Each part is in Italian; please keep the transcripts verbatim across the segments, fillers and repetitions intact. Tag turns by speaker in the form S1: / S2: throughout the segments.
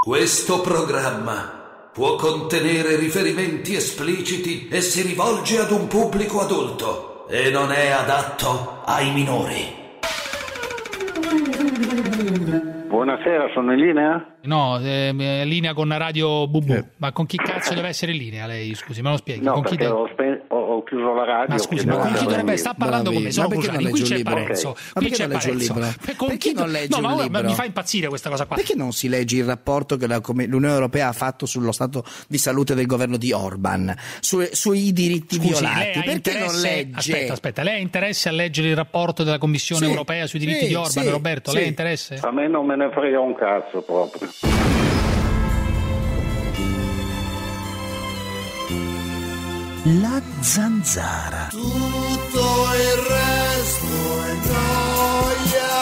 S1: Questo programma può contenere riferimenti espliciti e si rivolge ad un pubblico adulto e non è adatto ai minori.
S2: Buonasera, sono in linea?
S3: No, eh, linea con Radio Bubu. Eh. Ma con chi cazzo deve essere in linea lei? Scusi, me lo spieghi?
S2: No,
S3: con chi
S2: perché
S3: deve...
S2: ho, spe- ho, ho chiuso la radio.
S3: Ma scusi, ma con chi dovrebbe... Sta parlando con me, sono Cruciani, qui c'è Parenzo.
S4: Okay.
S3: Qui
S4: c'è
S3: Parenzo.
S4: Con perché chi... non legge
S3: no,
S4: un
S3: ma
S4: libro?
S3: Mi fa impazzire questa cosa qua.
S4: Perché non si legge il rapporto che la, come l'Unione Europea ha fatto sullo stato di salute del governo di Orban, su, sui diritti
S3: Scusi,
S4: violati? Perché
S3: interesse...
S4: non legge?
S3: Aspetta, aspetta, lei ha interesse a leggere il rapporto della Commissione
S4: sì,
S3: Europea sui diritti
S4: sì,
S3: di Orban,
S4: sì,
S3: Roberto?
S4: Sì.
S3: Lei ha interesse?
S2: A me non me ne frega un cazzo proprio.
S4: La zanzara.
S5: Tutto il resto è noia.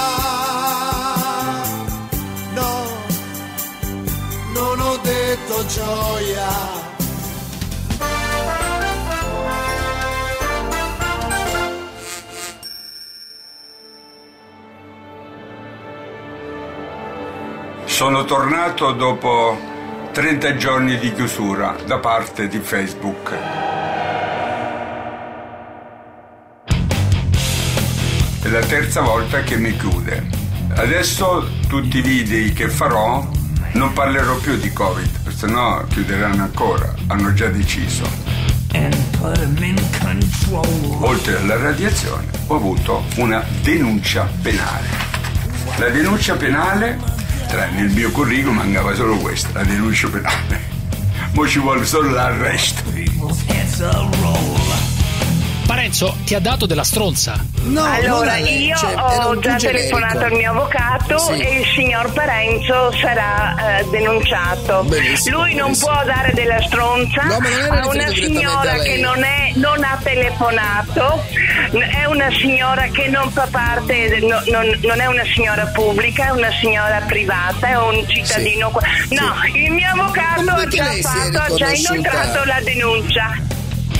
S5: No, non ho detto gioia.
S6: Sono tornato dopo trenta giorni di chiusura da parte di Facebook. È la terza volta che mi chiude. Adesso tutti i video che farò non parlerò più di Covid, se no chiuderanno ancora, hanno già deciso. Oltre alla radiazione ho avuto una denuncia penale. La denuncia penale, tra nel mio curriculum mancava solo questa, la denuncia penale. Mo ci vuole solo l'arresto.
S3: Parenzo ti ha dato della stronza.
S4: No,
S7: allora io
S4: cioè,
S7: ho già telefonato al mio avvocato sì. E il signor Parenzo sarà eh, denunciato.
S4: Benissimo,
S7: lui non
S4: benissimo.
S7: può dare della stronza
S4: no,
S7: a una signora che non, è, non ha telefonato, è una signora che non fa parte, no, non, non è una signora pubblica, è una signora privata, è un cittadino. Sì. No, sì. Il mio avvocato ha già, fatto, ha già inoltrato la denuncia.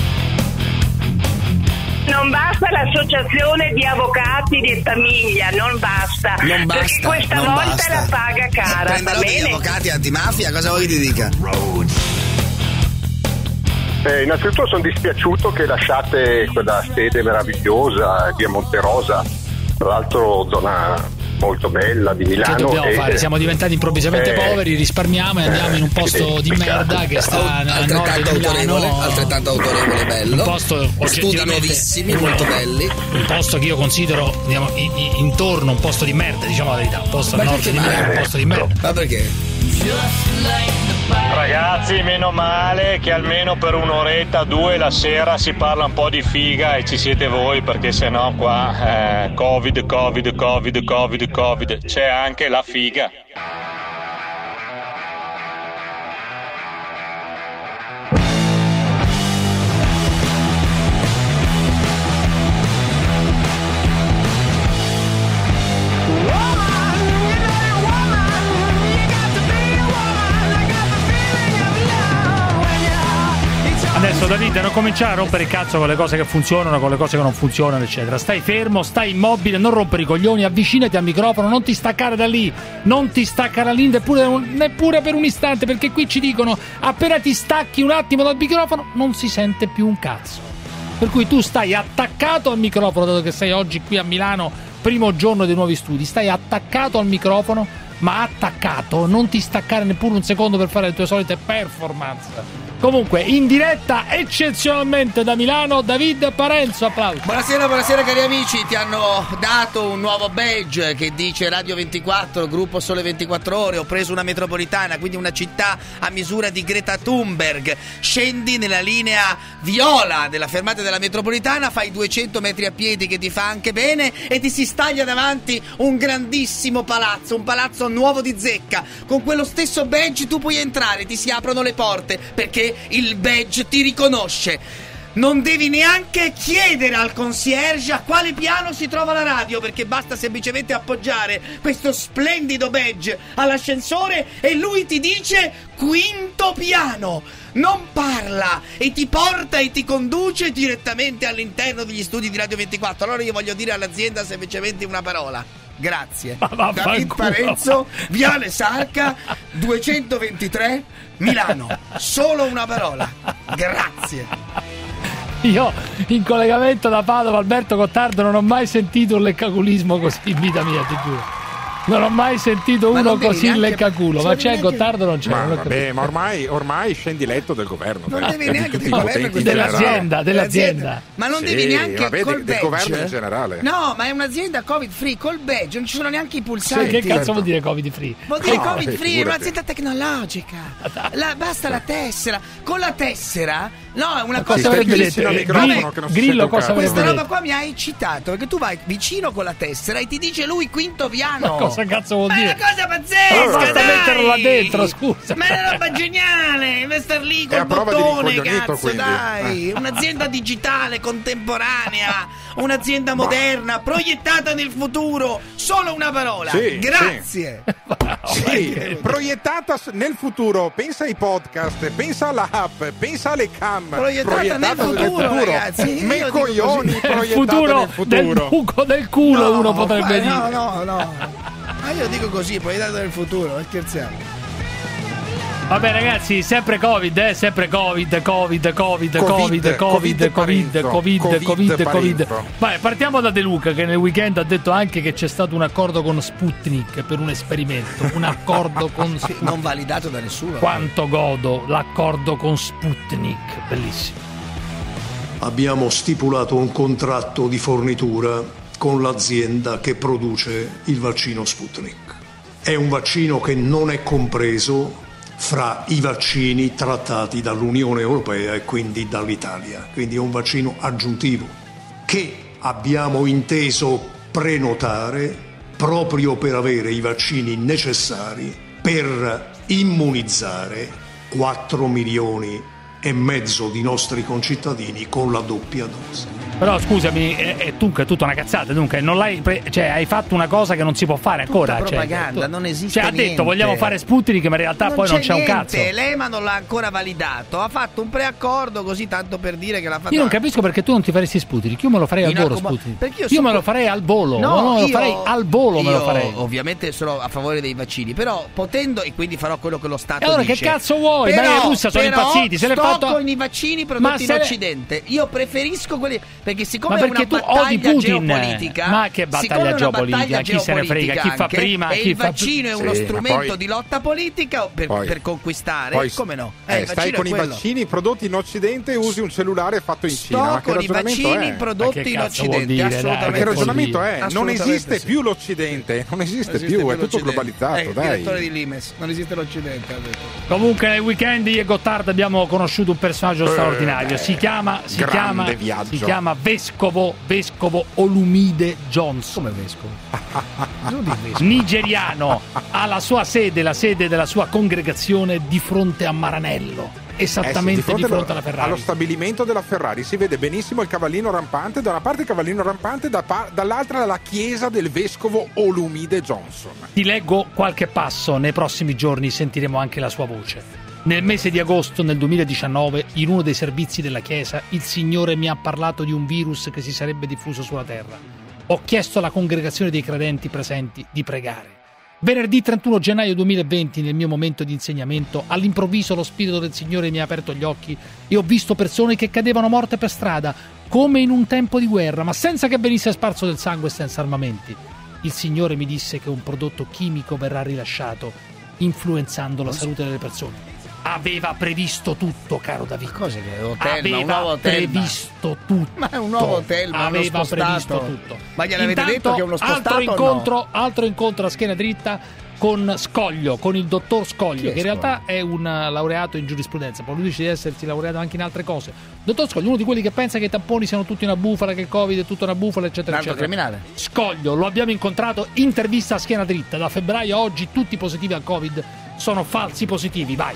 S7: Non basta l'associazione di avvocati di famiglia, non basta.
S4: Non basta
S7: perché questa
S4: non
S7: volta
S4: basta.
S7: la paga cara.
S4: Prenderò
S7: Va
S4: degli
S7: bene?
S4: avvocati antimafia, cosa vuoi che ti dica?
S2: Eh, innanzitutto sono dispiaciuto che lasciate quella sede meravigliosa via Monterosa, tra l'altro zona molto bella di Milano.
S3: Che dobbiamo
S2: e,
S3: fare? Siamo diventati improvvisamente
S2: eh,
S3: poveri, risparmiamo e andiamo in un posto
S2: eh,
S3: di merda che sta a nord di Milano,
S4: altrettanto autorevole, bello.
S3: Un posto
S4: studi nuovissimi, molto belli.
S3: Un posto che io considero, diciamo, in, in, intorno un posto di merda, diciamo la verità. Un posto a nord di Milano, un posto di merda.
S4: Ma perché?
S8: Ragazzi, meno male che almeno per un'oretta, due la sera si parla un po' di figa e ci siete voi, perché sennò qua eh, Covid, Covid, Covid, Covid, Covid, c'è anche la figa.
S3: Adesso Davide, non cominciare a rompere il cazzo con le cose che funzionano, con le cose che non funzionano, eccetera. Stai fermo, stai immobile, non rompere i coglioni, avvicinati al microfono, non ti staccare da lì, non ti staccare da lì neppure, neppure per un istante, perché qui ci dicono appena ti stacchi un attimo dal microfono non si sente più un cazzo. Per cui tu stai attaccato al microfono, dato che sei oggi qui a Milano, primo giorno dei nuovi studi, stai attaccato al microfono, ma attaccato, non ti staccare neppure un secondo per fare le tue solite performance. Comunque, in diretta eccezionalmente da Milano, David Parenzo, applausi.
S4: Buonasera, buonasera cari amici, ti hanno dato un nuovo badge che dice Radio ventiquattro, gruppo Sole ventiquattro Ore, ho preso una metropolitana, quindi una città a misura di Greta Thunberg, scendi nella linea viola della fermata della metropolitana, fai duecento metri a piedi che ti fa anche bene e ti si staglia davanti un grandissimo palazzo, un palazzo nuovo di zecca, con quello stesso badge tu puoi entrare, ti si aprono le porte, perché il badge ti riconosce. Non devi neanche chiedere al concierge a quale piano si trova la radio, perché basta semplicemente appoggiare questo splendido badge all'ascensore e lui ti dice quinto piano. Non parla e ti porta e ti conduce direttamente all'interno degli studi di Radio ventiquattro. Allora io voglio dire all'azienda semplicemente una parola: grazie.
S3: Ma
S4: David Parenzo, Viale Sarca, duecentoventitré, Milano. Solo una parola. Grazie.
S3: Io in collegamento da Padova, Alberto Gottardo, non ho mai sentito un leccaculismo così in vita mia, ti giuro. Non ho mai sentito uno così leccaculo. Ma c'è Gottardo? Non c'è.
S9: Ma,
S3: non
S9: vabbè, ma ormai, ormai scendi letto del governo.
S4: Non
S9: dai.
S4: devi neanche del governo,
S3: dell'azienda, dell'azienda.
S4: Ma non
S9: Sì,
S4: devi neanche
S9: vabbè,
S4: col
S9: del, del
S4: badge.
S9: governo in generale.
S4: No, ma è un'azienda Covid free col badge, non ci sono neanche i pulsanti.
S3: Che cazzo vuol dire Covid free?
S4: Vuol dire
S9: No,
S4: Covid
S9: eh,
S4: free, è
S9: figurati.
S4: un'azienda tecnologica. La, basta la tessera. Con la tessera, no, è una
S3: Ma
S4: cosa
S3: cosa avrebbe
S9: Stai
S3: detto?
S9: vicino al
S3: Eh,
S9: microfono
S3: Grillo,
S9: che non si
S3: Grillo
S9: sente un
S3: cosa
S9: cazzo.
S3: avrebbe
S4: Questa roba
S3: detto?
S4: qua mi ha eccitato, perché tu vai vicino con la tessera e ti dice lui Quinto Piano.
S3: Ma cosa cazzo vuol
S4: Ma è
S3: dire?
S4: una cosa pazzesca,
S3: Basta
S4: dai!
S3: metterlo là dentro, scusa.
S4: Ma è una roba geniale, deve star lì
S9: È a
S4: col
S9: prova di
S4: bottone,
S9: rincoglionito,
S4: cazzo,
S9: quindi.
S4: dai! Un'azienda digitale, contemporanea, un'azienda moderna, proiettata nel futuro. Solo una parola.
S9: Sì,
S4: Grazie.
S9: Sì, proiettata s- nel futuro. Pensa ai podcast, pensa alla app, pensa alle cam.
S4: Proiettata nel futuro, ragazzi. Io
S9: Me
S4: dico
S9: coglioni,
S3: Nel
S9: proiettata
S3: futuro,
S9: nel
S3: del
S9: futuro.
S3: buco del culo,
S4: No,
S3: uno potrebbe
S4: ma-
S3: dire.
S4: No, no, no. Ma io dico così, proiettato nel futuro, non scherziamo.
S3: Vabbè ragazzi, sempre Covid, eh, sempre Covid, Covid, Covid, Covid, Covid,
S9: Covid,
S3: Covid,
S9: Parenzo.
S3: Covid,
S9: Covid,
S3: Covid, Covid.
S9: Parenzo.
S3: Vai, partiamo da De Luca che nel weekend ha detto anche che c'è stato un accordo con Sputnik per un esperimento, un accordo con
S4: Sì, non validato da nessuno.
S3: Quanto godo l'accordo con Sputnik, bellissimo.
S10: Abbiamo stipulato un contratto di fornitura con l'azienda che produce il vaccino Sputnik. È un vaccino che non è compreso fra i vaccini trattati dall'Unione Europea e quindi dall'Italia. Quindi è un vaccino aggiuntivo che abbiamo inteso prenotare proprio per avere i vaccini necessari per immunizzare quattro milioni e mezzo di nostri concittadini con la doppia dose.
S3: Però scusami, è, è, dunque è tutta una cazzata, dunque non l'hai pre- cioè hai fatto una cosa che non si può fare ancora.
S4: Tutta
S3: cioè,
S4: propaganda,
S3: tu-
S4: non esiste
S3: Cioè ha
S4: niente.
S3: detto vogliamo fare Sputnik, ma in realtà
S4: Non
S3: poi
S4: c'è
S3: non c'è
S4: niente,
S3: un cazzo.
S4: l'E M A non l'ha ancora validato, ha fatto un preaccordo così tanto per dire che l'ha fatto.
S3: Io non capisco perché tu non ti faresti Sputnik, io me lo farei al
S4: In
S3: volo
S4: accomo-
S3: Sputnik.
S4: perché io
S3: Io
S4: so-
S3: me lo farei al volo,
S4: No,
S3: no, me lo
S4: io-
S3: farei al volo, me lo
S4: io
S3: farei.
S4: Ovviamente sono a favore dei vaccini, però potendo, e quindi farò quello che lo Stato
S3: E allora
S4: dice.
S3: che cazzo vuoi?
S4: Però,
S3: Ma in Russia sono
S4: però
S3: impazziti, se l'è
S4: sto
S3: fatto
S4: con i vaccini
S3: Ma
S4: prodotti in
S3: se le-
S4: Occidente. Io preferisco quelli perché siccome
S3: Ma perché
S4: è una
S3: tu odi
S4: battaglia
S3: Putin?
S4: geopolitica.
S3: Ma che battaglia
S4: siccome è una
S3: geopolitica?
S4: battaglia
S3: Chi se ne frega? Chi fa
S4: anche,
S3: prima,
S4: E
S3: chi
S4: il
S3: fa-
S4: vaccino è uno
S9: Sì, ma
S4: strumento
S9: poi-
S4: di lotta politica per,
S9: Poi-
S4: per conquistare.
S9: Poi,
S4: come no?
S9: eh,
S4: il
S9: stai
S4: vaccino
S9: con
S4: è
S9: i
S4: quello.
S9: vaccini prodotti in Occidente e usi un cellulare fatto in Cina. Ma
S4: Sto
S9: che
S4: con i
S9: ragionamento
S4: vaccini
S9: è?
S4: prodotti
S3: Ma che
S4: in
S3: cazzo vuol
S4: Occidente.
S3: dire, dai?
S4: Assolutamente.
S9: Che
S3: Che vuol
S9: ragionamento
S3: dire?
S9: è? Non
S4: Assolutamente
S9: esiste
S4: sì.
S9: più l'Occidente, non esiste,
S4: Non
S9: più, è
S4: più
S9: tutto
S4: l'Occidente.
S9: globalizzato,
S4: È il
S9: dai.
S4: direttore di Limes, non esiste l'Occidente, ha detto.
S3: Comunque nel weekend io e Gottardo abbiamo conosciuto un personaggio
S9: Eh,
S3: straordinario.
S9: beh,
S3: Si chiama si
S9: grande
S3: chiama
S9: viaggio.
S3: si chiama Vescovo Vescovo Olumide Johnson.
S4: Come vescovo? Non di vescovo.
S3: Nigeriano, ha la sua sede, la sede della sua congregazione di fronte a Maranello, esattamente
S9: Eh sì,
S3: di fronte,
S9: allo-
S3: alla Ferrari.
S9: Allo stabilimento della Ferrari si vede benissimo il cavallino rampante, da una parte il cavallino rampante, da pa- dall'altra la chiesa del vescovo Olumide Johnson.
S3: Ti leggo qualche passo, nei prossimi giorni sentiremo anche la sua voce. Nel mese di agosto nel duemiladiciannove, in uno dei servizi della chiesa, il Signore mi ha parlato di un virus che si sarebbe diffuso sulla terra. Ho chiesto alla congregazione dei credenti presenti di pregare. Venerdì trentuno gennaio duemilaventi, nel mio momento di insegnamento, all'improvviso lo Spirito del Signore mi ha aperto gli occhi e ho visto persone che cadevano morte per strada, come in un tempo di guerra, ma senza che venisse sparso del sangue e senza armamenti. Il Signore mi disse che un prodotto chimico verrà rilasciato, influenzando la salute delle persone. Aveva previsto tutto, caro David.
S4: Cos'è che è Hotel?
S3: Aveva
S4: un nuovo hotel,
S3: previsto tutto.
S4: Ma è un nuovo hotel, ma
S3: aveva
S4: uno spostato.
S3: previsto tutto.
S4: Ma gliel'avete
S3: Intanto,
S4: detto che è uno spostato
S3: altro
S4: o
S3: incontro,
S4: no?
S3: altro incontro a schiena dritta con Scoglio, con il dottor Scoglio,
S4: Chi è
S3: che in realtà è un laureato in giurisprudenza, poi lui dice di essersi laureato anche in altre cose. Dottor Scoglio, uno di quelli che pensa che i tamponi siano tutti una bufala, che il Covid è tutta una bufala, eccetera,
S4: Un altro
S3: eccetera.
S4: criminale.
S3: Scoglio, lo abbiamo incontrato, intervista a schiena dritta. Da febbraio a oggi tutti positivi al Covid sono falsi positivi, vai.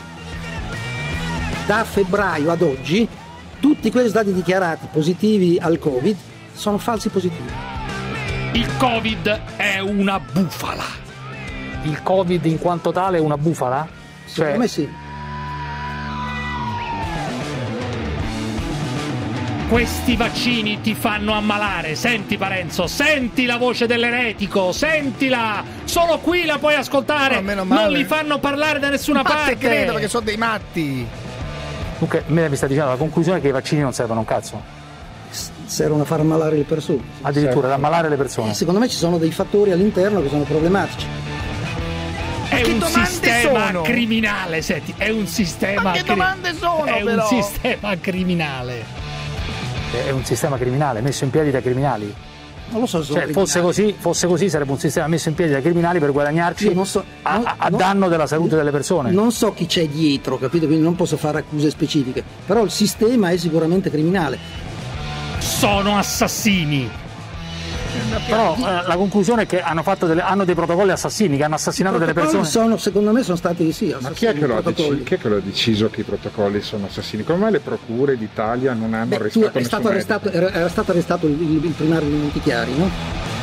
S11: Da febbraio ad oggi tutti quelli stati dichiarati positivi al Covid sono falsi positivi.
S3: Il Covid è una bufala.
S12: Il Covid in quanto tale è una bufala?
S11: Secondo me sì.
S3: Questi vaccini ti fanno ammalare. Senti Parenzo, senti la voce dell'eretico, sentila. Solo qui la puoi ascoltare.
S4: No, non
S3: li fanno parlare da nessuna
S4: Ma
S3: parte.
S4: te credo, perché sono dei matti.
S12: Comunque, me mi sta dicendo la conclusione è che i vaccini non servono un cazzo.
S11: Servono a far ammalare le persone.
S12: Addirittura ad ammalare le persone.
S11: Eh, secondo me ci sono dei fattori all'interno che sono problematici.
S3: È
S4: che
S3: un
S4: domande
S3: sistema
S4: sono?
S3: criminale, senti, è un sistema
S4: Ma che
S3: cri-
S4: domande sono,
S3: È
S4: però?
S3: un sistema criminale.
S12: È un sistema criminale messo in piedi da criminali.
S11: Non lo so se sono
S12: Cioè, fosse così, fosse così sarebbe un sistema messo in piedi da criminali per guadagnarci
S11: Io non so,
S12: a,
S11: non-
S12: a- a
S11: non-
S12: danno della salute delle persone.
S11: Non so chi c'è dietro, capito? Quindi non posso fare accuse specifiche. Però il sistema è sicuramente criminale.
S3: Sono assassini.
S12: Però eh, la conclusione è che hanno, fatto delle, hanno dei protocolli assassini, che hanno assassinato delle persone.
S11: Sono, secondo me sono stati sì.
S9: Ma chi è, che lo ha deci- chi è che lo ha deciso che i protocolli sono assassini? Come mai le procure d'Italia non hanno
S11: Beh, tu,
S9: arrestato
S11: è
S9: nessun
S11: stato arrestato, era, era stato arrestato il, il, il primario di Montichiari, no?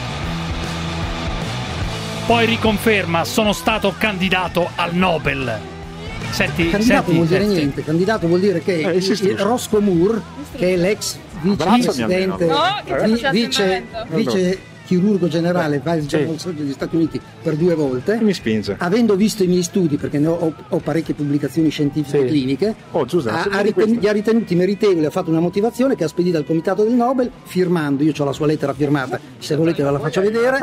S3: Poi riconferma, sono stato candidato al Nobel. Senti,
S11: Candidato
S3: senti,
S11: vuol dire
S3: senti.
S11: niente, candidato vuol dire che
S9: Eh,
S11: il,
S9: si
S11: il Roscoe Moore, che è l'ex vicepresidente,
S13: No, che ti
S11: vi-
S13: faceva
S11: vice,
S13: firmamento.
S11: vice chirurgo generale, vice general surgeon degli Stati Uniti per due volte,
S9: Mi spinge.
S11: avendo visto i miei studi, perché ne ho, ho- ho parecchie pubblicazioni scientifiche
S12: Sì.
S11: e cliniche,
S9: Oh, Giuseppe,
S11: ha,
S9: se
S11: ha
S9: vedi
S11: riten-
S9: questo.
S11: li ha ritenuti meritevoli, ha fatto una motivazione che ha spedito al comitato del Nobel firmando, io ho la sua lettera firmata, se volete ve la faccio vedere.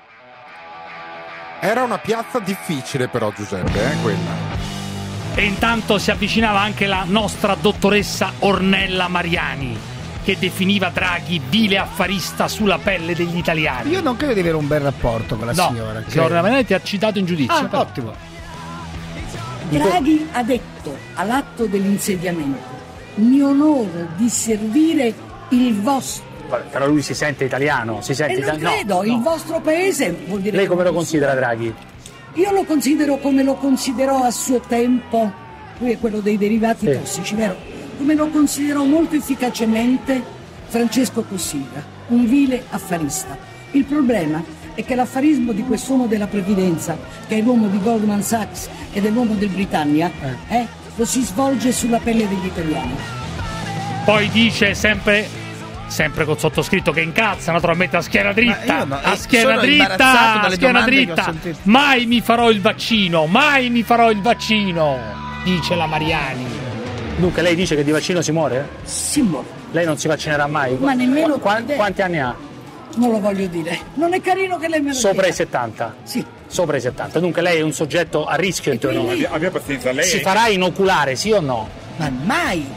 S9: Era una piazza difficile però, Giuseppe, eh, quella.
S3: E intanto si avvicinava anche la nostra dottoressa Ornella Mariani, che definiva Draghi vile affarista sulla pelle degli italiani.
S4: Io non credo di avere un bel rapporto con la
S3: No,
S4: signora.
S3: che Ornella Mariani ti ha citato in giudizio.
S4: Ah,
S3: però.
S4: ottimo.
S14: Draghi ha detto all'atto dell'insediamento: mi onoro di servire il vostro.
S12: Però lui si sente italiano, si sente
S14: E non
S12: italiano.
S14: credo, il vostro paese vuol dire.
S12: Lei
S14: che
S12: come lo
S14: non
S12: considera Draghi?
S14: Io lo considero come lo considerò a suo tempo, lui è quello dei derivati
S12: Sì.
S14: tossici, vero? Come lo considerò molto efficacemente Francesco Cossiga, un vile affarista. Il problema è che l'affarismo di quest'uomo della previdenza, che è l'uomo di Goldman Sachs ed è l'uomo del Britannia, eh, lo si svolge sulla pelle degli italiani.
S3: Poi dice sempre sempre col sottoscritto che incazza naturalmente a schiena dritta,
S4: io no,
S3: a
S4: eh,
S3: schiena
S4: sono imbarazzato
S3: dritta, a
S4: dalle
S3: schiena
S4: domande che ho
S3: dritta.
S4: sentito.
S3: Mai mi farò il vaccino, mai mi farò il vaccino, dice la Mariani.
S12: Dunque lei dice che di vaccino si muore?
S14: Si muore.
S12: Lei non si vaccinerà mai?
S14: Ma nemmeno
S12: Qua-
S14: crede.
S12: quanti anni ha?
S14: Non lo voglio dire. Non è carino che lei me lo
S12: Sopra i
S14: dica.
S12: settanta?
S14: Sì.
S12: Sopra i settanta. Dunque lei è un soggetto a rischio in teoria.
S14: quindi-
S9: Abbia pazienza, lei.
S12: Si farà inoculare, sì o no?
S14: Ma mai.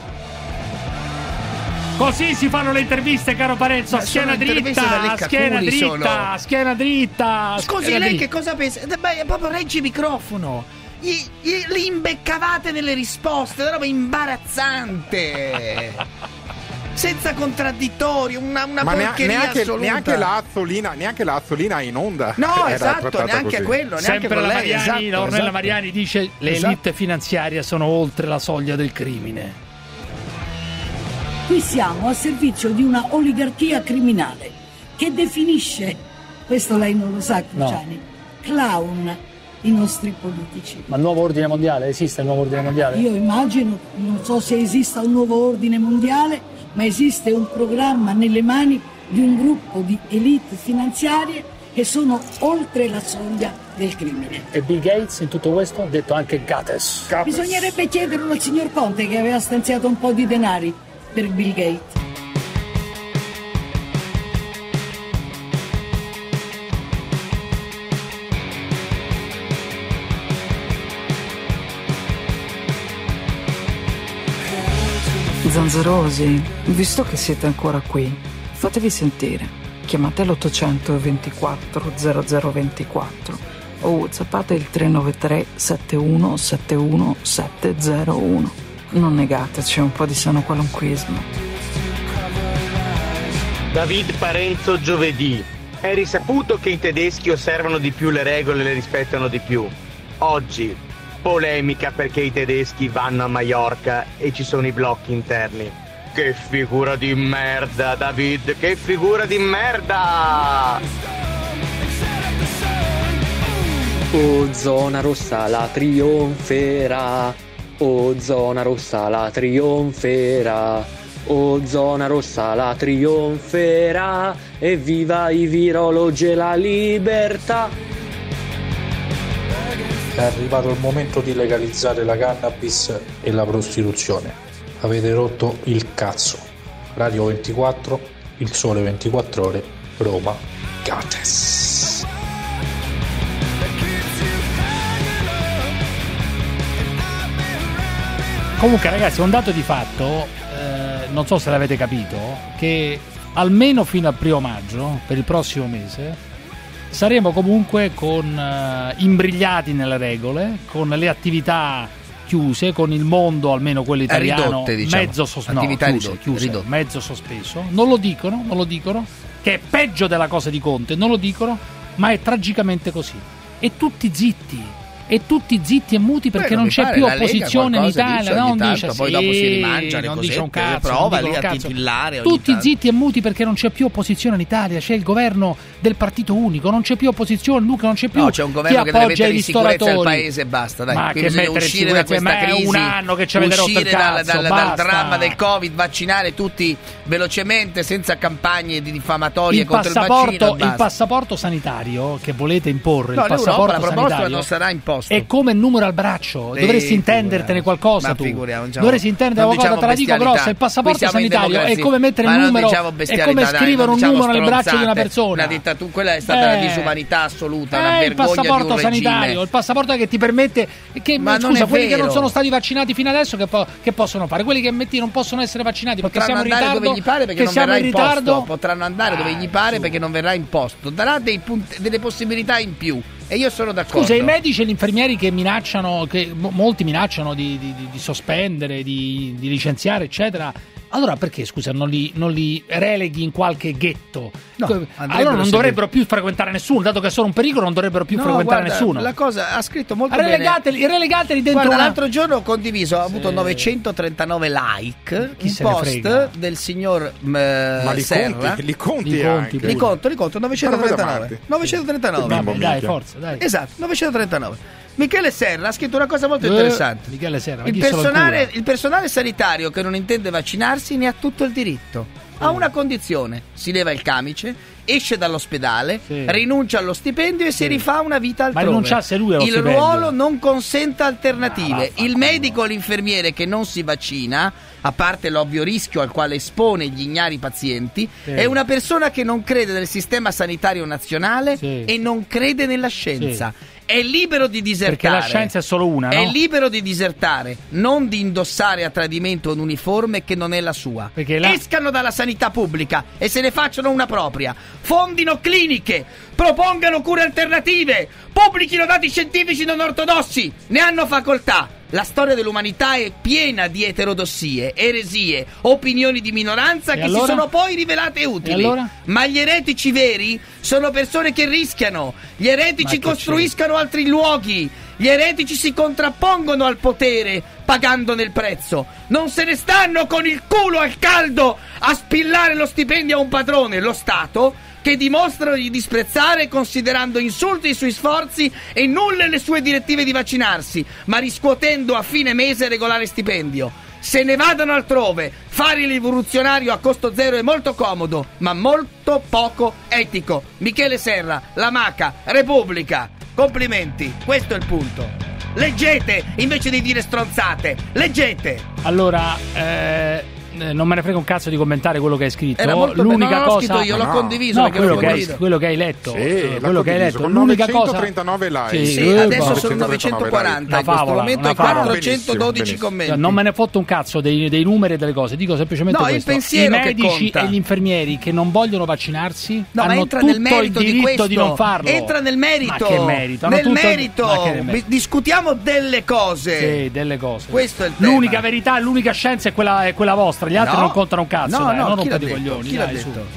S3: Così si fanno le interviste, caro Parenzo, a
S4: Ma
S3: schiena
S4: sono interviste da
S3: dritta, a schiena
S4: leccaculi,
S3: dritta,
S4: sono.
S3: a schiena dritta. a
S4: Scusi,
S3: schiena
S4: lei
S3: dritta.
S4: che cosa pensa? Eh, Beh, è proprio reggi microfono. Gli, gli, li imbeccavate nelle risposte, una roba imbarazzante. Senza contraddittorio, una, una
S9: Ma nea-
S4: porcheria
S9: neanche,
S4: assoluta.
S9: neanche la Azzolina, neanche la Azzolina in onda.
S4: No,
S9: era
S4: esatto,
S9: trattata
S4: neanche
S9: così.
S4: quello, neanche
S3: Sempre
S4: con
S3: la
S4: lei,
S3: Mariani,
S4: esatto,
S3: la Ornella
S4: esatto.
S3: Mariani dice le
S4: Esatto.
S3: elite finanziarie sono oltre la soglia del crimine.
S14: Qui siamo a servizio di una oligarchia criminale che definisce, questo lei non lo sa Cruciani, clown i nostri politici.
S12: Ma il nuovo ordine mondiale? Esiste il nuovo ordine mondiale?
S14: Io immagino, non so se esista un nuovo ordine mondiale, ma esiste un programma nelle mani di un gruppo di elite finanziarie che sono oltre la soglia del crimine.
S12: E Bill Gates in tutto questo? Detto anche Gates.
S14: Bisognerebbe chiederlo al signor Conte che aveva stanziato un po' di denari per Bill Gates.
S15: Zanzerosi, visto che siete ancora qui, fatevi sentire. Chiamate l'ottocento ventiquattro zero zero ventiquattro o whatsappate il tre nove tre sette uno sette uno sette zero uno. Non negateci un po' di sano qualunquismo.
S16: David Parenzo giovedì. È risaputo che i tedeschi osservano di più le regole e le rispettano di più. Oggi, polemica perché i tedeschi vanno a Maiorca e ci sono i blocchi interni. Che figura di merda, David, che figura di merda!
S17: Oh zona rossa la trionferà, oh zona rossa la trionferà, Oh, zona rossa la trionferà, evviva i virologi e la libertà.
S13: È arrivato il momento di legalizzare la cannabis e la prostituzione. Avete rotto il cazzo. Radio ventiquattro, Il Sole ventiquattro Ore, Roma, Gates.
S3: Comunque ragazzi, un dato di fatto, eh, non so se l'avete capito, che almeno fino al primo maggio, per il prossimo mese, saremo comunque con eh, imbrigliati nelle regole, con le attività chiuse, con il mondo, almeno quello italiano,
S4: ridotte, diciamo.
S3: mezzo sospeso.
S4: Attività
S3: No, chiuse,
S4: ridotte,
S3: chiuse,
S4: ridotte.
S3: mezzo sospeso. Non lo dicono, non lo dicono, che è peggio della cosa di Conte, non lo dicono, ma è tragicamente così. E tutti zitti. E tutti zitti e muti perché
S4: Beh, non
S3: non
S4: mi
S3: c'è
S4: pare,
S3: più
S4: la Lega
S3: opposizione in
S4: qualcosa
S3: Italia,
S4: dice
S3: non
S4: ogni tanto,
S3: dice
S4: poi
S3: sì,
S4: dopo si rimangia le
S3: non
S4: cosette,
S3: dice un cazzo,
S4: prova
S3: non dicono
S4: lì
S3: un
S4: a
S3: cazzo.
S4: titillare ogni
S3: Tutti
S4: tanto.
S3: zitti e muti perché non c'è più opposizione in Italia, c'è il governo del partito unico, non c'è più opposizione, Luca, non c'è più
S4: No, c'è un governo
S3: chi
S4: che deve
S3: appoggia
S4: mettere
S3: i
S4: in sicurezza il
S3: ristoratori.
S4: paese e basta, dai.
S3: Ma
S4: Quindi
S3: che
S4: bisogna
S3: mettere in
S4: uscire da
S3: sicurezza?
S4: questa
S3: Ma è
S4: crisi,
S3: un anno che ci avete rotto il
S4: uscire dal,
S3: cazzo,
S4: dal, dal
S3: basta.
S4: dramma del Covid, vaccinare tutti velocemente senza campagne di diffamatorie
S3: Il
S4: contro il
S3: passaporto,
S4: vaccino e
S3: il
S4: basta.
S3: passaporto sanitario che volete imporre,
S4: No,
S3: il
S4: l'Europa
S3: passaporto
S4: la proposta
S3: sanitario
S4: non sarà imposto.
S3: è come il numero al braccio,
S4: Sì,
S3: dovresti intendertene qualcosa
S4: Ma
S3: tu.
S4: figuriamo, diciamo,
S3: Dovresti intendere
S4: non
S3: qualcosa,
S4: diciamo
S3: te la dico
S4: bestialità.
S3: grossa, il passaporto
S4: Qui siamo in
S3: sanitario è
S4: democrazia.
S3: come mettere
S4: Ma
S3: il
S4: non
S3: numero,
S4: diciamo
S3: è
S4: bestialità,
S3: come
S4: dai,
S3: scrivere
S4: non
S3: un
S4: diciamo
S3: numero nel braccio di una
S4: stronzate.
S3: persona.
S4: Una dittatura, quella è stata
S3: Eh.
S4: la disumanità assoluta, una
S3: Eh, il
S4: vergogna di
S3: passaporto
S4: un regime.
S3: sanitario, il passaporto che ti permette che
S4: Ma non
S3: scusa,
S4: è
S3: quelli che non
S4: vero.
S3: sono stati vaccinati fino adesso che, po- che possono fare? Quelli che metti non possono essere vaccinati perché
S4: Potranno
S3: siamo in
S4: andare
S3: ritardo,
S4: dove gli pare perché
S3: che
S4: non
S3: siamo
S4: verrà
S3: in
S4: imposto.
S3: ritardo.
S4: Potranno andare dove gli pare perché non verrà imposto. Darà dei punti, delle possibilità in più. E io sono d'accordo.
S3: Scusa, i medici e gli infermieri che minacciano, che mo- molti minacciano di, di- di- di sospendere, di, di licenziare, eccetera. Allora perché, scusa, non li, non li releghi in qualche ghetto?
S4: No,
S3: allora
S4: andrebbero
S3: non
S4: seguiti.
S3: dovrebbero più frequentare nessuno, dato che sono un pericolo non dovrebbero più
S4: No,
S3: frequentare
S4: guarda,
S3: nessuno.
S4: La cosa ha scritto molto
S3: Relegateli,
S4: bene.
S3: relegateli dentro
S4: Guarda,
S3: una...
S4: l'altro giorno ho condiviso, ho avuto novecentotrentanove like,
S3: Chi
S4: un
S3: se ne
S4: post
S3: frega?
S4: del signor eh,
S9: Ma li
S4: Serra.
S9: conti, li conti
S3: Li
S9: anche.
S3: conti,
S4: Li conto, li conto, novecentotrentanove.
S9: Però
S4: novecentotrentanove.
S3: Vabbè, dai, forza, dai.
S4: Esatto, novecentotrentanove. Michele Serra ha scritto una cosa molto
S3: Eh,
S4: interessante.
S3: Michele Serra, ma
S4: Il
S3: chi se lo
S4: personale,
S3: cura?
S4: il personale sanitario che non intende vaccinarsi ne ha tutto il diritto. Ha una condizione: si leva il camice, esce dall'ospedale,
S3: Sì.
S4: rinuncia allo stipendio e si rifà una vita altrove.
S3: rinunciasse lui allo
S4: Il
S3: stipendio.
S4: ruolo non consente alternative.
S3: Ah,
S4: il medico o l'infermiere che non si vaccina, a parte l'ovvio rischio al quale espone gli ignari pazienti,
S3: Sì.
S4: è una persona che non crede nel sistema sanitario nazionale
S3: Sì.
S4: e non crede nella scienza. È libero di disertare.
S3: Perché la scienza è solo una,
S4: È
S3: no?
S4: libero di disertare, non di indossare a tradimento un uniforme che non è la sua.
S3: Perché la-
S4: Escano dalla sanità pubblica e se ne facciano una propria. Fondino cliniche, propongano cure alternative, pubblichino dati scientifici non ortodossi. Ne hanno facoltà. La storia dell'umanità è piena di eterodossie, eresie, opinioni di minoranza
S3: E
S4: che
S3: allora?
S4: si sono poi rivelate utili.
S3: E allora?
S4: Ma gli eretici veri sono persone che rischiano. Gli eretici
S3: Ma che
S4: costruiscono altri luoghi. Gli eretici si contrappongono al potere pagandone il prezzo. Non se ne stanno con il culo al caldo a spillare lo stipendio a un padrone, lo Stato, che dimostrano di disprezzare considerando insulti i suoi sforzi e nulle le sue direttive di vaccinarsi, ma riscuotendo a fine mese regolare stipendio. Se ne vadano altrove. Fare il rivoluzionario a costo zero è molto comodo, ma molto poco etico. Michele Serra, La Maca, Repubblica. Complimenti, questo è il punto. Leggete invece di dire stronzate. Leggete.
S3: Allora, eh, non me ne frega un cazzo di commentare quello che hai scritto.
S4: Era molto
S3: L'unica
S4: bello, non l'ho
S3: cosa,
S4: scritto io, l'ho
S9: No.
S4: condiviso
S3: no,
S4: perché
S3: quello
S4: lo
S3: che, hai,
S4: condivido.
S3: quello che hai letto,
S9: Sì,
S3: eh,
S9: l'ha
S3: quello che hai
S9: condiviso
S3: letto.
S9: con
S3: L'unica cosa,
S9: novecentotrentanove like.
S4: Sì,
S3: eh,
S4: adesso
S3: boh.
S4: sono novecentoquaranta in questo
S3: favola,
S4: momento
S3: una
S4: e
S3: favola.
S4: quattrocentododici
S9: Benissimo,
S4: commenti.
S3: Cioè, non me ne fotto un cazzo dei, dei numeri e delle cose, dico semplicemente
S4: No, il
S3: questo.
S4: pensiero
S3: I
S4: che
S3: medici
S4: conta.
S3: e gli infermieri che non vogliono vaccinarsi
S4: No, ma
S3: hanno
S4: entra
S3: tutto
S4: nel merito
S3: il
S4: di
S3: diritto
S4: questo.
S3: di non farlo.
S4: Entra nel merito.
S3: Ma che merito? Hanno
S4: Nel
S3: tutto-
S4: merito.
S3: Ma che nel merito?
S4: Bi- Discutiamo delle cose.
S3: Sì, delle cose.
S4: Questo è il tema.
S3: L'unica verità, l'unica scienza è quella, è quella vostra, gli altri
S4: No.
S3: non contano un cazzo,
S4: No,
S3: dai,
S4: no,
S3: non
S4: chi l'ha
S3: rompete i
S4: detto?
S3: coglioni,
S4: Chi l'ha
S3: dai, su.
S4: detto?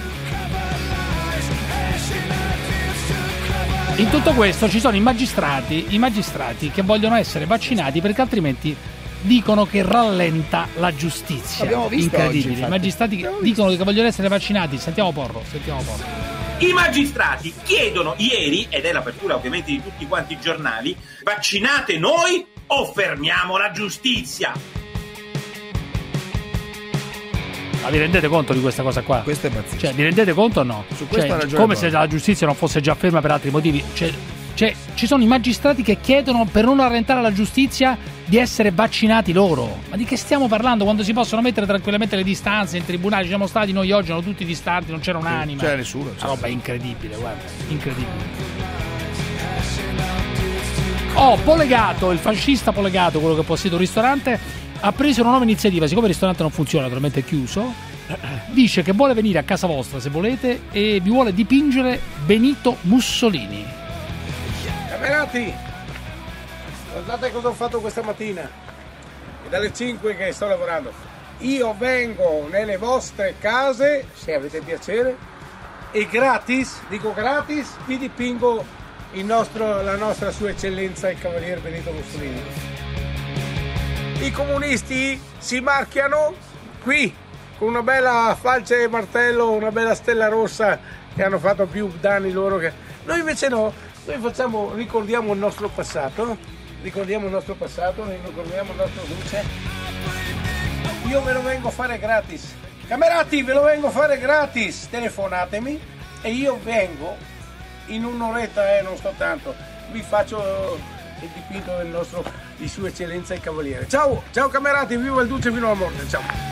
S3: In tutto questo ci sono i magistrati, i magistrati che vogliono essere vaccinati perché altrimenti dicono che rallenta la giustizia.
S4: Abbiamo visto
S3: Incredibile.
S4: oggi, infatti.
S3: I magistrati che dicono che vogliono essere vaccinati. Sentiamo Porro, sentiamo Porro.
S18: I magistrati chiedono ieri, ed è l'apertura ovviamente di tutti quanti i giornali, vaccinate noi o fermiamo la giustizia.
S3: Ma vi rendete conto di questa cosa qua?
S4: Questo è pazzesco.
S3: Cioè, vi rendete conto o no?
S4: Su questo
S3: cioè,
S4: ha ragione
S3: come
S4: poi.
S3: se la giustizia non fosse già ferma per altri motivi. Cioè, cioè, ci sono i magistrati che chiedono, per non rallentare la giustizia, di essere vaccinati loro. Ma di che stiamo parlando? Quando si possono mettere tranquillamente le distanze in tribunale? Ci siamo stati noi oggi, erano tutti distanti, non c'era un'anima.
S4: Non c'era nessuno.
S3: Una roba incredibile, guarda, incredibile. Oh, Polegato, il fascista Polegato, quello che possiede un ristorante, ha preso una nuova iniziativa. Siccome il ristorante non funziona, naturalmente è chiuso, dice che vuole venire a casa vostra, se volete, e vi vuole dipingere Benito Mussolini.
S19: Camerati, guardate cosa ho fatto questa mattina. È dalle cinque che sto lavorando. Io vengo nelle vostre case, se avete piacere, e gratis, dico gratis, vi dipingo il nostro, la nostra Sua Eccellenza il Cavaliere Benito Mussolini. I comunisti si marchiano qui con una bella falce e martello, una bella stella rossa, che hanno fatto più danni loro che... Noi invece no, noi facciamo, ricordiamo il nostro passato, ricordiamo il nostro passato, ricordiamo il nostro duce. Io ve lo vengo a fare gratis. Camerati, ve lo vengo a fare gratis. Telefonatemi e io vengo in un'oretta, eh, non sto tanto, vi faccio il dipinto del nostro, di Sua Eccellenza il Cavaliere. Ciao, ciao camerati, viva il duce fino alla morte, ciao.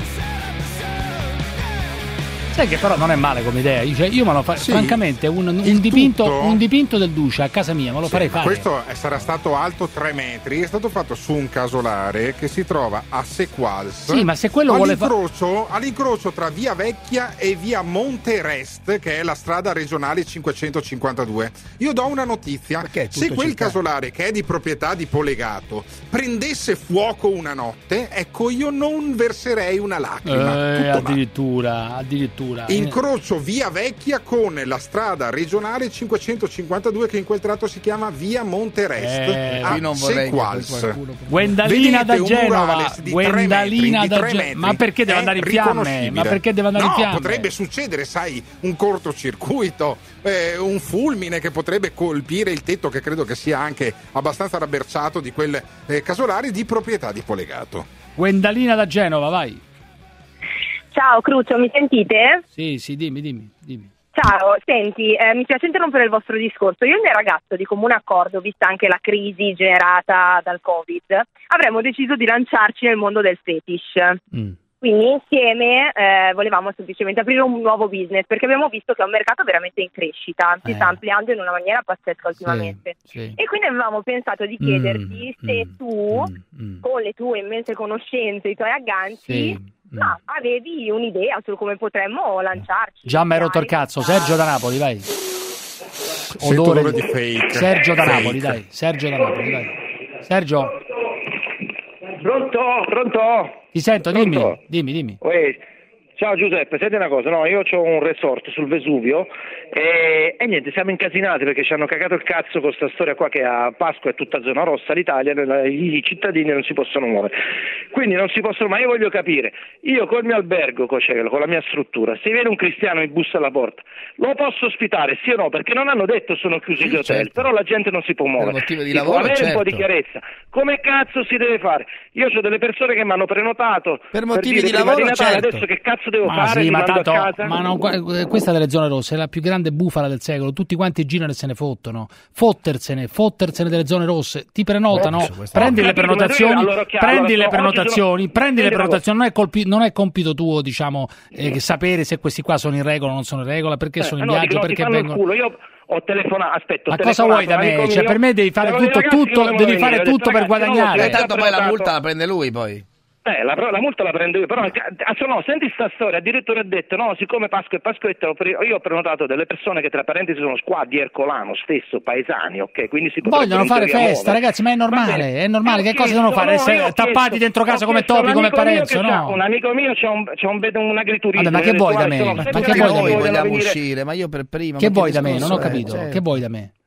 S3: Sai che però non è male come idea, cioè, io me lo farei,
S9: Sì.
S3: francamente, un, un, dipinto,
S9: tutto-
S3: un dipinto del duce a casa mia, me lo
S9: Sì,
S3: farei
S9: ma
S3: fare.
S9: questo è- sarà stato alto tre metri, è stato fatto su un casolare che si trova a Sequals.
S3: Sì, ma se quello vuole fa-
S9: all'incrocio, all'incrocio tra via Vecchia e via Monterest, che è la strada regionale cinquecentocinquantadue. Io do una notizia: se quel
S4: città?
S9: casolare, che è di proprietà di Polegato, prendesse fuoco una notte, ecco, io non verserei una lacrima.
S3: Eh,
S9: Tutto là.
S3: addirittura, addirittura.
S9: Incrocio via Vecchia con la strada regionale cinquecentocinquantadue, che in quel tratto si chiama via Monterest,
S3: Eh,
S9: a
S3: qui non vorrei che
S9: Sequals.
S3: qualcuno- Gwendalina
S9: Vedete
S3: da
S9: un
S3: Genova,
S9: murales di
S3: Gwendalina
S9: tre metri, di
S3: da
S9: tre
S3: Ge-
S9: metri,
S3: ma perché deve
S9: è
S3: andare in fiamme?
S9: riconoscibile.
S3: Ma perché deve andare in
S9: No,
S3: fiamme?
S9: potrebbe succedere, sai, un cortocircuito, eh, un fulmine che potrebbe colpire il tetto, che credo che sia anche abbastanza rabberciato, di quel eh, casolare di proprietà di Polegato.
S3: Gwendalina da Genova, vai.
S20: Ciao Crucio, mi sentite?
S3: Sì, sì, dimmi, dimmi, dimmi.
S20: Ciao, senti, eh, mi piace interrompere il vostro discorso. Io e il mio ragazzo, di comune accordo, vista anche la crisi generata dal Covid, avremmo deciso di lanciarci nel mondo del fetish.
S3: Mm.
S20: Quindi insieme eh, volevamo semplicemente aprire un nuovo business, perché abbiamo visto che è un mercato veramente in crescita, si
S3: Eh.
S20: sta ampliando in una maniera pazzesca ultimamente.
S3: sì.
S20: E quindi avevamo pensato di chiederti
S3: Mm,
S20: se tu, con le tue immense conoscenze, i tuoi agganci,
S3: Sì.
S20: ma avevi un'idea su come potremmo lanciarci.
S3: Già mi hai rotto il cazzo. Sergio da Napoli, vai.
S9: Sento odore di fake.
S3: Sergio da
S9: Fake.
S3: Napoli, dai. Sergio da Napoli, dai. Sergio,
S21: Pronto? Pronto?
S3: ti sento,
S21: Pronto?
S3: dimmi, dimmi, dimmi.
S21: Uè, ciao Giuseppe, senti una cosa, no, io ho un resort sul Vesuvio e, e niente, siamo incasinati perché ci hanno cagato il cazzo con questa storia qua che a Pasqua è tutta zona rossa l'Italia, i cittadini non si possono muovere. Quindi non si possono, ma io voglio capire, io col mio albergo, Cocello, con la mia struttura, se viene un cristiano e mi bussa alla porta, lo posso ospitare, sì o no? Perché non hanno detto sono chiusi gli hotel,
S4: certo.
S21: però la gente non si può muovere.
S4: motivo di
S21: Si può
S4: lavoro,
S21: avere un po' di
S4: certo.
S21: chiarezza. Come cazzo si deve fare? Io ho delle persone che mi hanno prenotato
S4: Per motivi
S21: dire
S4: di
S21: prima
S4: lavoro,
S21: Natale,
S4: certo.
S21: adesso che cazzo devo
S3: Ma
S21: fare?
S3: sì,
S21: Li
S3: ma
S21: mando
S3: tanto,
S21: a casa?
S3: ma non, qua- questa delle zone rosse è la più grande bufala del secolo. Tutti quanti girano e se ne fottono. Fottersene, fottersene delle zone rosse. Ti prenotano,
S21: Eh, questo-
S3: prendi
S21: ho
S3: le
S21: capito, ma
S3: prenotazioni,
S21: io- allora, chiaro,
S3: prendi
S21: allora,
S3: le
S21: oggi
S3: prenotazioni,
S21: sono-
S3: prendi le
S21: Senti una
S3: prenotazioni. Non è, colpi- non è compito tuo, diciamo, eh, sapere se questi qua sono in regola o non sono in regola, perché
S21: Eh,
S3: sono in
S21: no,
S3: viaggio,
S21: dico, no, ti
S3: perché
S21: fanno il
S3: vengono.
S21: culo. Io ho telefonato, aspetta, ho
S3: Ma cosa
S21: telefonato
S3: vuoi da
S21: a un
S3: me?
S21: amico
S3: Cioè,
S21: mio,
S3: per me devi fare
S21: c'erano
S3: tutto,
S21: dei ragazzi
S3: tutto,
S21: che volevano
S3: devi fare
S21: venire, ho
S3: tutto
S21: detto,
S3: per
S21: ragazzi, no,
S3: guadagnare.
S21: se
S4: Eh, tanto poi la
S21: prenotato-
S4: multa la prende lui poi.
S21: Eh, la, la multa la prendo io, però ah, no, senti sta storia, addirittura ha detto no, siccome Pasqua e Pasquetta ho pre- io ho prenotato delle persone che tra parentesi sono qua di Ercolano stesso, paesani, ok? Quindi si potrebbero
S3: Vogliono
S21: in
S3: fare
S21: teoria
S3: festa,
S21: muovere.
S3: ragazzi, ma è
S21: Va
S3: normale,
S21: bene.
S3: è normale. Che
S21: Ho
S3: cosa devono
S21: chiesto,
S3: fare?
S21: no,
S3: Essere
S21: io ho
S3: tappati
S21: chiesto-
S3: dentro casa
S21: ho
S3: come
S21: chiesto a
S3: topi,
S21: un
S3: come
S21: amico mio
S3: Parenzo,
S21: che c'ha-
S3: no?
S21: Un amico mio c'ha un, c'ha un, un agriturismo.
S3: Vabbè, ma che
S21: ho detto,
S3: vuoi da
S21: guarda,
S3: me?
S21: sono
S3: Ma
S21: sempre
S3: che vuoi da
S21: che
S3: me?
S21: vogliono
S4: Vogliamo
S21: venire-
S4: uscire, ma io per prima.
S3: Che
S4: ma
S3: vuoi da me?
S4: discorso
S3: Non ho
S4: è?
S3: capito.
S4: Certo.
S3: Che vuoi da me?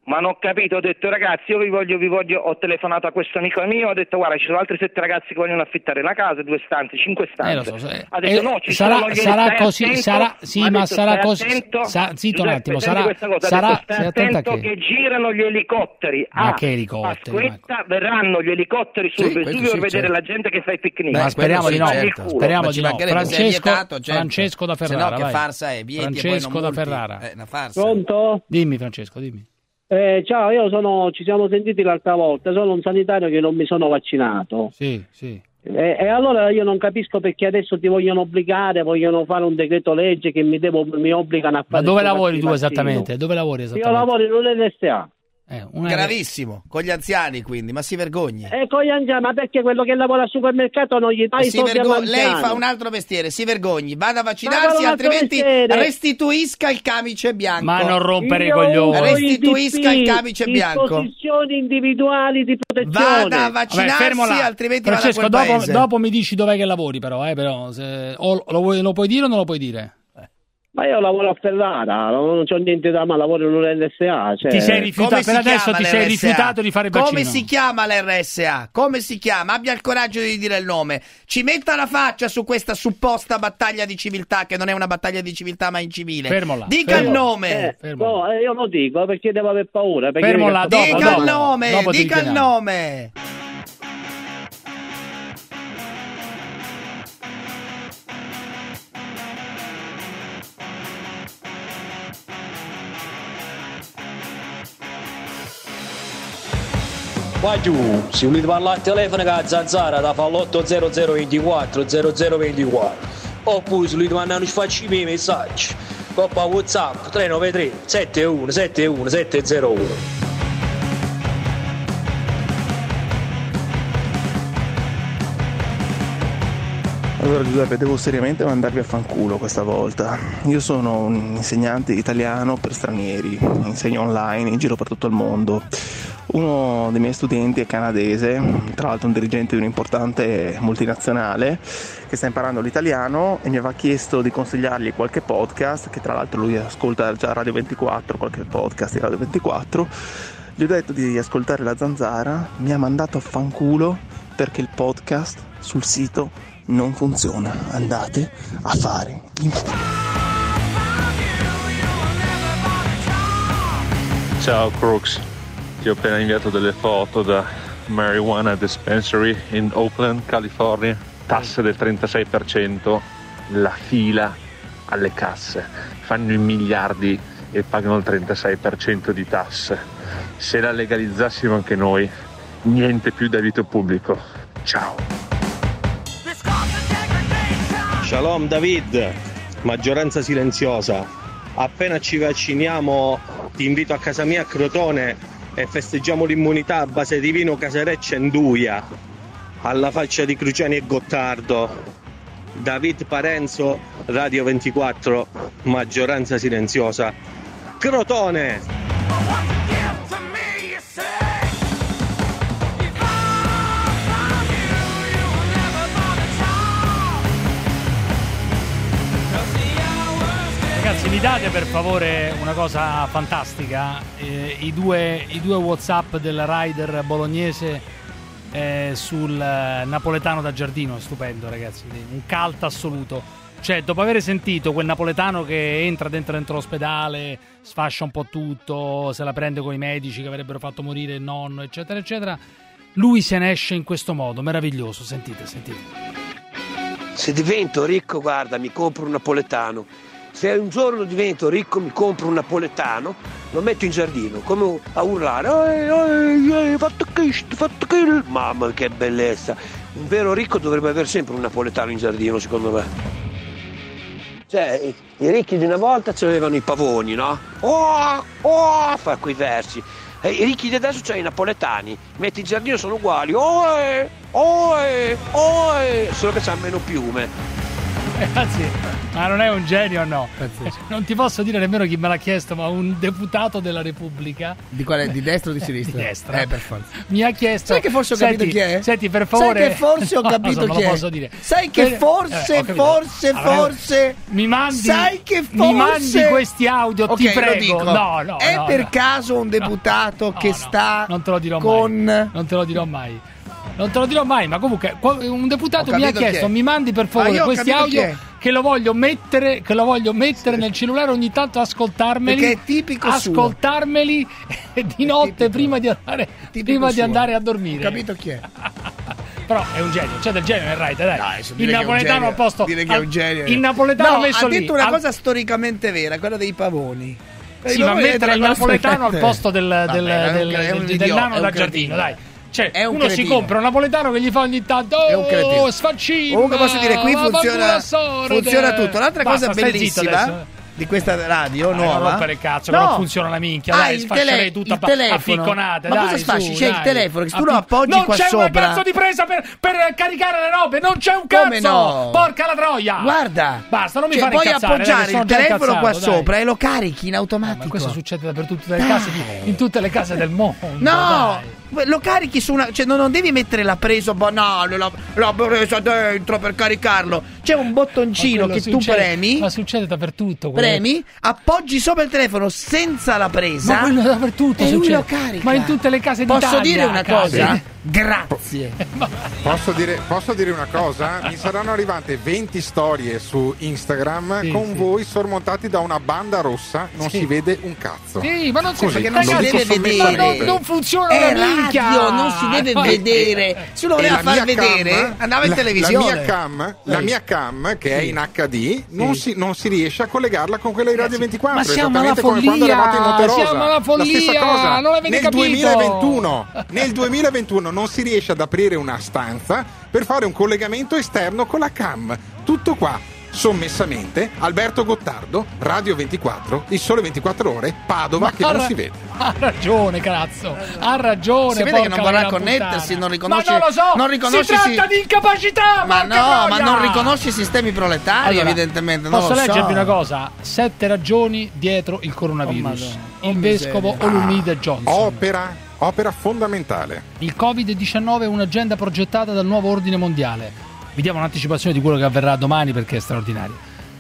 S21: Ma non ho capito, ho detto ragazzi io vi voglio, vi voglio, ho telefonato a questo amico mio, ho detto guarda ci sono altri sette ragazzi che vogliono affittare una casa, due stanze, cinque stanze.
S3: Eh, lo so, se-
S21: ha detto
S3: eh,
S21: no, ci
S3: sarà,
S21: sono, glieli
S3: sarà
S21: stai
S3: così,
S21: attento?
S3: sarà, sì,
S21: Ha
S3: ma
S21: detto,
S3: sarà
S21: stai
S3: così.
S21: attento?
S3: Sa, zitto un
S21: Giuseppe,
S3: attimo,
S21: senti
S3: sarà,
S21: questa cosa, ha
S3: sarà,
S21: detto, stai
S3: stai attento a
S21: attento
S3: che?
S21: che girano gli elicotteri.
S3: Ma
S21: Ah,
S3: che elicotteri?
S21: Aspetta, verranno gli elicotteri sul
S3: Sì, questo
S21: Vesuvio
S3: sì,
S21: per vedere
S3: certo.
S21: la gente che fa i picnic.
S3: Ma speriamo di no,
S21: Certo.
S3: speriamo
S4: Ma
S3: di
S4: ci
S3: no.
S4: mancherebbe, se è
S3: Francesco,
S4: vietato, certo.
S3: Francesco da
S4: Se no
S3: Ferrara,
S4: che
S3: vai.
S4: farsa è? Vieti e poi non
S3: Francesco da
S4: multi.
S3: Ferrara.
S4: È una farsa.
S1: Pronto?
S3: Dimmi Francesco, dimmi.
S1: Eh, ciao, io sono, ci siamo sentiti l'altra volta, sono un sanitario che non mi sono vaccinato.
S3: Sì, sì.
S1: E, e allora io non capisco perché adesso ti vogliono obbligare, vogliono fare un decreto legge che mi, devo, mi obbligano a
S3: Ma
S1: fare.
S3: dove
S1: sto
S3: lavori tu
S1: vaccino.
S3: esattamente? Dove lavori
S1: Io
S3: esattamente?
S1: lavoro in un N S A.
S3: Eh, una...
S4: Gravissimo, con gli anziani quindi, ma si vergogni.
S1: E con gli anziani, ma perché quello che lavora al supermercato non gli dai i
S4: Si
S1: soldi
S4: vergo-
S1: all'anziano?
S4: lei fa un altro mestiere, si vergogni, vada a
S1: Ma
S4: vaccinarsi,
S1: fa un altro
S4: altrimenti
S1: mestiere.
S4: restituisca il camice bianco.
S3: Ma non rompere i
S1: Io
S3: coglioni.
S1: uso i
S4: Restituisca
S1: D P,
S4: il camice bianco.
S1: disposizioni individuali di protezione.
S4: Vada a vaccinarsi,
S3: Vabbè, fermo là.
S4: altrimenti
S3: Francesco,
S4: vada a quel
S3: dopo,
S4: paese.
S3: dopo mi dici dov'è che lavori però, eh, però se... o lo, vuoi- lo puoi dire o non lo puoi dire?
S1: Ma io lavoro a Ferrara, non c'ho niente da male, lavoro in un N S A. Cioè...
S3: Ti sei rifiutato,
S4: Come
S3: per
S4: si
S3: adesso
S4: chiama
S3: ti sei
S4: l'R S A?
S3: rifiutato di fare il vaccino.
S4: Come si chiama l'R S A? Come si chiama? Abbia il coraggio di dire il nome. Ci metta la faccia su questa supposta battaglia di civiltà, che non è una battaglia di civiltà ma incivile.
S3: Fermo là,
S4: Dica
S3: fermo.
S4: il nome.
S1: Eh, no, eh, io lo dico perché devo aver paura. Perché
S3: Fermo là, dopo,
S4: Dica
S3: dopo.
S4: il nome,
S3: Dopo ti
S4: dica il
S3: richiamiamo.
S4: nome.
S17: Vai giù, se volete parlare al telefono con la zanzara da fa l'otto zero zero ventiquattro zero zero ventiquattro oppure se volete mandare un sfacci miei messaggi coppa WhatsApp tre nove tre sette uno sette uno sette zero uno.
S22: Allora Giuseppe, devo seriamente mandarvi a fanculo questa volta. Io sono un insegnante di italiano per stranieri, insegno online in giro per tutto il mondo. Uno dei miei studenti è canadese, tra l'altro un dirigente di un'importante multinazionale che sta imparando l'italiano e mi aveva chiesto di consigliargli qualche podcast, che tra l'altro lui ascolta già Radio ventiquattro, qualche podcast di Radio ventiquattro. Gli ho detto di ascoltare La Zanzara, mi ha mandato a fanculo perché il podcast sul sito non funziona. Andate a fare in culo.
S23: Ciao Crooks, ti ho appena inviato delle foto da Marijuana Dispensary in Oakland, California. Tasse del trentasei per cento, la fila alle casse. Fanno i miliardi e pagano il trentasei per cento di tasse. Se la legalizzassimo anche noi, niente più debito pubblico. Ciao.
S24: Shalom David, maggioranza silenziosa. Appena ci vacciniamo ti invito a casa mia a Crotone e festeggiamo l'immunità a base di vino Casareccia e Nduia, alla faccia di Cruciani e Gottardo. David Parenzo, Radio ventiquattro, maggioranza silenziosa. Crotone!
S3: Ragazzi, mi date per favore una cosa fantastica, eh, i, due, i due WhatsApp del rider bolognese eh, sul eh, napoletano da Giardino, stupendo ragazzi, un cult assoluto. Cioè, dopo aver sentito quel napoletano che entra dentro, dentro l'ospedale, sfascia un po' tutto, se la prende con i medici che avrebbero fatto morire il nonno, eccetera, eccetera, lui se ne esce in questo modo, meraviglioso, sentite, sentite.
S25: Se divento ricco, guarda, mi compro un napoletano. Se un giorno divento ricco mi compro un napoletano, lo metto in giardino, come a urlare, ehi, ehi, ehi, fatto questo, fatto quello. Mamma che bellezza! Un vero ricco dovrebbe avere sempre un napoletano in giardino, secondo me. Cioè, i, i ricchi di una volta avevano i pavoni, no? Oh, oh, fa quei versi. E i ricchi di adesso c'hanno i napoletani, metti in giardino sono uguali, oe, oe, oe, solo che c'hanno meno piume.
S3: Ragazzi, ma non è un genio o no? Non ti posso dire nemmeno chi me l'ha chiesto, ma un deputato della Repubblica.
S4: Di quale? Di destra o di sinistra?
S3: Di destra.
S4: Eh, per forza.
S3: Mi ha chiesto.
S4: Sai che forse ho capito
S3: senti,
S4: chi è?
S3: Senti, per favore.
S4: Sai che forse ho capito
S3: no,
S4: chi
S3: non
S4: è?
S3: lo posso dire.
S4: Sai che
S3: Per...
S4: forse,
S3: eh,
S4: forse,
S3: allora,
S4: forse.
S3: Mi mandi.
S4: Sai che forse.
S3: Mi mandi questi audio,
S4: okay,
S3: ti prego.
S4: Lo dico.
S3: No, no.
S4: È
S3: no,
S4: per
S3: no.
S4: caso un deputato
S3: no,
S4: che
S3: no,
S4: sta.
S3: Non te lo dirò
S4: con...
S3: mai. Non te lo dirò mai. Non te lo dirò mai, ma comunque un deputato mi ha chiesto, mi mandi per favore questi audio che lo voglio mettere, che lo voglio mettere sì. nel cellulare ogni tanto, ascoltarmeli.
S4: Perché è tipico
S3: ascoltarmeli suo. Di notte prima di andare, prima di andare a dormire.
S4: Ho capito chi è.
S3: Però è un genio, c'è del genio nel Raid, dai.
S4: dai
S3: il napoletano a posto.
S4: Dire che è un genio.
S3: Il napoletano
S4: no,
S3: messo
S4: ha detto
S3: lì,
S4: una
S3: al...
S4: cosa storicamente vera, quella dei pavoni.
S3: Sì, ma mettere il napoletano al posto del, Vabbè, del, del, del, del, del nano da giardino, dai. Cioè,
S4: è un
S3: uno
S4: cretino.
S3: Si compra un napoletano che gli fa ogni tanto oh, sfaccino.
S4: Comunque posso dire, qui funziona, funziona tutto. L'altra Basta, cosa bellissima di questa radio
S3: dai,
S4: nuova.
S3: Non rompere il cazzo,
S4: no.
S3: che non funziona la minchia,
S4: ah,
S3: dai, sfascerei tutta a ficconate.
S4: Ma
S3: dai,
S4: cosa sfasci?
S3: Su,
S4: c'è
S3: dai.
S4: il telefono che se tu lo appoggi
S3: non
S4: qua
S3: c'è
S4: sopra.
S3: Non c'è una cazzo di presa per, per caricare le robe, non c'è un cazzo.
S4: Come no?
S3: Porca la troia.
S4: Guarda,
S3: basta, non mi
S4: cioè,
S3: fare
S4: puoi
S3: incazzare,
S4: appoggiare
S3: dai,
S4: il telefono
S3: incazzato,
S4: qua
S3: dai.
S4: sopra e lo carichi in automatico.
S3: Eh, ma questo succede dappertutto nelle case, in tutte le case del mondo.
S4: No,
S3: dai.
S4: Lo carichi su una. Cioè, non, non devi mettere la presa banale, la, la presa dentro per caricarlo. C'è un bottoncino che
S3: succede,
S4: tu premi.
S3: Ma succede dappertutto. Quello.
S4: Premi, appoggi sopra il telefono senza la presa.
S3: Ma quello dappertutto
S4: e
S3: succede.
S4: Lui lo carica.
S3: Ma in tutte le case d'Italia.
S4: Posso dire una cosa?
S3: Case.
S4: Grazie.
S9: Posso dire, posso dire una cosa? Mi saranno arrivate venti storie su Instagram sì, con sì. voi sormontati da una banda rossa, non sì. si vede un cazzo.
S3: Sì, ma non si,
S4: Così, non si deve vedere.
S3: Non, non funziona
S4: è
S3: la minchia.
S4: Radio, non si deve vedere. Se lo voleva far vedere, cam, andava in
S9: la,
S4: televisione.
S9: La mia cam, la mia cam che sì. è in acca di, sì. non, si, non si riesce a collegarla con quella di Radio ventiquattro.
S3: Ma siamo alla
S9: come quando eravate in Monterosa.
S3: Siamo alla follia.
S9: La stessa cosa.
S3: Non avete
S9: nel
S3: capito.
S9: duemilaventuno, nel duemilaventuno non si riesce ad aprire una stanza per fare un collegamento esterno con la cam. Tutto qua. Sommessamente, Alberto Gottardo, Radio ventiquattro, Il Sole ventiquattro Ore, Padova, Ma che non ra- si vede.
S3: Ha ragione, cazzo. Ha ragione.
S4: Si vede che non vorrà connettersi, non riconosce.
S3: Ma non lo so.
S4: Non riconosce
S3: si tratta di incapacità.
S4: Ma no,
S3: troia.
S4: ma non riconosce i sistemi proletari, allora, evidentemente. Non
S3: posso
S4: lo
S3: leggervi
S4: so.
S3: una cosa? Sette ragioni dietro il coronavirus. Oh, il vescovo
S9: ah,
S3: Olumide Johnson.
S9: Opera, opera fondamentale.
S3: Il covid diciannove è un'agenda progettata dal nuovo ordine mondiale. Vi diamo un'anticipazione di quello che avverrà domani perché è straordinario.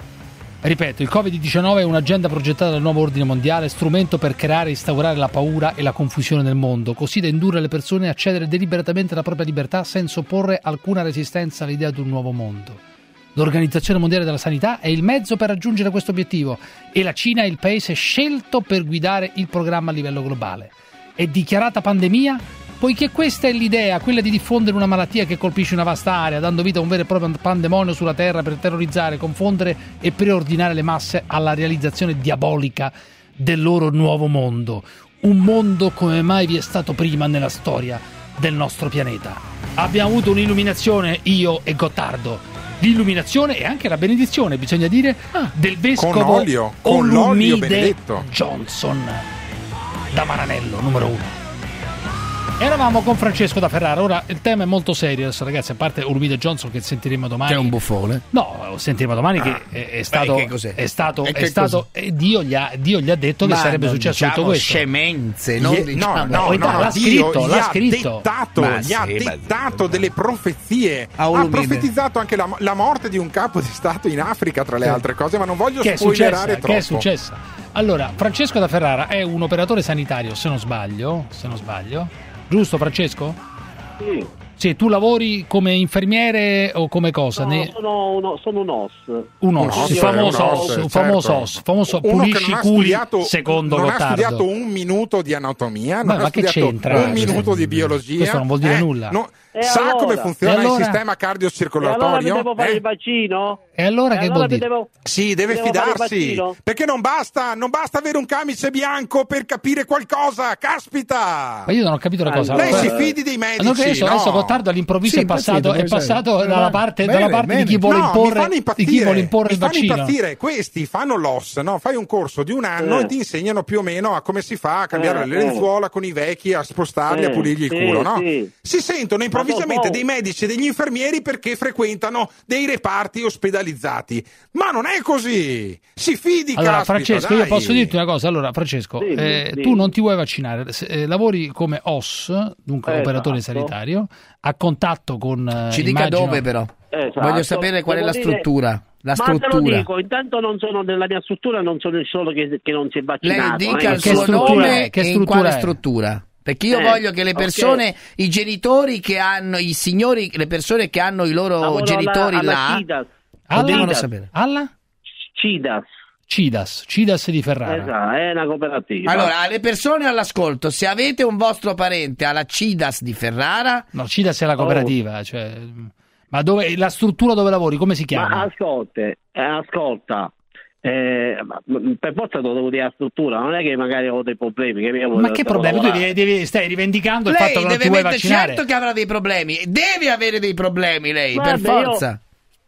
S3: Ripeto, il covid diciannove è un'agenda progettata dal nuovo ordine mondiale, strumento per creare e instaurare la paura e la confusione nel mondo, così da indurre le persone a cedere deliberatamente alla propria libertà senza opporre alcuna resistenza all'idea di un nuovo mondo. L'Organizzazione Mondiale della Sanità è il mezzo per raggiungere questo obiettivo e la Cina è il paese scelto per guidare il programma a livello globale. È dichiarata pandemia poiché questa è l'idea, quella di diffondere una malattia che colpisce una vasta area, dando vita a un vero e proprio pandemonio sulla terra per terrorizzare, confondere e preordinare le masse alla realizzazione diabolica del loro nuovo mondo. Un mondo come mai vi è stato prima nella storia del nostro pianeta. Abbiamo avuto un'illuminazione, io e Gottardo. L'illuminazione e anche la benedizione, bisogna dire, ah, del vescovo
S9: con olio, con l'olio benedetto
S3: Johnson da Maranello, numero uno. Eravamo con Francesco da Ferrara. Ora il tema è molto serio adesso, ragazzi, a parte Olumide Johnson che sentiremo domani.
S4: Che è un buffone.
S3: No, sentiremo domani ah. che è, è stato
S4: Beh, che cos'è?
S3: è stato
S4: e
S3: è stato e Dio gli ha Dio gli ha detto Ma che sarebbe successo
S4: diciamo
S3: tutto questo.
S4: Scemenze, non
S9: Gli,
S4: diciamo.
S9: No, no, no,
S3: no l'ha
S9: Dio
S3: scritto,
S9: gli
S3: l'ha
S9: ha
S3: scritto.
S9: dettato,
S4: ma
S9: gli
S4: sì,
S9: ha dettato delle profezie. Ha profetizzato anche la, la morte di un capo di stato in Africa, tra le sì. altre cose, ma non voglio
S3: che
S9: spoilerare
S3: è
S9: troppo.
S3: Che è successa? Allora, Francesco da Ferrara è un operatore sanitario, se non sbaglio, se non sbaglio. Giusto, Francesco?
S1: Sì.
S3: Sì, tu lavori come infermiere o come cosa?
S1: No,
S3: ne...
S1: sono, uno, sono un O S.
S3: Un O S,
S9: un
S3: il famoso
S9: un
S3: O S,
S9: certo.
S3: un famoso O S, famoso
S9: Uno
S3: pulisci
S9: che non ha
S3: culi
S9: studiato,
S3: secondo
S9: non
S3: Gottardo.
S9: ha studiato un minuto di anatomia, non
S3: ma,
S9: ha
S3: ma che
S9: studiato
S3: c'entra?
S9: un minuto di biologia.
S3: Questo non vuol dire
S9: eh,
S3: nulla.
S9: No,
S1: E
S9: sa
S1: allora?
S9: come funziona
S3: allora?
S9: il sistema
S1: E
S9: cardiocircolatorio?
S1: allora mi devo fare
S9: eh?
S1: il vaccino?
S3: E allora che
S1: e allora
S3: vuol dire?
S1: Devo,
S9: sì, deve
S1: devo fare il
S9: fidarsi,
S1: vaccino?
S9: perché non basta, non basta avere un camice bianco per capire qualcosa, caspita!
S3: Ma io non ho capito una cosa.
S9: Lei
S3: allora,
S9: si fidi dei medici,
S3: allora adesso,
S9: no?
S3: adesso Gottardo all'improvviso
S9: Sì,
S3: è passato,
S9: impazzito,
S3: è passato
S9: bene.
S3: dalla parte,
S9: Bene,
S3: dalla parte
S9: bene.
S3: di chi vuole
S9: no,
S3: imporre,
S9: mi
S3: di chi vuole imporre
S9: mi
S3: il
S9: fanno
S3: vaccino.
S9: impazzire. Questi fanno l'O S, no? Fai un corso di un anno
S1: Eh.
S9: e ti insegnano più o meno a come si fa a cambiare
S1: Eh,
S9: le lenzuola con i vecchi, a spostarli,
S1: Eh,
S9: a pulirgli il
S1: sì,
S9: culo, no?
S1: sì.
S9: Si sentono
S1: Ma
S9: improvvisamente
S1: oh.
S9: dei medici e degli infermieri perché frequentano dei reparti ospedalizzati. Ma non è così! Si fidi,
S3: Allora,
S9: caspita,
S3: Francesco,
S9: dai.
S3: io posso dirti una cosa. Allora, Francesco,
S1: Dimmi,
S3: eh,
S1: dimmi.
S3: tu non ti vuoi vaccinare, se- eh, lavori come O S, dunque
S1: Esatto.
S3: operatore sanitario, a contatto con... eh,
S4: Ci dica
S3: immagino-
S4: dove però.
S1: Esatto.
S4: Voglio sapere qual è la
S1: Devo dire-
S4: struttura. La
S1: Ma te lo
S4: struttura.
S1: dico, intanto non sono nella mia struttura, non sono il solo che, che non si è
S4: Lei
S1: vaccinato.
S4: dica
S1: eh.
S4: il
S3: Che
S4: suo
S3: struttura
S4: nome
S3: è? Che
S4: e in
S3: struttura
S4: quale
S3: è?
S4: struttura. Perché io
S1: Eh,
S4: voglio che le
S1: ok.
S4: persone, i genitori che hanno, i signori, le persone che hanno i loro
S1: Lavoro
S4: genitori
S1: alla, alla
S4: là,
S1: CIDAS.
S4: lo
S3: Alla?
S4: devono sapere.
S3: Alla?
S1: CIDAS.
S3: Cidas, Cidas di Ferrara.
S1: Esatto, è una cooperativa.
S4: Allora, alle persone all'ascolto, se avete un vostro parente alla Cidas di Ferrara,
S3: No, Cidas è la
S1: Oh.
S3: cooperativa, cioè... Ma dove, la struttura dove lavori, come si
S1: Ma
S3: chiama?
S1: ascolta, eh, ascolta, eh, ma- per forza lo devo dire la struttura, non è che magari ho dei problemi. Che io
S3: Ma
S1: voglio-
S3: che
S1: devo
S3: problemi? Tu
S1: lavorare.
S3: devi, devi- stai rivendicando il
S4: lei
S3: fatto che non
S4: deve
S3: ti vuoi
S4: mettere,
S3: vaccinare.
S4: certo che avrà dei problemi, deve avere dei problemi lei,
S1: Guarda,
S4: per forza.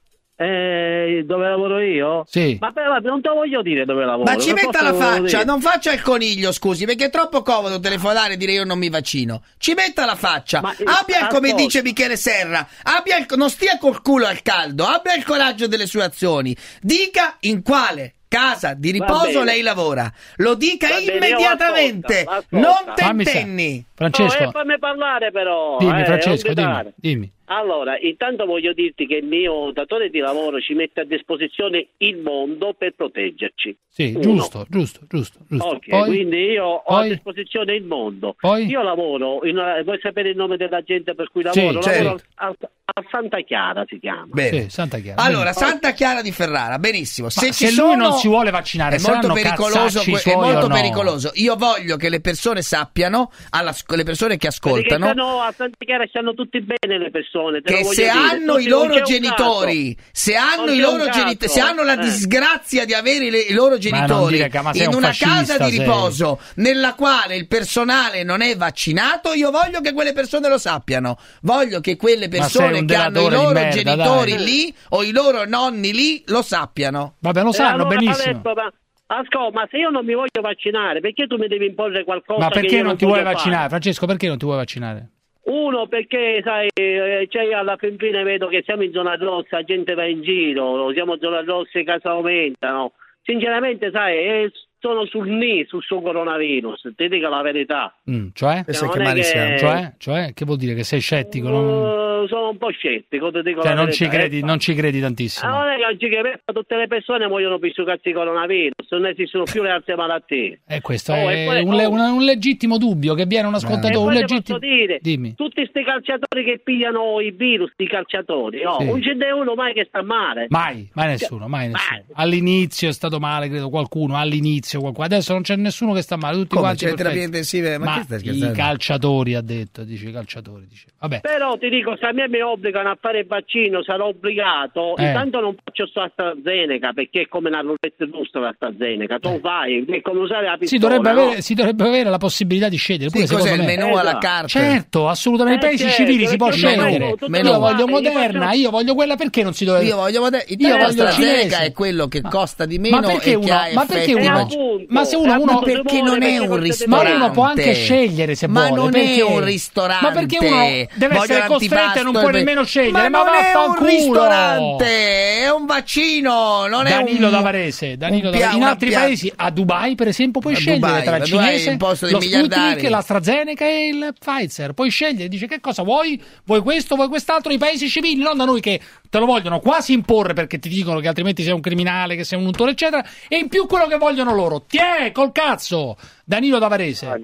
S1: Eh, dove lavoro io?
S3: Sì.
S1: Ma però non te lo voglio dire dove lavoro.
S4: Ma ci
S1: per
S4: metta
S1: forza
S4: la
S1: lo devo
S4: faccia,
S1: dire.
S4: non faccia il coniglio, scusi, perché è troppo comodo telefonare e dire io non mi vaccino. Ci metta la faccia,
S1: Ma, eh,
S4: abbia, come
S1: ascolta.
S4: dice Michele Serra, abbia il, non stia col culo al caldo, abbia il coraggio delle sue azioni. Dica in quale casa di
S1: Va
S4: riposo
S1: bene.
S4: lei lavora. Lo dica
S1: Va bene,
S4: immediatamente,
S1: ascolta, ascolta.
S4: non
S3: Fammi sa-
S4: tentenni.
S3: Francesco,
S1: Oh, eh, fammi parlare però.
S3: dimmi
S1: eh,
S3: Francesco,
S1: non
S3: dimmi,
S1: gridare.
S3: dimmi.
S1: Allora, intanto voglio dirti che il mio datore di lavoro ci mette a disposizione il mondo per proteggerci.
S3: Sì,
S1: Uno.
S3: giusto, giusto, giusto, giusto.
S1: Ok,
S3: Poi?
S1: quindi io ho
S3: Poi?
S1: a disposizione il mondo.
S3: Poi?
S1: Io lavoro, in una- vuoi sapere il nome dell'agente per cui
S3: Sì,
S1: lavoro?
S4: certo.
S1: Lavoro a, a Santa Chiara si chiama.
S4: Bene.
S3: Sì, Santa Chiara.
S4: Allora,
S3: Bene.
S4: Santa Chiara di Ferrara, benissimo.
S3: Ma
S4: Se,
S3: se
S4: ci
S3: lui
S4: sono,
S3: non si vuole vaccinare,
S4: è molto
S3: saranno
S4: pericoloso.
S3: cazzacci
S4: que- È
S3: suoi
S4: molto
S3: o no?
S4: pericoloso. Io voglio che le persone sappiano, alla, le persone che
S1: Perché
S4: ascoltano,
S1: stanno a Santa Chiara stanno tutti bene le persone. te lo
S4: che
S1: voglio
S4: se
S1: dire.
S4: hanno
S1: Tutti-
S4: i
S1: non
S4: loro
S1: c'è un
S4: genitori,
S1: caso.
S4: se hanno
S1: Non
S4: i
S1: c'è
S4: loro
S1: un
S4: genitori,
S1: caso.
S4: se hanno la
S1: Eh.
S4: disgrazia di avere le- i loro genitori
S3: dire che- ma sei
S4: in
S3: un
S4: una
S3: fascista,
S4: casa di
S3: sei.
S4: riposo nella quale il personale non è vaccinato, io voglio che quelle persone lo sappiano. Voglio che quelle
S3: sei
S4: persone
S3: un
S4: che hanno i
S3: delatore di
S4: loro
S3: merda,
S4: genitori
S3: dai.
S4: lì o i loro nonni lì lo sappiano.
S3: Vabbè, lo
S1: Eh,
S3: sanno
S1: allora,
S3: benissimo.
S1: adesso, ma, ascolta, ma se io non mi voglio vaccinare, perché tu mi devi imporre qualcosa
S3: Ma
S1: che
S3: perché
S1: io
S3: non ti vuoi
S1: voglio
S3: vaccinare?
S1: fare?
S3: Francesco, perché non ti vuoi vaccinare?
S1: Uno, perché sai, eh, cioè, alla fin fine vedo che siamo in zona rossa, la gente va in giro, siamo in zona rossa e i casi aumentano. Sinceramente, sai, eh, sono sul N I, sul suo coronavirus, ti dico la verità.
S3: Mm, cioè?
S1: Questo Non che è male che- siamo.
S3: Cioè? Cioè? Che vuol dire? Che sei scettico? Non...
S1: Uh, sono un po' scettico, ti dico
S3: Cioè,
S1: la
S3: non ci,
S1: verità.
S3: credi,
S1: Eh,
S3: non ci credi tantissimo.
S1: non è che oggi che per- tutte le persone muoiono per sul cazzo di coronavirus, non esistono più le altre malattie.
S3: E questo
S1: Oh,
S3: è
S1: e poi-
S3: un, le-
S1: oh.
S3: un- un legittimo dubbio che viene un
S1: E
S3: ascoltatore.
S1: poi
S3: Un
S1: ti
S3: legittimo...
S1: posso dire,
S3: Dimmi.
S1: tutti sti calciatori che pigliano i virus, i calciatori, oh,
S3: Sì.
S1: non ce n'è uno mai che sta male.
S3: Mai, mai nessuno, mai nessuno. All'inizio è stato male, credo qualcuno, all'inizio qualcuno. Adesso non c'è nessuno che sta male, tutti
S4: Come,
S3: quanti
S4: c'è le
S3: perfetti.
S4: terapie intensive? Ma
S3: Ma
S4: che stai
S3: i
S4: scherzando?
S3: calciatori, ha detto, dice i calciatori. Dice. Vabbè.
S1: Però ti dico, se a me mi obbligano a fare il vaccino, sarò obbligato.
S3: Eh.
S1: Intanto non faccio sta AstraZeneca, perché è come una roulette russa la AstraZeneca. Tu vai, è come usare la
S3: Si
S1: pistola.
S3: dovrebbe,
S1: no?
S3: avere, si dovrebbe avere la possibilità di scegliere.
S4: Sì,
S3: Pure
S4: cos'è
S3: secondo
S4: il
S3: me.
S4: menù alla
S1: Esatto.
S4: carta?
S3: Certo, assolutamente. Nei
S1: Eh,
S3: paesi
S1: certo,
S3: civili si può
S1: perché
S3: scegliere.
S1: menù, tutto
S3: Io
S1: qua.
S3: voglio
S1: Io
S3: Moderna,
S1: faccio-
S3: io voglio quella, perché non si dovrebbe...
S4: Io voglio moder- il
S3: Io voglio
S4: AstraZeneca
S3: cinese.
S4: è quello che costa di meno
S3: Ma perché
S4: e
S3: uno,
S4: che ha
S3: ma perché
S4: effetti
S3: uno,
S4: maggiori.
S3: ma se uno,
S1: Eh,
S3: uno
S1: appunto,
S4: perché
S1: vuole,
S4: non è
S1: perché
S4: un
S1: non si
S4: ristorante.
S3: ma uno può anche scegliere se
S4: ma
S3: vuole.
S4: non
S3: perché...
S4: è un ristorante.
S3: Ma perché uno deve
S4: Voglio
S3: essere costretto e non
S4: l'antipasto
S3: puoi
S4: e-
S3: nemmeno scegliere?
S4: Ma,
S3: Ma,
S4: non è un
S3: vaffanculo!
S4: ristorante, è un vaccino, non è
S3: Danilo
S4: un
S3: Davarese, Danilo
S4: un pia-
S3: Davarese. In
S4: una
S3: altri
S4: pia-
S3: paesi, a Dubai per esempio, puoi
S4: A
S3: scegliere
S4: Dubai,
S3: tra il
S4: a Dubai è
S3: cinese,
S4: il posto dei
S3: lo
S4: miliardari.
S3: Sputnik, l'AstraZeneca e il Pfizer. Puoi scegliere, dice che cosa vuoi, vuoi questo, vuoi quest'altro, i paesi civili, non da noi che te lo vogliono quasi imporre perché ti dicono che altrimenti sei un criminale, che sei un untore, eccetera, e in più quello che vogliono loro. Tiè, col cazzo! Danilo Davarese.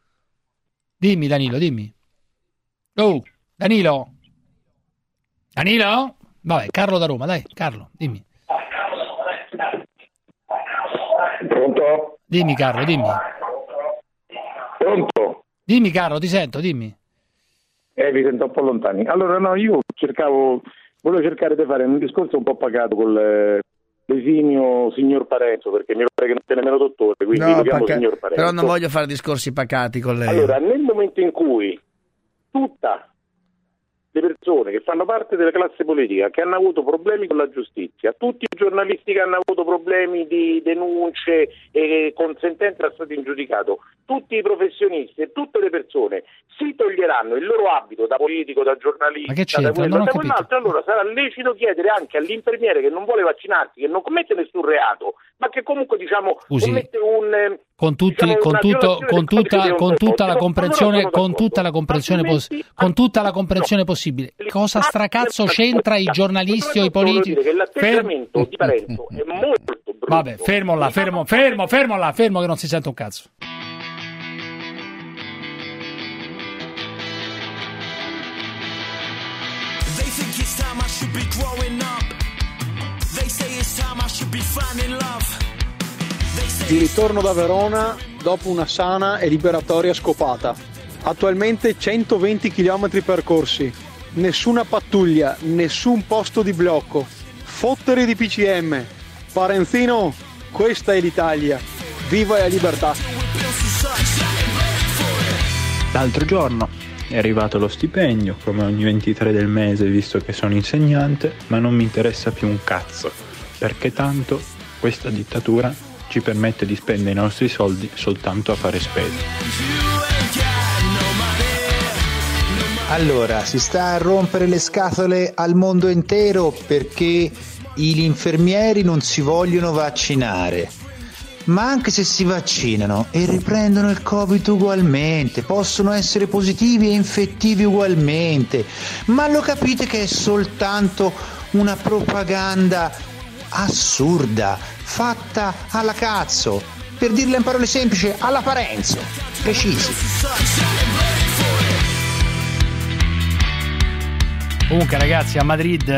S3: Dimmi, Danilo, dimmi. Oh, Danilo? Danilo? Vabbè, Carlo da Roma, dai, Carlo, dimmi.
S2: Pronto?
S3: Dimmi, Carlo, dimmi.
S2: Pronto?
S3: Dimmi, Carlo, ti sento, dimmi.
S2: Eh, vi sento un po' lontani. Allora, no, io cercavo, volevo cercare di fare un discorso un po' pacato con le- l'esimio signor Parenzo, perché mi pare che non sia nemmeno dottore, quindi
S4: No,
S2: lo chiamo
S4: paca-
S2: signor Parenzo.
S4: però non voglio fare discorsi pacati con lei.
S2: Allora, nel momento in cui tutte le persone che fanno parte della classe politica, che hanno avuto problemi con la giustizia, tutti i giornalisti che hanno avuto problemi di denunce e con sentenze sono stati in giudicato, tutti i professionisti e tutte le persone si toglieranno il loro abito da politico, da giornalista, da quello, da quell'altro, allora sarà lecito chiedere anche all'infermiere che non vuole vaccinarsi, che non commette nessun reato, ma che comunque diciamo
S3: Scusi,
S2: commette un
S3: con tutti,
S2: diciamo,
S3: con tutto, con tutta, con tutta la
S2: no,
S3: comprensione,
S2: allora
S3: con tutta la comprensione, pos- con tutta la comprensione possibile. Cosa stracazzo c'entra i giornalisti o i politici?
S2: Che l'atteggiamento di Parenzo è molto brutto.
S3: Vabbè, fermo là, fermo, fermo, fermo là, fermo che non si sente un cazzo.
S5: Di ritorno da Verona dopo una sana e liberatoria scopata. Attualmente centoventi chilometri percorsi, nessuna pattuglia, nessun posto di blocco, fottere di P C M. Parenzino, questa è l'Italia. Viva la libertà!
S6: L'altro giorno è arrivato lo stipendio, come ogni ventitré del mese, visto che sono insegnante, ma non mi interessa più un cazzo, perché tanto questa dittatura ci permette di spendere i nostri soldi soltanto a fare spese.
S7: Allora, si sta a rompere le scatole al mondo intero perché gli infermieri non si vogliono vaccinare. Ma anche se si vaccinano e riprendono il Covid ugualmente, possono essere positivi e infettivi ugualmente. Ma lo capite che è soltanto una propaganda assurda, fatta alla cazzo, per dirla in parole semplici, alla Parenzo, precisi.
S3: Comunque ragazzi, a Madrid,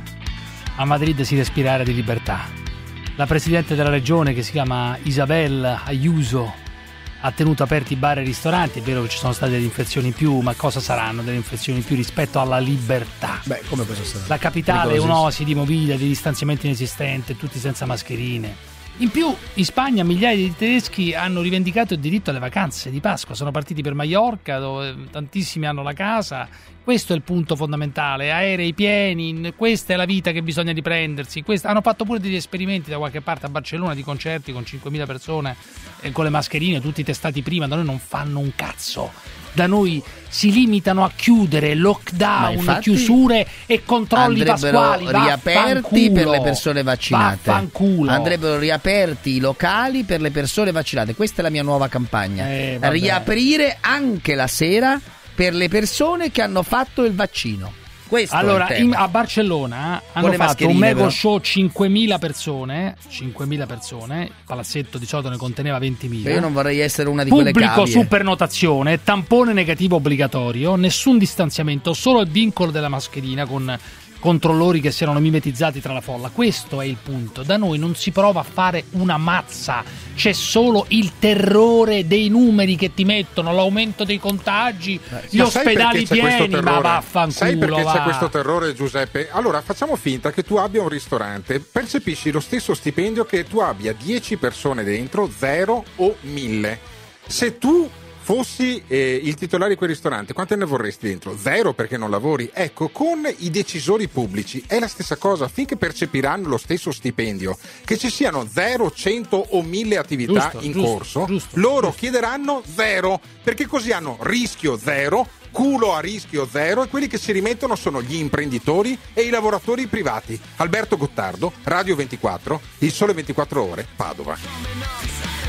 S3: a Madrid si respira aria di libertà. La presidente della regione, che si chiama Isabel Ayuso, ha tenuto aperti i bar e i ristoranti. È vero che ci sono state delle infezioni in più, ma cosa saranno delle infezioni in più rispetto alla libertà?
S8: Beh, come questo sarà?
S3: La capitale è un'oasi di movida, di distanziamento inesistente, tutti senza mascherine. In più, in Spagna migliaia di tedeschi hanno rivendicato il diritto alle vacanze di Pasqua, sono partiti per Maiorca, dove tantissimi hanno la casa. Questo è il punto fondamentale, aerei pieni, questa è la vita che bisogna riprendersi. Questa... Hanno fatto pure degli esperimenti da qualche parte a Barcellona, di concerti con cinquemila persone eh, con le mascherine, tutti testati prima. Da noi non fanno un cazzo. Da noi si limitano a chiudere, lockdown, infatti, chiusure e controlli pasquali.
S4: Riaperti per le persone vaccinate.
S3: Vaffanculo.
S4: Andrebbero riaperti i locali per le persone vaccinate. Questa è la mia nuova campagna.
S3: Eh,
S4: Riaprire anche la sera per le persone che hanno fatto il vaccino. Questo
S3: allora,
S4: è il tema.
S3: In, a Barcellona hanno fatto un mega show, cinquemila persone, cinquemila persone, il palazzetto di solito ne conteneva ventimila.
S4: Io non vorrei essere una di
S3: Pubblico
S4: quelle cavie.
S3: su prenotazione, tampone negativo obbligatorio, nessun distanziamento, solo il vincolo della mascherina con controllori che si erano mimetizzati tra la folla. Questo è il punto. Da noi non si prova a fare una mazza, c'è solo il terrore dei numeri che ti mettono, l'aumento dei contagi, gli
S9: ma
S3: ospedali pieni, ma vaffanculo.
S9: Sai perché
S3: va.
S9: c'è questo terrore, Giuseppe? Allora facciamo finta che tu abbia un ristorante, percepisci lo stesso stipendio che tu abbia dieci persone dentro, zero o mille. Se tu fossi eh, il titolare di quel ristorante, quante ne vorresti dentro? Zero, perché non lavori. Ecco, con i decisori pubblici è la stessa cosa, finché percepiranno lo stesso stipendio, che ci siano zero, cento o mille attività
S3: giusto,
S9: in
S3: giusto,
S9: corso,
S3: giusto,
S9: loro
S3: giusto.
S9: chiederanno zero, perché così hanno rischio zero, culo a rischio zero, e quelli che si rimettono sono gli imprenditori e i lavoratori privati. Alberto Gottardo, Radio ventiquattro, Il Sole ventiquattro Ore, Padova.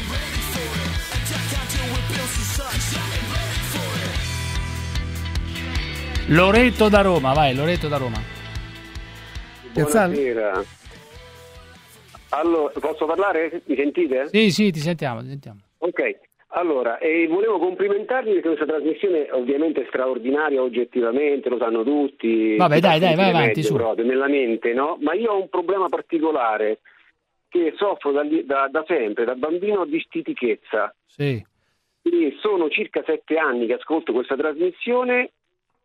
S3: Loreto da Roma, vai, Loreto da Roma.
S10: Buonasera. Allora, posso parlare? Mi sentite?
S3: Sì, sì, ti sentiamo, ti sentiamo.
S10: Ok, allora, eh, volevo complimentarvi perché questa trasmissione ovviamente è straordinaria oggettivamente, lo sanno tutti.
S3: Vabbè, dai, dai, vai avanti, su.
S10: Proprio, nella mente, no? Ma io ho un problema particolare che soffro da, da, da sempre, da bambino, di stitichezza.
S3: Sì.
S10: Quindi sono circa sette anni che ascolto questa trasmissione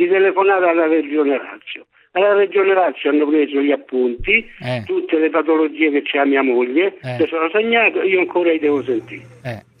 S10: di telefonare alla Regione Lazio. Alla Regione Lazio hanno preso gli appunti,
S3: eh.
S10: tutte le patologie che c'ha mia moglie,
S3: eh.
S10: le sono segnato, io ancora li devo sentire.
S3: Eh.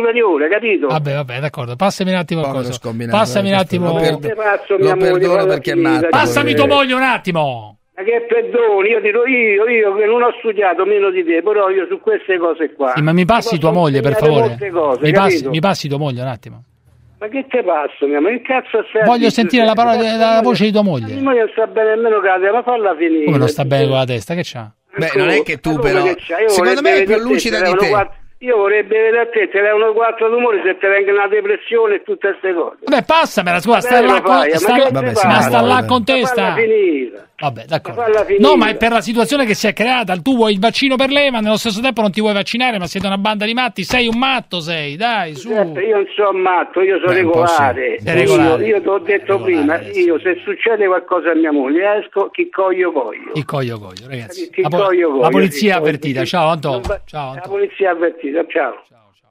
S10: superiore, capito?
S3: Vabbè, vabbè, d'accordo. Passami un attimo
S4: Povero
S3: cosa.
S4: scombinato,
S3: Passami un
S4: eh,
S3: attimo.
S4: lo
S10: Che pazzo, mia
S4: Lo
S10: moglie,
S4: perdono
S10: guarda
S4: perché è
S10: finita,
S4: matto.
S3: Passami tua moglie un attimo.
S10: Ma che perdoni, io dico io, io che non ho studiato meno di te, però io su queste cose qua.
S3: Sì, ma mi passi
S10: ti
S3: tua
S10: posso
S3: moglie, per
S10: insegnare
S3: favore.
S10: molte cose,
S3: mi, passi,
S10: capito?
S3: mi passi tua moglie un attimo.
S10: Ma che te passo, mia? Ma che cazzo stai?
S3: Voglio sentire la parola, la, la voce di tua moglie.
S10: Ma non sta bene nemmeno Katia, ma falla finire.
S3: Come non sta bene con la testa? Che c'ha?
S4: Beh, non è che tu
S10: Ma
S4: però
S10: che c'ha? Io
S4: secondo me è
S10: vorrei
S4: più
S10: vedere te,
S4: lucida di
S10: servono
S4: te.
S10: quattro- Io vorrei bere da te, te levano quattro tumori, se te vengono una depressione e tutte queste cose.
S3: Vabbè, passamela, scusa, sta là con, sta, ma vabbè, ma sta là con te, sta... Vabbè, d'accordo. No, ma è per la situazione che si è creata. Tu vuoi il vaccino per lei, ma nello stesso tempo non ti vuoi vaccinare, ma siete una banda di matti. Sei un matto, sei, dai, su.
S10: Certo, io non sono matto, io sono
S3: Beh,
S10: regolare.
S3: Sì. regolare.
S10: Io, io ti ho detto prima, io se succede qualcosa a mia moglie esco, chi coglio coglio.
S3: Chi coglio coglio, ragazzi.
S10: Chi
S3: la, po-
S10: coglio, coglio,
S3: la polizia è
S10: chi
S3: avvertita.
S10: coglio.
S3: Ciao, Antonio. Ciao, Antonio.
S10: La polizia è avvertita, ciao.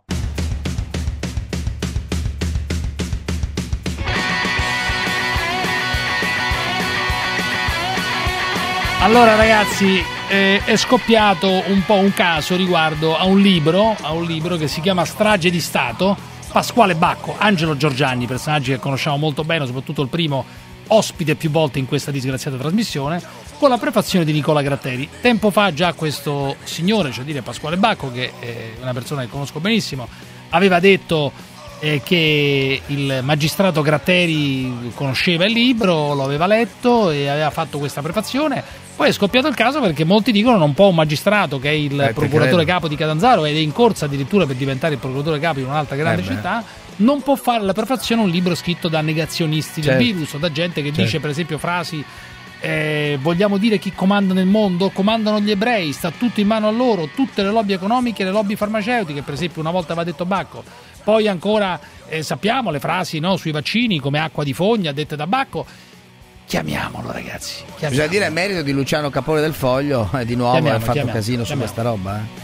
S3: Allora ragazzi, eh, è scoppiato un po' un caso riguardo a un libro, a un libro che si chiama Strage di Stato, Pasquale Bacco, Angelo Giorgiani, personaggi che conosciamo molto bene, soprattutto il primo ospite più volte in questa disgraziata trasmissione, con la prefazione di Nicola Gratteri. Tempo fa già questo signore, cioè dire Pasquale Bacco, che è una persona che conosco benissimo, aveva detto eh, che il magistrato Gratteri conosceva il libro, lo aveva letto e aveva fatto questa prefazione. Poi è scoppiato il caso perché molti dicono non può un magistrato che è il eh, procuratore capo di Catanzaro ed è in corsa addirittura per diventare il procuratore capo in un'altra grande eh città, non può fare la prefazione a un libro scritto da negazionisti certo. del virus o da gente che certo. dice per esempio frasi eh, vogliamo dire chi comanda nel mondo? Comandano gli ebrei, sta tutto in mano a loro, tutte le lobby economiche, le lobby farmaceutiche, per esempio una volta aveva detto Bacco. Poi ancora eh, sappiamo le frasi no, sui vaccini come acqua di fogna dette da Bacco. Chiamiamolo ragazzi, chiamiamolo.
S4: Bisogna dire il merito di Luciano Capone del Foglio, eh, di nuovo ha fatto chiamiamo, un casino chiamiamo. su questa roba. Eh.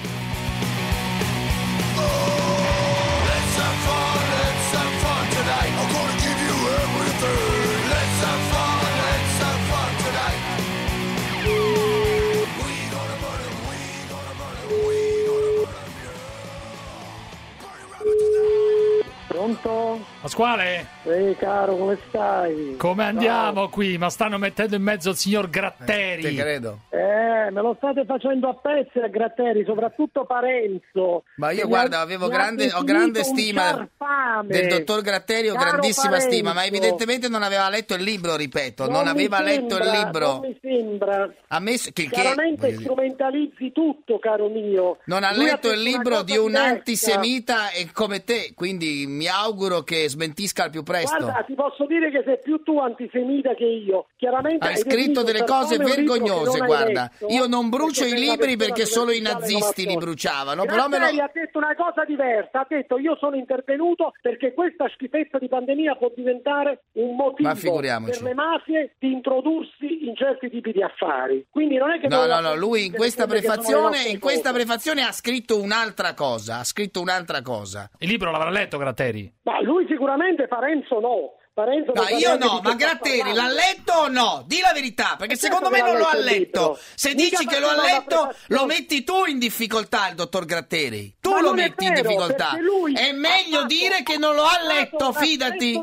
S10: Pronto?
S3: Pasquale?
S10: Ehi caro, come stai?
S3: Come andiamo Ciao. qui? Ma stanno mettendo in mezzo il signor Gratteri.
S4: Eh, te credo.
S10: Eh, me lo state facendo a pezzi a Gratteri, soprattutto Parenzo.
S4: Ma io guarda, avevo grande, ho grande stima del dottor Gratteri, ho caro grandissima Parenzo. stima, ma evidentemente non aveva letto il libro, ripeto, non, non aveva sembra, letto il libro.
S10: Non mi sembra.
S4: Ha messo, che,
S10: Chiaramente che, strumentalizzi tutto, caro mio.
S4: Non ha
S10: Lui
S4: letto
S10: ha
S4: il libro di un
S10: diversa.
S4: antisemita e come te, quindi mi auguro che smentisca al più presto.
S10: Guarda, ti posso dire che sei più tu antisemita che io. Chiaramente
S4: hai scritto delle cose vergognose, guarda.
S10: Letto,
S4: io non brucio i libri perché solo i nazisti li bruciavano. Però me lo...
S10: ha detto una cosa diversa, ha detto io sono intervenuto perché questa schifezza di pandemia può diventare un motivo per le mafie di introdursi in certi tipi di affari. Quindi non è che
S4: No, no, no, lui in questa prefazione, in questa prefazione ha scritto un'altra cosa, ha scritto un'altra cosa.
S3: Il libro l'avrà letto Gratteri?
S10: Ma lui sicuramente, Parenzo no. Parenzo
S4: no, io no, ma Gratteri l'ha letto o no? Di la verità, perché certo secondo me non lo ha letto. Se Mica dici che lo ha letto, lo metti tu in difficoltà il dottor Gratteri. Tu ma lo metti vero, in difficoltà. È meglio dire che non lo ha letto, fidati.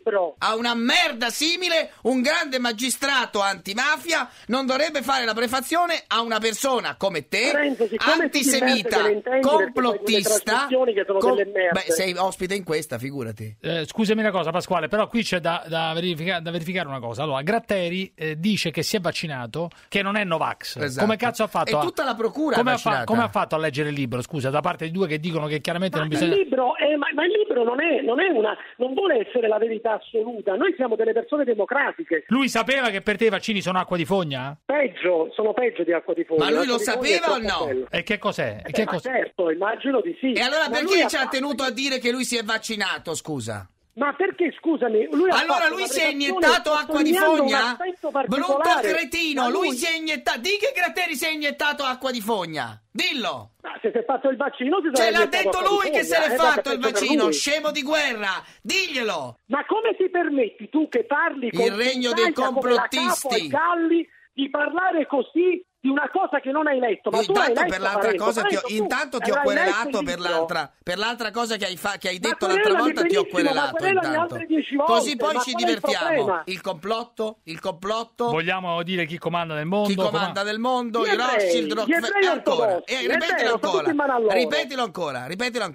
S4: A una merda simile, un grande magistrato antimafia non dovrebbe fare la prefazione a una persona come te, Parenzo, antisemita, complottista. Com- Beh, sei ospite in questa, figurati.
S3: Eh, scusami una cosa, Pasquale, però qui c'è da, da, verifica, da verificare una cosa. Allora, Gratteri eh, dice che si è vaccinato, che non è Novax.
S4: Esatto.
S3: Come cazzo ha fatto?
S4: E tutta la procura
S3: come
S4: ha,
S3: fa, come ha fatto a leggere il libro? Scusa, da parte di due che dicono che chiaramente
S10: ma
S3: non bisogna.
S10: Il libro è, ma, ma il libro non è, non è una, non vuole essere la verità assoluta. Noi siamo delle persone democratiche.
S3: Lui sapeva che per te i vaccini sono acqua di fogna?
S10: Peggio, sono peggio di acqua di fogna.
S4: Ma lui lo sapeva o no?
S10: Bello.
S3: E che cos'è?
S10: Eh,
S3: che
S10: ma
S3: cos-
S10: certo, immagino di sì.
S4: E allora
S10: ma
S4: perché ci ha
S10: fatto...
S4: tenuto a dire che lui si è vaccinato, scusa?
S10: Ma perché, scusami, lui ha
S4: allora lui si è iniettato acqua di fogna? Brutto cretino, lui... lui si è iniettato. Di che Gratteri si è iniettato acqua di fogna? Dillo.
S10: Ma se si è fatto il vaccino si
S4: ce l'ha detto lui che se l'è
S10: eh,
S4: fatto il vaccino, scemo di guerra. Diglielo.
S10: Ma come ti permetti tu che parli con
S4: il regno dei complottisti
S10: Galli di parlare così di una cosa che non hai letto? Ma
S4: intanto
S10: tu hai letto,
S4: per l'altra
S10: Parenzo,
S4: cosa
S10: Parenzo,
S4: ti ho, intanto ti ho querelato per l'altra, per l'altra cosa che hai, fa, che hai detto l'altra volta ti ho querelato intanto. Così poi ci divertiamo. Il complotto, il complotto.
S3: Vogliamo dire chi comanda nel mondo?
S4: Chi comanda nel mondo? I Rothschild, Rockefeller, ancora. E ripetilo ancora. Ripetilo ancora, ripetilo ancora.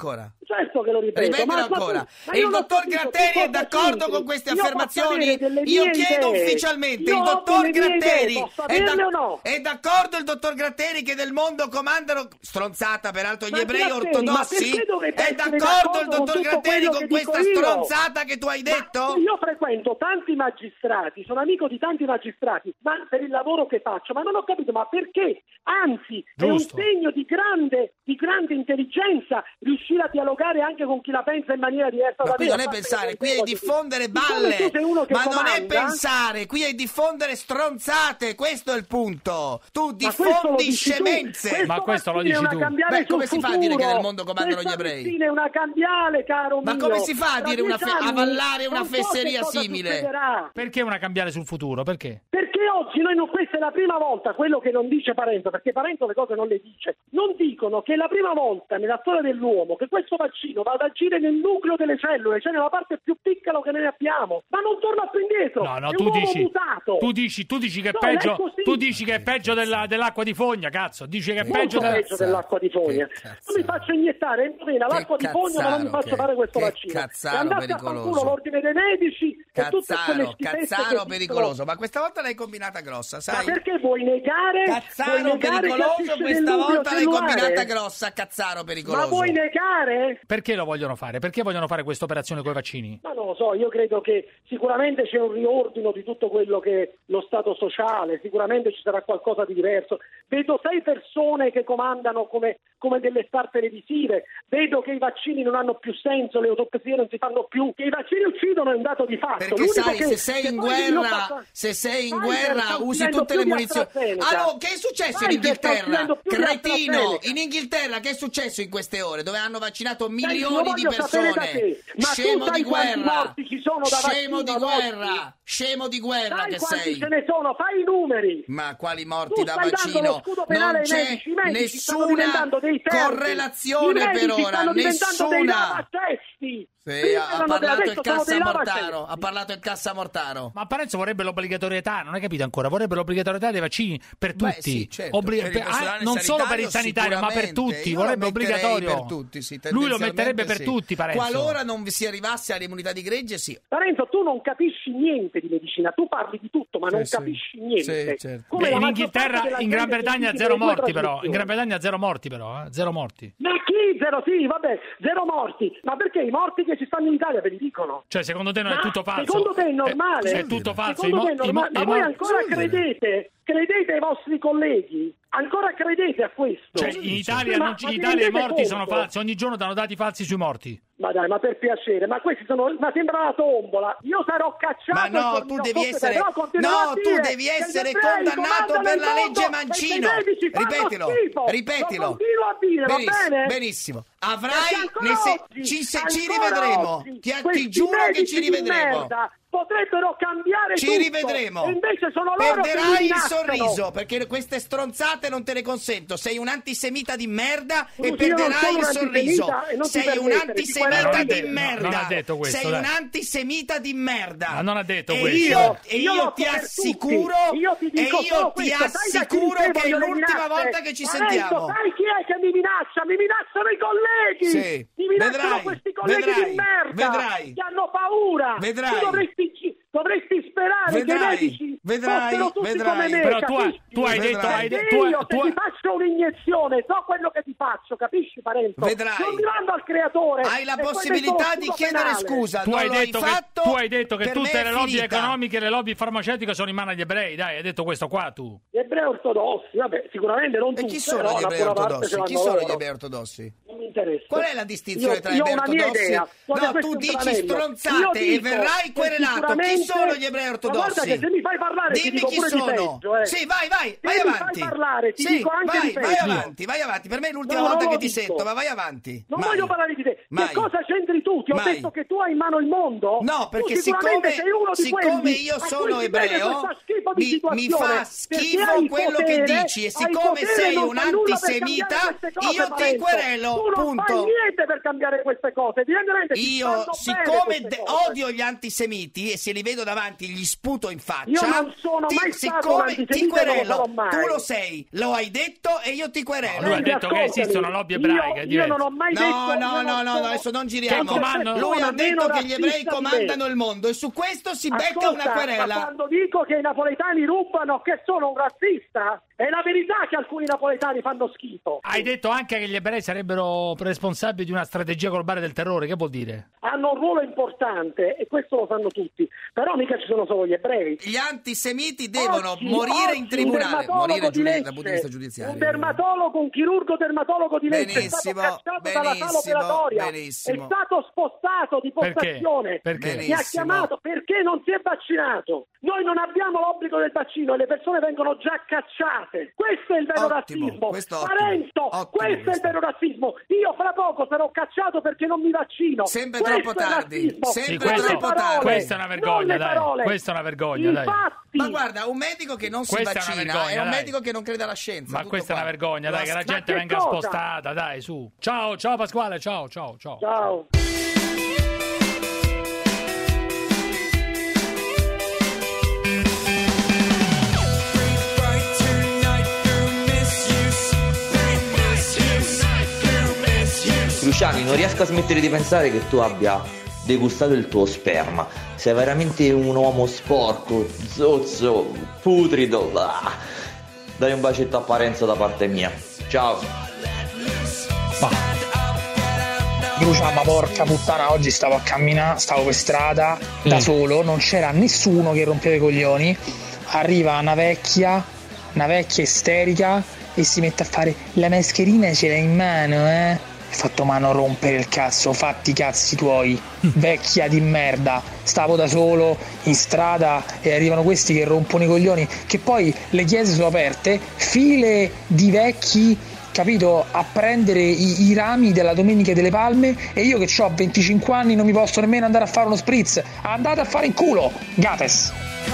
S11: Certo che lo ripeto.
S4: Ripetilo
S11: ma,
S4: ancora.
S11: Ma, ma
S4: e il dottor
S11: capito,
S4: Gratteri è d'accordo con queste
S11: io
S4: affermazioni? Io chiedo
S11: idee.
S4: ufficialmente,
S11: io
S4: il dottor Gratteri è, da-
S11: o no?
S4: è d'accordo il dottor Gratteri che del mondo comandano, stronzata peraltro, gli
S11: Ma
S4: ebrei
S11: Gratteri,
S4: ortodossi? È d'accordo il dottor Gratteri con questa stronzata che tu hai detto?
S11: Ma io frequento tanti magistrati, sono amico di tanti magistrati, ma per il lavoro che faccio, ma non ho capito, ma perché? Anzi,
S3: Giusto.
S11: è un segno di grande, di grande intelligenza riuscire a dialogare anche con chi la pensa in maniera diversa
S4: Ma
S11: da
S4: qui
S11: me.
S4: non è pensare, qui è diffondere balle. Ma non è pensare, qui è diffondere stronzate, questo è il punto. Tu diffondi scemenze.
S3: Ma questo lo dici tu.
S4: Beh, come si fa a dire che nel mondo comandano gli ebrei?
S11: È una cambiale, caro
S4: Ma
S11: mio.
S4: come si fa a dire una fe- a vallare una
S11: non so
S4: fesseria
S11: che cosa
S4: simile?
S11: succederà.
S3: Perché una cambiale sul futuro? Perché?
S11: Perché oggi noi non, questa è la prima volta, quello che non dice Parenzo, perché Parenzo le cose non le dice, non dicono che è la prima volta nella storia dell'uomo che questo vaccino va ad agire nel nucleo delle cellule, cioè nella parte più piccola che noi abbiamo, ma non torna più indietro.
S3: No, no,
S11: è
S3: tu
S11: un uomo
S3: dici,
S11: mutato.
S3: tu dici, tu dici che è
S11: No,
S3: peggio,
S11: è così.
S3: tu dici che è peggio della, dell'acqua di fogna, cazzo, dici che è
S11: Molto
S3: peggio, della...
S11: peggio dell'acqua di fogna. Non mi faccio iniettare in l'acqua di fogna, ma non mi faccio
S4: che-
S11: fare questo
S4: che
S11: vaccino.
S4: cazzaro
S11: E andate a
S4: pericoloso.
S11: fanculo l'ordine dei medici e tutte quelle
S4: Cazzaro,
S11: schifezze
S4: Cazzaro
S11: che
S4: pericoloso,
S11: dicono.
S4: ma questa volta l'hai combinata grossa,
S11: Ma
S4: sai?
S11: perché vuoi negare?
S4: Cazzaro
S11: vuoi negare che
S4: pericoloso,
S11: agisce
S4: questa
S11: nel nucleo
S4: volta l'hai
S11: cellulare?
S4: combinata grossa, cazzaro pericoloso.
S11: Ma vuoi negare?
S3: Perché lo vogliono fare? Perché vogliono fare questa operazione con i vaccini?
S11: Ma non lo so, io credo che sicuramente c'è un riordino di tutto quello che è lo stato sociale, sicuramente ci sarà qualcosa di diverso. Vedo sei persone che comandano come, come delle star televisive, vedo che i vaccini non hanno più senso, le autopsie non si fanno più, che i vaccini uccidono è un dato di fatto.
S4: Perché
S11: L'unico
S4: sai,
S11: che,
S4: se sei
S11: che
S4: in
S11: poi io
S4: guerra,
S11: faccio-
S4: se sei in
S11: Pfizer
S4: guerra
S11: sta
S4: usi
S11: uccidendo
S4: tutte le
S11: più di
S4: munizioni.
S11: AstraZeneca.
S4: Allora, che è successo in
S11: Pfizer sta
S4: Inghilterra?
S11: uccidendo più di
S4: Cretino,
S11: AstraZeneca.
S4: in Inghilterra che è successo in queste ore? Dove hanno vaccinato
S11: Senti,
S4: milioni
S11: lo
S4: di
S11: voglio sapere da
S4: persone.
S11: te. Ma tu
S4: Scemo
S11: sai
S4: di
S11: quanti
S4: guerra.
S11: morti ci sono da
S4: Scemo di
S11: vaccino ad oggi?
S4: guerra. Scemo di guerra
S11: Sai
S4: che
S11: quanti
S4: sei.
S11: ce ne sono? Fai i numeri.
S4: Ma quali
S11: Tu
S4: morti da
S11: stai dando lo
S4: vaccino?
S11: scudo penale
S4: Non
S11: ai
S4: c'è
S11: medici. I medici stanno
S4: nessuna
S11: diventando dei servi.
S4: correlazione
S11: I medici
S4: per ora,
S11: stanno diventando dei
S4: nessuna.
S11: lavacesti.
S4: Sì,
S11: Prima
S4: ha
S11: erano dei-
S4: parlato il
S11: adesso sono dei
S4: Cassamortaro,
S11: lavacesti.
S4: ha parlato il Cassamortaro.
S3: Ma Parenzo vorrebbe l'obbligatorietà, non hai capito ancora? Vorrebbe l'obbligatorietà dei vaccini per
S4: Beh,
S3: tutti.
S4: sì, certo,
S3: Obbli-
S4: per il
S3: per- ah,
S4: personale
S3: non solo per il
S4: sanitario,
S3: sanitario, ma per
S4: sicuramente.
S3: tutti.
S4: Io lo
S3: Vorrebbe
S4: metterei
S3: obbligatorio.
S4: per tutti, sì,
S3: Lui lo metterebbe per
S4: sì.
S3: tutti, Parenzo.
S4: Qualora non si arrivasse all'immunità di gregge, sì.
S11: Parenzo, tu non capisci niente di medicina, tu parli di tutto, ma non
S4: Sì,
S11: capisci niente.
S4: Sì, certo.
S11: Come
S3: Beh,
S11: la
S3: in
S11: maggior parte
S3: Inghilterra,
S11: della
S3: in Gran
S11: gente che
S3: Bretagna
S11: dice
S3: zero
S11: che le due
S3: morti però. In
S11: trasmissioni.
S3: Gran Bretagna zero morti però, eh? Zero morti.
S11: Ma chi? Zero, sì, vabbè, zero morti. Ma perché i morti che ci stanno in Italia ve li dicono?
S3: Cioè, secondo te non è
S11: Ma
S3: tutto falso?
S11: Secondo te è normale?
S3: È, è tutto falso.
S11: Secondo
S3: I mo-
S11: te è normale?
S3: i mo-
S11: Ma
S3: i
S11: voi
S3: mo-
S11: ancora credete? Credete ai vostri colleghi? Ancora credete a questo?
S3: Cioè, in Italia,
S11: Ma-
S3: non-
S11: ma
S3: in
S11: vi
S3: Italia i
S11: rendete
S3: morti
S11: conto?
S3: sono falsi. Ogni giorno danno dati falsi sui morti.
S11: Ma dai, ma per piacere, ma questi sono, ma sembra una tombola. Io sarò cacciato.
S4: Ma no,
S11: e
S4: tu
S11: tornerò
S4: devi
S11: forse,
S4: essere
S11: però continuerò
S4: No,
S11: a
S4: tu
S11: dire
S4: devi
S11: che gli
S4: essere
S11: ebrei
S4: condannato
S11: comandano
S4: per
S11: il
S4: la
S11: mondo
S4: legge
S11: e che i
S4: Mancino.
S11: medici fanno
S4: Ripetilo,
S11: schifo.
S4: ripetilo.
S11: Lo continuo a dire, va
S4: Benissimo,
S11: bene?
S4: benissimo.
S11: Perché
S4: Avrai
S11: ancora
S4: ne se-
S11: oggi,
S4: ci, se- ci
S11: ancora
S4: rivedremo.
S11: oggi,
S4: Ti, ti
S11: questi
S4: giuro che
S11: medici
S4: ci
S11: di
S4: rivedremo.
S11: merda potrebbero cambiare
S4: Ci
S11: tutto.
S4: rivedremo.
S11: E invece sono loro che
S4: Perderai
S11: mi
S4: il
S11: minacciano.
S4: sorriso perché queste stronzate non te le consento. Sei un antisemita di merda
S11: Scusi,
S4: e
S11: io non
S4: perderai
S11: sono
S4: il
S11: un
S4: sorriso.
S11: antisemita e non ti
S4: Sei un
S11: permettere, ti
S4: antisemita
S11: guarda-
S4: di
S11: Non ha
S4: merda.
S3: detto- non ha detto questo,
S4: Sei
S3: dai.
S4: un antisemita di merda.
S3: Ma non ha detto
S4: e
S3: questo.
S4: Io, e
S11: Io
S4: io
S11: lo
S4: ti
S11: so per
S4: assicuro,
S11: tutti. Io ti dico
S4: e io
S11: solo
S4: ti
S11: questo. Sai da chi
S4: assicuro
S11: ricevo
S4: che è
S11: io le
S4: l'ultima
S11: minacce?
S4: volta che ci
S11: Parenzo,
S4: sentiamo.
S11: sai chi è che mi minaccia? Mi minacciano i colleghi.
S4: Sì.
S11: Mi minacciano
S4: Vedrai,
S11: questi colleghi
S4: vedrai,
S11: di merda.
S4: vedrai.
S11: Che hanno paura.
S4: Vedrai.
S11: Tu dovresti, dovresti sperare
S4: Vedrai,
S11: che i medici
S4: vedrai,
S11: fossero tutti
S4: vedrai.
S11: come me.
S3: Però tu hai-
S11: capisci?
S3: tu hai detto- hai
S11: Perché
S3: de- tu hai-
S11: io
S3: tu
S11: se
S3: hai-
S11: ti faccio un'iniezione so quello che ti faccio, capisci Parenzo?
S4: Vedrai.
S11: Non mi mando al creatore.
S4: Hai la
S11: e poi
S4: possibilità
S11: metto
S4: di
S11: lo
S4: chiedere
S11: scudo
S4: scusa.
S3: Tu
S4: non
S3: hai,
S4: lo
S3: detto che,
S4: fatto.
S3: tu hai detto che
S4: Per
S3: tutte
S4: me è
S3: le lobby
S4: finita.
S3: economiche e le lobby farmaceutiche sono in mano agli ebrei. Dai, hai detto questo qua tu.
S11: Gli ebrei ortodossi, vabbè, sicuramente non
S4: E
S11: tutti,
S4: chi sono
S11: però
S4: gli
S11: una
S4: ebrei
S11: buona parte
S4: ortodossi?
S11: ce
S4: Chi
S11: l'hanno
S4: sono
S11: loro.
S4: gli ebrei ortodossi?
S11: Non mi interessa.
S4: Qual è la distinzione
S11: Io-
S4: tra
S11: io ho
S4: ebrei
S11: una mia
S4: ortodossi?
S11: idea. Guarda,
S4: No,
S11: questo
S4: tu
S11: è un
S4: dici
S11: tranello.
S4: stronzate
S11: Io
S4: e
S11: dico
S4: verrai
S11: che
S4: querelato. Chi
S11: sicuramente-
S4: sono gli ebrei
S11: Ma
S4: ortodossi?
S11: guarda che se mi fai parlare ti
S4: Dimmi
S11: dico
S4: chi
S11: pure di
S4: sono.
S11: peggio, eh.
S4: Sì, vai, vai,
S11: Se
S4: vai
S11: mi
S4: avanti.
S11: fai parlare ti
S4: Sì,
S11: dico anche
S4: vai,
S11: di
S4: vai
S11: peggio.
S4: avanti, vai avanti. Per me è l'ultima
S11: No,
S4: volta
S11: non
S4: che
S11: l'ho
S4: ti
S11: detto.
S4: sento, ma vai avanti.
S11: Non
S4: Mai.
S11: voglio parlare di te.
S4: Mai.
S11: Che cosa c'entri tu? Ti ho
S4: Mai.
S11: detto che tu hai in mano il mondo?
S4: No,
S11: Tu
S4: perché
S11: sicuramente
S4: siccome-
S11: sei uno di
S4: siccome
S11: quelli
S4: io
S11: a cui
S4: sono
S11: si vede
S4: ebreo,
S11: questa schifo tipo di
S4: mi,
S11: situazione.
S4: mi fa schifo quello
S11: potere,
S4: che dici e siccome sei un antisemita io ti querelo,
S11: tu non
S4: punto.
S11: fai niente per cambiare queste cose.
S4: Io siccome de- odio gli antisemiti e se li vedo davanti gli sputo in faccia.
S11: Io non sono
S4: ti,
S11: mai stato
S4: siccome
S11: un antisemita,
S4: ti querelo,
S11: non lo mai.
S4: tu lo sei, lo hai detto e io ti querelo.
S3: No, lui ha detto che esiste una lobby ebraica.
S11: Io, io non ho mai
S4: no,
S11: detto
S4: no, no, no, no, adesso non giriamo. Lui ha detto che gli ebrei comandano il mondo e su questo si becca
S11: Ascolta,
S4: una querela.
S11: Ma quando dico che i napoletani rubano, che sono un razzista, è la verità che alcuni napoletani fanno schifo.
S3: Hai detto anche che gli ebrei sarebbero responsabili di una strategia globale del terrore, che vuol dire?
S11: Hanno un ruolo importante e questo lo sanno tutti, però mica ci sono solo gli ebrei.
S4: Gli antisemiti devono
S11: oggi,
S4: morire
S11: oggi
S4: in tribunale, morire
S11: di
S4: giudi- dal punto di vista
S11: un
S4: giudiziario.
S11: dermatologo, un chirurgo dermatologo di Lecce è stato
S4: Benissimo,
S11: cacciato dalla sala
S4: benissimo,
S11: operatoria,
S4: benissimo.
S11: è stato spostato di postazione,
S3: Perché?
S11: mi ha chiamato perché non si è vaccinato. Noi non abbiamo l'obbligo del vaccino e le persone vengono già cacciate. Questo è il vero
S4: Ottimo,
S11: razzismo.
S4: questo ottimo,
S11: Parenzo,
S4: ottimo
S11: questo, è il vero razzismo. Io fra poco sarò cacciato perché non mi vaccino.
S4: Sempre
S11: questo
S4: troppo
S11: è
S4: tardi,
S11: razzismo.
S4: sempre
S3: Sì, questo,
S11: Non le parole,
S3: questa è una
S11: non
S3: vergogna,
S11: le
S3: dai.
S11: parole.
S3: Questa è una vergogna,
S11: I
S3: dai.
S11: fatti.
S4: Ma guarda, un medico che non si
S3: Questa è una
S4: vaccina
S3: vergogna,
S4: è un
S3: dai.
S4: medico che non crede alla scienza.
S3: Ma
S4: tutto
S3: questa
S4: qua.
S3: è una vergogna, dai, che la
S11: Ma
S3: gente
S11: che
S3: venga
S11: cosa?
S3: spostata, dai, su. Ciao, ciao Pasquale, ciao, ciao, ciao.
S11: Ciao.
S12: Luciani, non riesco a smettere di pensare che tu abbia degustato il tuo sperma. Sei veramente un uomo sporco, zozzo, putrido. Ah. Dai un bacetto a Parenzo da parte mia. Ciao.
S13: Lucia, ma porca puttana, oggi stavo a camminare, stavo per strada da
S3: Mm.
S13: solo, non c'era nessuno che rompeva i coglioni. Arriva una vecchia, una vecchia isterica e si mette a fare la mascherina ce l'hai in mano, eh? Ho fatto mano rompere il cazzo, fatti i cazzi tuoi, vecchia di merda. Stavo da solo in strada e arrivano questi che rompono i coglioni, che poi le chiese sono aperte, file di vecchi, capito, a prendere i, i rami della Domenica delle Palme e io che ho venticinque anni non mi posso nemmeno andare a fare uno spritz. Andate a fare in culo, Gates.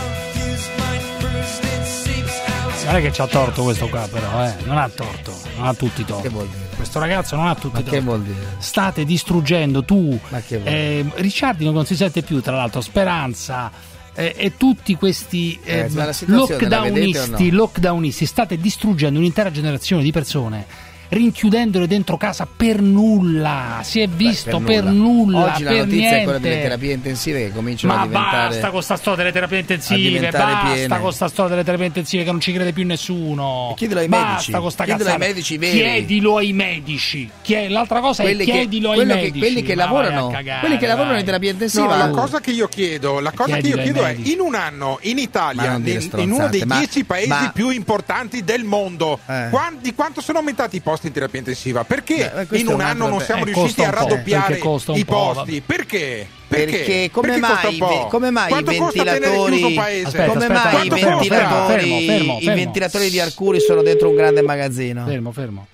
S3: Non è che c'ha torto questo qua, però, eh. Non ha torto, non ha tutti i torti.
S4: Che vuol dire?
S3: Questo ragazzo non ha tutti
S4: Ma
S3: i torti.
S4: che vuol dire?
S3: State distruggendo tu.
S4: Ma che vuol
S3: eh, Ricciardi non si sente più, tra l'altro, Speranza. Eh, e tutti questi eh,
S4: Eh, ma la situazione la vedete
S3: lockdownisti,
S4: o no?
S3: lockdownisti, state distruggendo un'intera generazione di persone, rinchiudendole dentro casa per nulla. Si è visto
S4: Beh,
S3: per, nulla.
S4: Oggi la
S3: per
S4: notizia
S3: niente.
S4: è quella delle terapie intensive che cominciano
S3: Ma
S4: a diventare
S3: basta con sta storia delle terapie
S4: a
S3: intensive,
S4: diventare
S3: basta
S4: piene.
S3: con sta storia delle terapie intensive che non ci crede più nessuno.
S4: E chiedilo ai
S3: basta
S4: medici,
S3: con sta
S4: chiedilo ai
S3: cazzata.
S4: medici veri.
S3: Chiedilo ai medici. Chie- L'altra cosa
S4: Quelli
S3: è
S4: che-
S3: chiedilo ai
S4: quello che-
S3: medici.
S4: quelli che
S3: Ma vai
S4: lavorano-
S3: a cagare,
S4: quelli che lavorano
S3: vai.
S4: in terapia intensiva.
S9: No, la
S4: Uh.
S9: cosa che io chiedo, la cosa che
S3: Chiedilo
S9: io
S3: ai
S9: chiedo è
S3: medici.
S9: in un anno in
S4: Ma
S9: Italia,
S4: non dire
S9: in, in uno dei
S4: stronzate, ma-
S9: dieci paesi
S4: ma-
S9: più importanti del mondo,
S4: Eh.
S9: quan- di quanto sono aumentati i posti in terapia intensiva? Perché
S4: Beh, questo
S9: in
S4: è
S9: un
S4: un
S9: anno
S4: altro
S9: non
S4: be-
S9: siamo
S3: eh,
S9: riusciti
S3: costa
S9: a
S3: un po',
S9: raddoppiare
S3: perché costa un
S9: i
S3: po',
S9: posti? Perché?
S4: Perché come
S9: Perché costa
S4: mai,
S9: un po'?
S4: come mai i
S9: Quanto costa tenere chiuso un
S4: ventilatori
S9: paese?
S3: Aspetta,
S4: come
S3: aspetta,
S4: mai i
S9: quanto costa?
S4: ventilatori
S3: Fermo, fermo,
S4: i
S3: fermo.
S4: ventilatori di Arcuri sono dentro un grande magazzino?
S3: Fermo, fermo.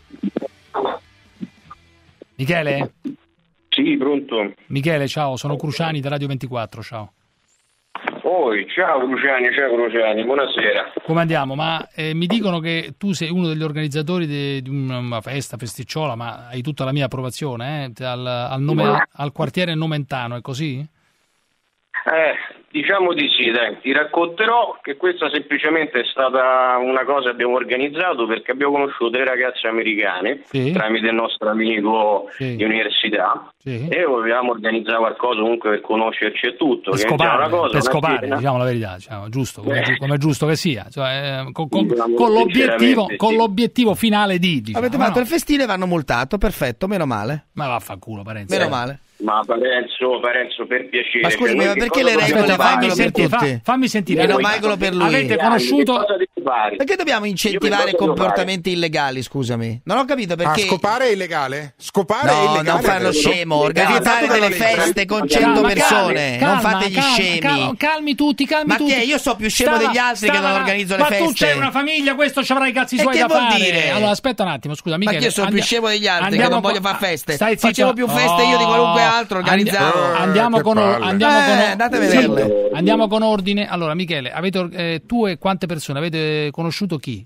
S3: Michele?
S14: Sì, pronto.
S3: Michele, ciao, sono Cruciani da Radio ventiquattro, ciao.
S14: Oi, ciao Luciani, ciao Luciani, buonasera.
S3: Come andiamo? Ma eh, mi dicono che tu sei uno degli organizzatori de- di una festa, festicciola, ma hai tutta la mia approvazione, eh? al, al, nome, al quartiere Nomentano, è così?
S14: Eh, diciamo di sì, dai, ti racconterò che questa semplicemente è stata una cosa che abbiamo organizzato perché abbiamo conosciuto delle ragazze americane
S3: Sì.
S14: tramite il nostro amico
S3: Sì.
S14: di università
S3: Sì.
S14: e volevamo organizzare qualcosa comunque per conoscerci e tutto.
S3: Per
S14: che è già
S3: scopare,
S14: una cosa,
S3: per
S14: una
S3: scopare,
S14: cena.
S3: diciamo la verità, diciamo, giusto, come,
S14: Eh.
S3: come è giusto che sia, cioè, eh, con, con-
S14: Diciamo,
S3: con l'obiettivo,
S14: sinceramente,
S3: con
S14: sì.
S3: l'obiettivo finale di, diciamo,
S4: Avete
S3: ma
S4: fatto
S3: no?
S4: il festino e vanno multato, perfetto, meno male.
S3: Ma vaffanculo, Parenzo.
S4: Meno male.
S14: Ma Parenzo, Parenzo, per piacere.
S4: Ma scusami,
S14: cioè, noi
S4: ma
S14: che
S4: perché
S14: cosa
S4: le
S14: dobbiamo
S4: regole
S3: Aspetta,
S14: fare?
S3: fammi
S4: valgono per
S3: sentire, fa-
S4: tutti?
S3: fammi sentire.
S4: Meno
S3: Allora,
S4: Michael per lui.
S3: Avete
S14: Che
S3: conosciuto,
S14: cosa
S4: Perché dobbiamo incentivare comportamenti illegali, scusami? Non ho capito perché.
S9: Ah, scopare è illegale? Scopare
S4: no,
S9: è illegale.
S4: Non fare lo scemo, organizzare delle feste con cento persone, calma, non fate gli calma, scemi.
S3: Calma, calmi tutti, calmi
S4: ma
S3: tutti.
S4: Ma che io so più scemo
S3: stava,
S4: degli altri
S3: stava,
S4: che non organizzo le
S3: ma
S4: feste.
S3: Ma tu c'hai una famiglia, questo ci avrai i cazzi
S4: e
S3: suoi
S4: che
S3: da
S4: vuol
S3: fare.
S4: Dire?
S3: Allora aspetta un attimo, scusa Michele.
S4: Ma io sono
S3: andia-
S4: più scemo degli altri che non voglio
S3: con...
S4: fare feste.
S3: Stai
S4: Facevo più feste io di qualunque altro organizzavo.
S3: Andiamo, andiamo con or- andiamo
S4: eh,
S3: con or-
S4: andate a vederle.
S3: Sì, andiamo con ordine. Allora Michele, avete eh, tu e quante persone avete conosciuto chi?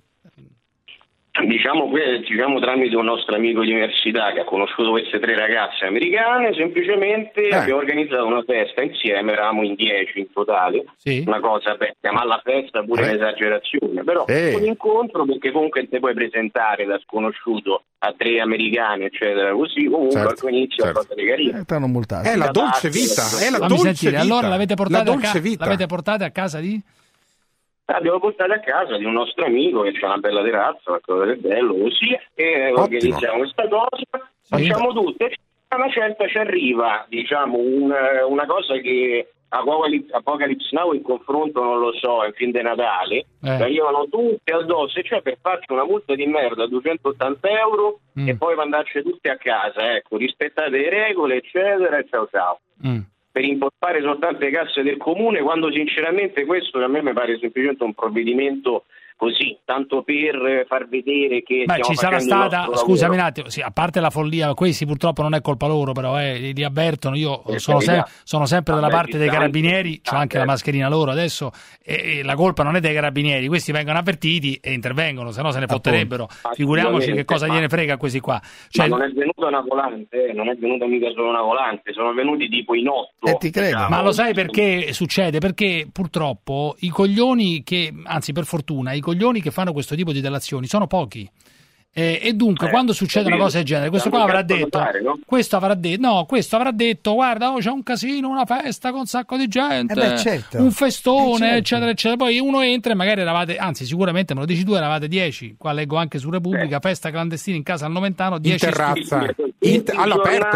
S14: Diciamo, diciamo tramite un nostro amico di università che ha conosciuto queste tre ragazze americane, semplicemente eh. abbiamo organizzato una festa insieme, eravamo in dieci in totale, sì. Una cosa, beh, chiamarla festa pure eh. un'esagerazione, però eh. un incontro perché comunque te puoi presentare da sconosciuto a tre americani eccetera così, comunque certo, al inizio certo. Cosa di carina.
S9: Eh, t'hanno multato. È la dolce vita, è la dolce vita.
S3: Allora l'avete portata,
S9: la dolce
S3: a, ca-
S9: vita.
S3: l'avete portata a casa di?
S14: Abbiamo portato a casa di un nostro amico che c'ha una bella terrazza, qualcosa di bello così, e Ottimo. Organizziamo questa cosa, sì. Facciamo tutto e a una certa ci arriva, diciamo, un, una cosa che Apocalypse Now in confronto, non lo so, in fin di Natale, eh. arrivano tutti addosso, e cioè per farci una multa di merda, duecentottanta euro, mm. e poi mandarci tutti a casa, ecco, rispettate le regole, eccetera, e ciao ciao. Mm. Per importare soltanto le casse del comune, quando sinceramente questo a me mi pare semplicemente un provvedimento così, tanto per far vedere che
S3: Beh, ci sarà stata, scusami un
S14: lavoro.
S3: attimo, sì, a parte la follia, questi purtroppo non è colpa loro, però eh, li avvertono, io sono, se- sono sempre dalla parte dei carabinieri, c'ho anche la mascherina loro adesso, e, e la colpa non è dei carabinieri, questi vengono avvertiti e intervengono, se no se ne fotterebbero, figuriamoci che cosa gliene frega a questi qua. Cioè,
S14: ma non è venuta una volante, eh, non è venuta mica solo una volante, sono venuti tipo in otto.
S4: Eh, ti credo.
S14: Diciamo.
S3: Ma lo sai perché succede? Perché purtroppo i coglioni che, anzi per fortuna, i coglioni che fanno questo tipo di delazioni sono pochi. Eh, e dunque, eh, quando succede una cosa del genere, questo qua avrà detto, fare, no? questo avrà detto, no, questo avrà detto, guarda, oh, c'è un casino, una festa con un sacco di gente,
S4: eh beh, certo.
S3: un festone,
S4: eh certo.
S3: eccetera, eccetera. Poi uno entra e magari eravate, anzi, sicuramente me lo dici tu, eravate dieci. Qua leggo anche su Repubblica, eh. festa clandestina in casa al Noventano, dieci
S9: in terrazza, in, all'aperto.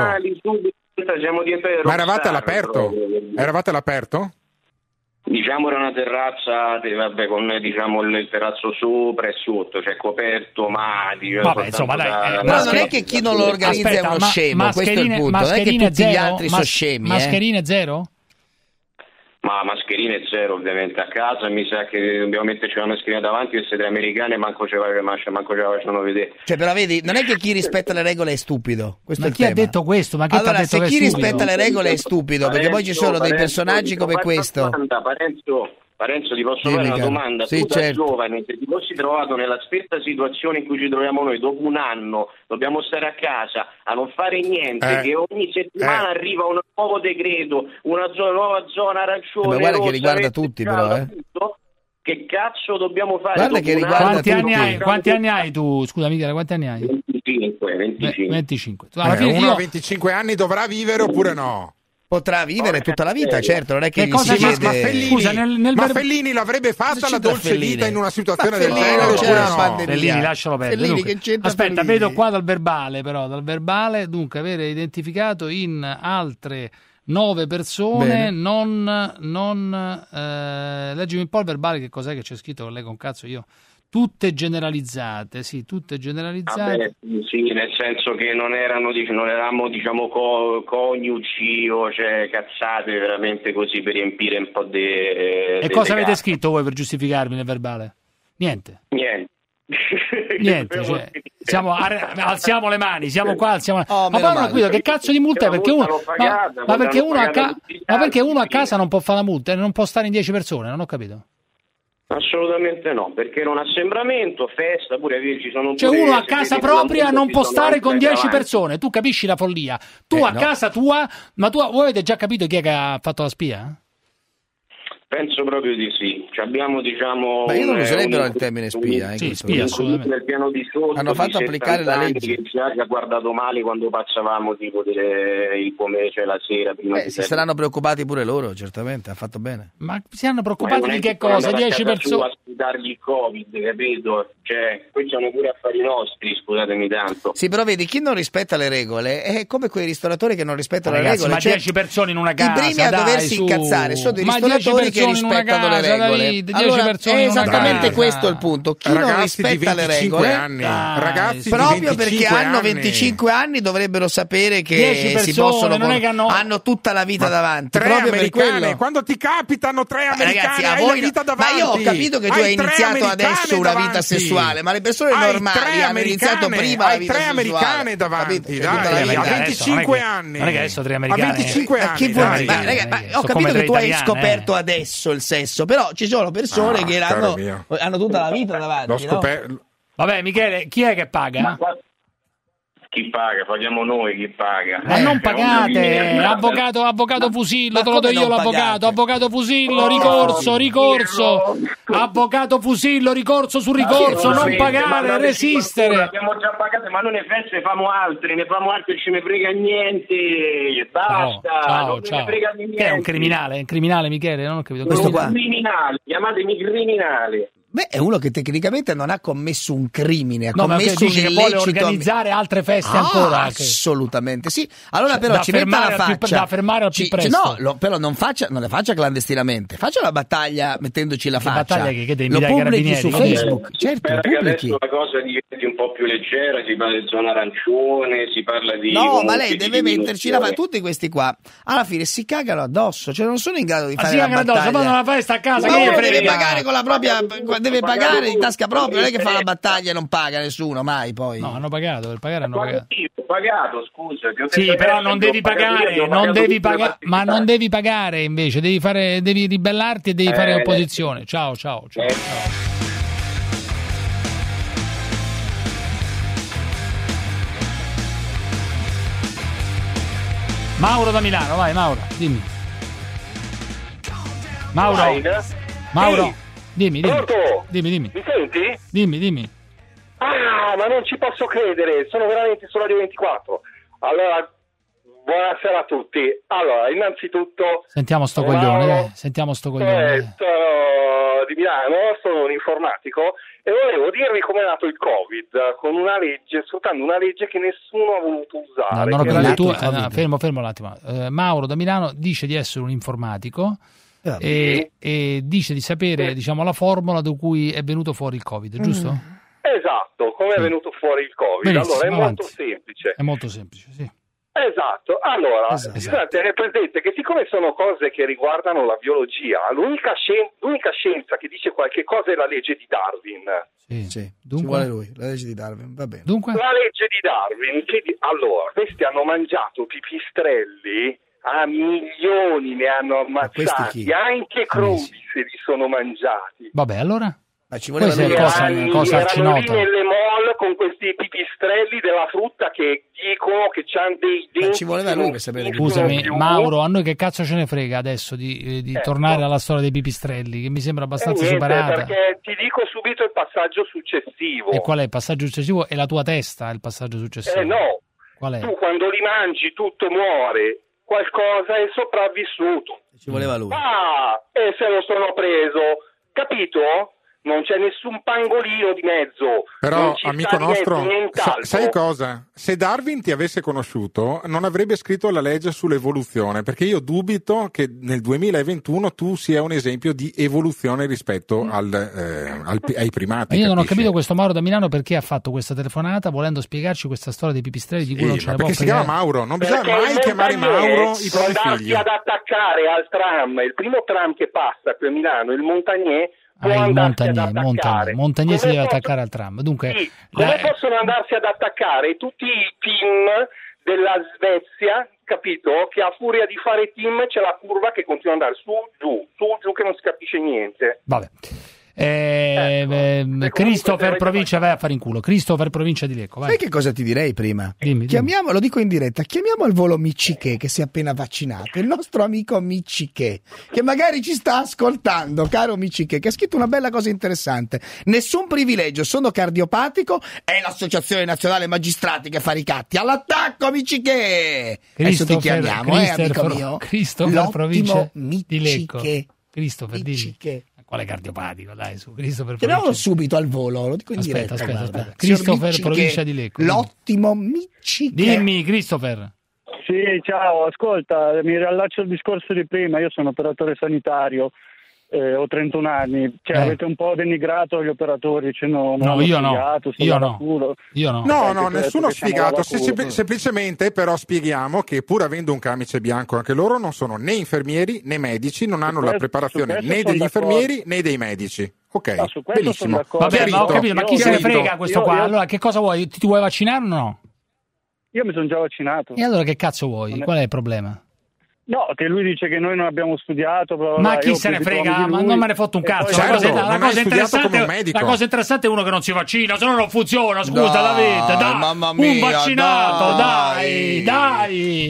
S9: Ma eravate all'aperto? Eravate all'aperto?
S14: Diciamo era una terrazza, vabbè, con diciamo il terrazzo sopra e sotto, cioè coperto, ma
S3: vabbè, insomma, dai,
S4: eh, ma non è che chi non lo organizza Aspetta, è uno scemo, questo è il punto, non è che tutti
S3: zero?
S4: gli altri
S3: Mas-
S4: sono scemi.
S3: Mascherine
S4: eh?
S3: zero?
S14: Ma mascherine zero ovviamente a casa, mi sa che dobbiamo metterci la mascherina davanti, queste tre americane manco ce la, manco ce la facciano vedere.
S4: Cioè però vedi, non è che chi rispetta le regole è stupido, questo
S3: ma
S4: è il
S3: chi
S4: tema.
S3: ha detto questo? Ma chi
S4: allora,
S3: t'ha detto
S4: se
S3: che
S4: chi
S3: è
S4: rispetta le regole è stupido, perché poi ci sono dei personaggi come questo.
S14: Parenzo, Parenzo, ti posso
S4: Dimmi,
S14: fare una
S4: caro.
S14: domanda?
S4: Sì,
S14: tu da
S4: certo.
S14: giovane, se ti fossi trovato nella stessa situazione in cui ci troviamo noi, dopo un anno dobbiamo stare a casa a non fare niente,
S9: eh.
S14: che ogni settimana eh. arriva un nuovo decreto, una zona, nuova zona arancione,
S4: ma guarda
S14: rossa,
S4: che riguarda
S14: verde,
S4: tutti
S14: giallo,
S4: però, eh.
S14: tutto. Che cazzo dobbiamo fare?
S4: Guarda che riguarda
S3: quanti
S4: tutti.
S3: anni hai? Quanti anni hai tu? Scusa Michele, quanti anni hai?
S14: venticinque, venticinque.
S3: venticinque.
S9: Alla eh, fine uno io... a venticinque anni dovrà vivere oppure no?
S4: Potrà vivere tutta la vita, certo, non è che,
S3: che
S4: gli
S3: cosa
S4: si
S3: ma,
S4: vede...
S3: ma Fellini, Scusa, nel, nel
S9: ma
S3: ver...
S9: Fellini l'avrebbe fatta la dolce
S4: Fellini?
S9: vita in una situazione
S4: ma
S9: del genere oppure no?
S3: Fellini, lascialo perdere.
S4: Fellini,
S3: dunque,
S4: che
S3: aspetta,
S4: Fellini?
S3: vedo qua dal verbale, però, dal verbale, dunque, avere identificato in altre nove persone, Bene. non, non eh, leggimi un po' il verbale, che cos'è che c'è scritto, che leggo un cazzo io. Tutte generalizzate, sì, tutte generalizzate.
S14: Vabbè, sì, nel senso che non erano, non eravamo, diciamo, co- coniugi o cioè cazzate veramente così per riempire un po' di.
S3: E
S14: de
S3: cosa avete
S14: carte.
S3: scritto voi per giustificarvi nel verbale? Niente.
S14: Niente.
S3: Niente, cioè, siamo, alziamo le mani, siamo qua, alziamo...
S4: Oh,
S3: ma poi non qui, che cazzo di multa è? Perché uno,
S14: pagata,
S3: ma, ma, perché uno a ca- ma perché uno a
S14: casa
S3: casa non può fare la multa e non può stare in dieci persone? Non ho capito.
S14: Assolutamente no, perché era un assembramento, festa, pure ci sono
S3: cioè uno a casa propria non può stare con dieci persone, tu capisci la follia? Tu eh, a no. casa tua, ma tu voi avete già capito chi è che ha fatto la spia?
S14: Penso proprio di sì. Cioè abbiamo, diciamo.
S4: Ma io non
S14: un,
S4: userebbero
S14: un,
S4: il termine spia. Eh,
S3: sì, spia, assolutamente.
S14: Nel piano di sotto,
S4: hanno fatto
S14: di
S4: applicare la legge.
S14: Che ci ha guardato male quando passavamo tipo dire, il pomeriggio, cioè la sera. Prima
S4: eh,
S14: di
S4: si saranno preoccupati pure loro, certamente. Ha fatto bene.
S3: Ma si hanno preoccupati di che cosa? dieci persone.
S14: A dargli il Covid, capito? Cioè, questi sono pure affari nostri, scusatemi tanto.
S4: Sì, però vedi, chi non rispetta le regole è come quei ristoratori che non rispettano
S3: Ragazzi,
S4: le regole.
S3: Ma
S4: cioè,
S3: dieci persone in una casa.
S4: I primi a
S3: dai,
S4: doversi
S3: su.
S4: incazzare sono dei
S3: ma
S4: ristoratori
S3: persone in una casa, David, dieci
S4: allora,
S3: persone
S4: è
S3: in una
S4: esattamente
S3: casa.
S4: questo il punto. Chi
S9: Ragazzi
S4: non rispetta le regole,
S9: anni, ragazzi
S4: proprio
S9: di
S4: perché hanno
S9: anni.
S4: venticinque anni dovrebbero sapere che
S3: persone,
S4: si possono
S3: non è che hanno...
S4: hanno tutta la vita
S9: Ma
S4: davanti.
S9: Tre
S4: proprio per
S9: americane,
S4: quello.
S9: quando ti capitano tre americane,
S4: Ragazzi, a
S9: hai
S4: voi
S9: la vita
S4: no.
S9: davanti.
S4: Ma io ho capito che tu hai,
S9: hai
S4: iniziato adesso una
S9: davanti.
S4: vita sessuale, ma le persone
S9: hai
S4: normali hanno iniziato prima
S9: hai
S4: la vita
S9: tre
S4: sessuale.
S9: americane davanti,
S4: Capito?
S9: dai,
S4: Tutta
S9: a venticinque
S3: adesso,
S9: anni.
S3: non è che adesso tre americane.
S9: A venticinque
S4: Ma
S9: anni.
S4: che vuoi
S9: dai.
S4: dire? Ma, raga, ma ho
S3: Sono
S4: capito che tu hai
S3: italiane,
S4: scoperto
S3: eh.
S4: adesso il sesso, però ci sono persone
S9: Ah,
S4: che
S9: caro
S4: hanno,
S9: mio.
S4: hanno tutta la vita davanti.
S9: L'ho
S4: no?
S9: scoperto.
S3: Vabbè, Michele, chi è che paga?
S14: Chi paga? Paghiamo noi chi paga.
S3: Ma
S14: Eh,
S3: non
S14: per
S3: pagate,
S14: ogni-
S3: avvocato, avvocato Fusillo,
S4: ma
S3: te lo do
S4: come
S3: io
S4: non
S3: l'avvocato,
S4: pagate?
S3: avvocato Fusillo,
S14: Oh,
S3: ricorso, ricorso,
S14: Dio.
S3: avvocato Fusillo, ricorso su ricorso, non pagare, resistere.
S14: Abbiamo già pagato, ma noi ne feste famo altri, ne famo altri, ci ne frega niente,
S3: Ciao,
S14: basta,
S3: ciao,
S14: non
S3: ciao.
S14: ne frega niente.
S3: Che è un criminale, è un criminale Michele, non ho capito.
S4: Questo
S14: Sono
S4: qua.
S14: criminali, chiamatemi criminali.
S4: Beh, è uno che tecnicamente non ha commesso un crimine, ha
S3: No, ma che
S4: commesso un
S3: dice che vuole
S4: illecito.
S3: organizzare altre feste
S4: Ah,
S3: ancora. Che...
S4: assolutamente sì. Allora però
S3: Da
S4: ci metta
S3: fermare
S4: la
S3: al più-
S4: faccia.
S3: da fermare al più
S4: Ci-
S3: presto.
S4: No, lo- però non faccia, non le faccia clandestinamente. Faccia la battaglia mettendoci la
S3: Che
S4: faccia.
S3: battaglia che- che devi
S4: lo
S3: dare ai
S4: pubblichi su
S3: carabinieri?
S4: Facebook.
S14: Eh,
S4: Certo,
S14: spera che
S4: pubblichi.
S14: adesso la cosa diventi un po' più leggera, si parla di zona arancione, si parla di...
S4: No, ma
S14: comunque
S4: lei
S14: di
S4: deve metterci la faccia.
S14: diminuzione.
S4: Tutti questi qua alla fine si cagano addosso, cioè non sono in grado di
S3: Ma
S4: fare
S3: si
S4: la
S3: cagano addosso,
S4: battaglia.
S3: fanno la festa a casa,
S4: Ma
S3: che gli
S4: uno deve
S3: frega?
S4: pagare con la propria, deve pagare in tasca propria, non è che fa la
S14: Eh,
S4: battaglia e non paga nessuno mai poi.
S3: No, hanno pagato, per pagare hanno pagato.
S14: Io ho pagato, scusa. ti ho
S3: Sì,
S14: detto
S3: però
S14: adesso
S3: non
S14: che ho
S3: devi
S14: pagato io,
S3: pagare,
S14: ho
S3: non
S14: pagato
S3: devi
S14: tutte le
S3: pagare, ma
S14: partite.
S3: non devi pagare invece, devi fare, devi ribellarti e devi fare
S14: Eh,
S3: opposizione. Ciao, ciao, ciao.
S14: Eh.
S3: ciao. Mauro da Milano, vai Mauro, dimmi. Mauro, Mauro,
S10: Sì.
S3: dimmi, dimmi,
S10: Pronto?
S3: dimmi, dimmi,
S10: Mi senti?
S3: dimmi, dimmi.
S10: Ah, ma non ci posso credere, sono veramente su Radio ventiquattro. Allora, buonasera a tutti. Allora, innanzitutto...
S3: Sentiamo sto
S10: Mauro,
S3: coglione, dai, sentiamo sto coglione.
S10: eh, sono di Milano, sono un informatico e volevo dirvi com'è nato il Covid, con una legge, sfruttando una legge che nessuno ha voluto
S3: No,
S10: usare.
S3: non ho
S10: che era
S3: capito, tu,
S10: la-
S3: eh, no, fermo, fermo un attimo. Eh, Mauro da Milano dice di essere un informatico
S4: Vabbè.
S3: e, e dice di sapere, diciamo, la formula da cui è venuto fuori il Covid, giusto?
S10: Esatto, come
S3: Sì.
S10: è venuto fuori il Covid.
S3: Benissimo,
S10: allora, è
S3: avanti.
S10: molto semplice.
S3: È molto semplice, sì.
S10: Esatto, allora,
S4: Esatto.
S10: bisogna tenere presente che siccome sono cose che riguardano la biologia, l'unica, scien- l'unica scienza che dice qualche cosa è la legge di Darwin.
S3: Sì.
S4: Sì, ci
S3: Dunque?
S4: vuole lui, la legge di Darwin, va bene.
S3: Dunque?
S10: La legge di Darwin, che di- allora, questi hanno mangiato pipistrelli, a milioni ne hanno
S4: questi
S10: ammazzati,
S4: chi?
S10: anche crudi se li sono mangiati.
S3: Vabbè, allora?
S4: Ma ci voleva
S3: Questa
S4: lui.
S3: è cosa,
S10: Erano-
S3: cosa
S10: erano lì
S3: arcinota.
S10: nelle mall con questi pipistrelli della frutta che dicono che c'hanno dei
S4: Ma
S10: denti
S4: ci voleva
S10: che
S4: lui
S10: non
S4: per sapere che
S10: finiscono
S3: Scusami,
S10: più.
S3: Mauro, a noi che cazzo ce ne frega adesso di, eh, di
S10: Eh,
S3: tornare
S10: no.
S3: alla storia dei pipistrelli, che mi sembra
S10: Eh,
S3: abbastanza
S10: niente,
S3: superata.
S10: perché ti dico subito il passaggio successivo.
S3: E qual è il passaggio successivo? È la tua testa il passaggio successivo.
S10: Eh no,
S3: Qual è?
S10: tu quando li mangi tutto muore, qualcosa è sopravvissuto.
S4: Ci voleva lui.
S10: Ah, e se lo sono preso, capito? Non c'è nessun pangolino di mezzo.
S9: Però,
S10: non ci
S9: amico
S10: sta di
S9: nostro,
S10: mezzo
S9: sa-
S10: nient'altro.
S9: sai cosa? Se Darwin ti avesse conosciuto, non avrebbe scritto la legge sull'evoluzione, perché io dubito che nel duemilaventuno tu sia un esempio di evoluzione rispetto al, eh, al- ai primati.
S3: Ma io non ho
S9: capisci?
S3: capito questo Mauro da Milano perché ha fatto questa telefonata volendo spiegarci questa storia dei pipistrelli di cui
S9: Sì,
S3: non ce
S9: ma
S3: ne può
S9: perché si
S3: fregare.
S9: chiama Mauro, non bisogna
S10: Perché
S9: mai
S10: il
S9: chiamare
S10: montagnese
S9: Mauro i
S10: può
S9: propri
S10: andarsi
S9: figli.
S10: ad attaccare al tram, il primo tram che passa qui a Milano, il Montagnier, può
S3: Ah, il
S10: andarsi ad
S3: Montagnier,
S10: attaccare.
S3: Montagnier, Montagnier si
S10: Come
S3: deve
S10: posso-
S3: attaccare al tram. Dunque,
S10: Sì, come
S3: la-
S10: possono andarsi ad attaccare tutti i team della Svezia, capito? Che a furia di fare team c'è la curva che continua ad andare su, giù, su, giù, che non si capisce niente.
S3: vabbè. Eh,
S10: Ecco.
S3: eh,
S10: E comunque
S3: Christopher
S10: se avete
S3: provincia, vai a fare in culo. Christopher provincia di Lecco, vai.
S4: Sai che cosa ti direi prima?
S3: Dimmi, dimmi.
S4: Chiamiamo, lo dico in diretta, chiamiamo al volo Micciche che si è appena vaccinato, il nostro amico Micciche, che magari ci sta ascoltando, caro Micciche, che ha scritto una bella cosa interessante. Nessun privilegio, sono cardiopatico, è l'Associazione Nazionale Magistrati che fa ricatti. All'attacco, Micciche! Adesso ti
S3: Christopher-
S4: chiamiamo, eh, amico
S3: Christopher-
S4: mio.
S3: Christopher
S4: L'ottimo
S3: provincia di Lecco.
S4: Micciche.
S3: Christopher, dimmi.
S4: Micciche.
S3: Quale cardiopatico, dai, su. Christopher
S4: Chiamiamolo
S3: provincia-
S4: subito al volo, lo dico in
S3: Aspetta,
S4: diretta.
S3: aspetta,
S4: guarda.
S3: aspetta.
S4: Signor
S3: Christopher,
S4: Micciche,
S3: provincia di Lecco.
S4: L'ottimo Micciche.
S3: Dimmi, Christopher.
S15: Sì, ciao, ascolta, mi riallaccio al discorso di prima, io sono operatore sanitario Eh, ho trentuno anni, cioè
S3: Eh.
S15: avete un po' denigrato gli operatori, cioè no,
S3: No, io no. Io no.
S15: Culo.
S3: Io no.
S9: No,
S15: Eh,
S9: no,
S15: che-
S9: nessuno
S15: che siamo
S9: sfigato.
S15: lava
S9: Se-
S15: culo.
S9: sempl- semplicemente però spieghiamo che pur avendo un camice bianco anche loro non sono né infermieri né medici, non hanno la
S15: questo-
S9: preparazione
S15: su questo
S9: né
S15: sono
S9: degli
S15: d'accordo.
S9: infermieri né dei medici. Ok,
S15: No, su questo
S9: benissimo.
S15: sono d'accordo.
S3: Vabbè, ma ho capito, ma chi se ne
S9: Chiarito.
S3: frega questo
S15: Io-
S3: qua?
S15: io-
S3: Allora, che cosa vuoi? Ti, ti vuoi vaccinare o no?
S15: Io mi sono già vaccinato.
S3: E allora che cazzo vuoi?
S15: Non è-
S3: Qual è il problema?
S15: No, che lui dice che noi non abbiamo studiato. Bla bla
S3: Ma
S15: bla.
S3: chi
S15: Io
S3: se ne
S15: ho più
S3: frega?
S15: diploma di
S3: Ma
S15: lui.
S3: non me ne fotto un
S15: E
S3: cazzo.
S15: poi-
S3: La cosa,
S9: Certo,
S3: la
S9: non hai
S3: cosa
S9: studiato
S3: interessante,
S9: come un medico.
S3: la cosa interessante è uno che non si vaccina, se no non funziona. Scusa,
S4: Dai,
S3: Davide, dai,
S4: mamma
S3: un
S4: mia,
S3: vaccinato,
S4: dai.
S3: dai, dai,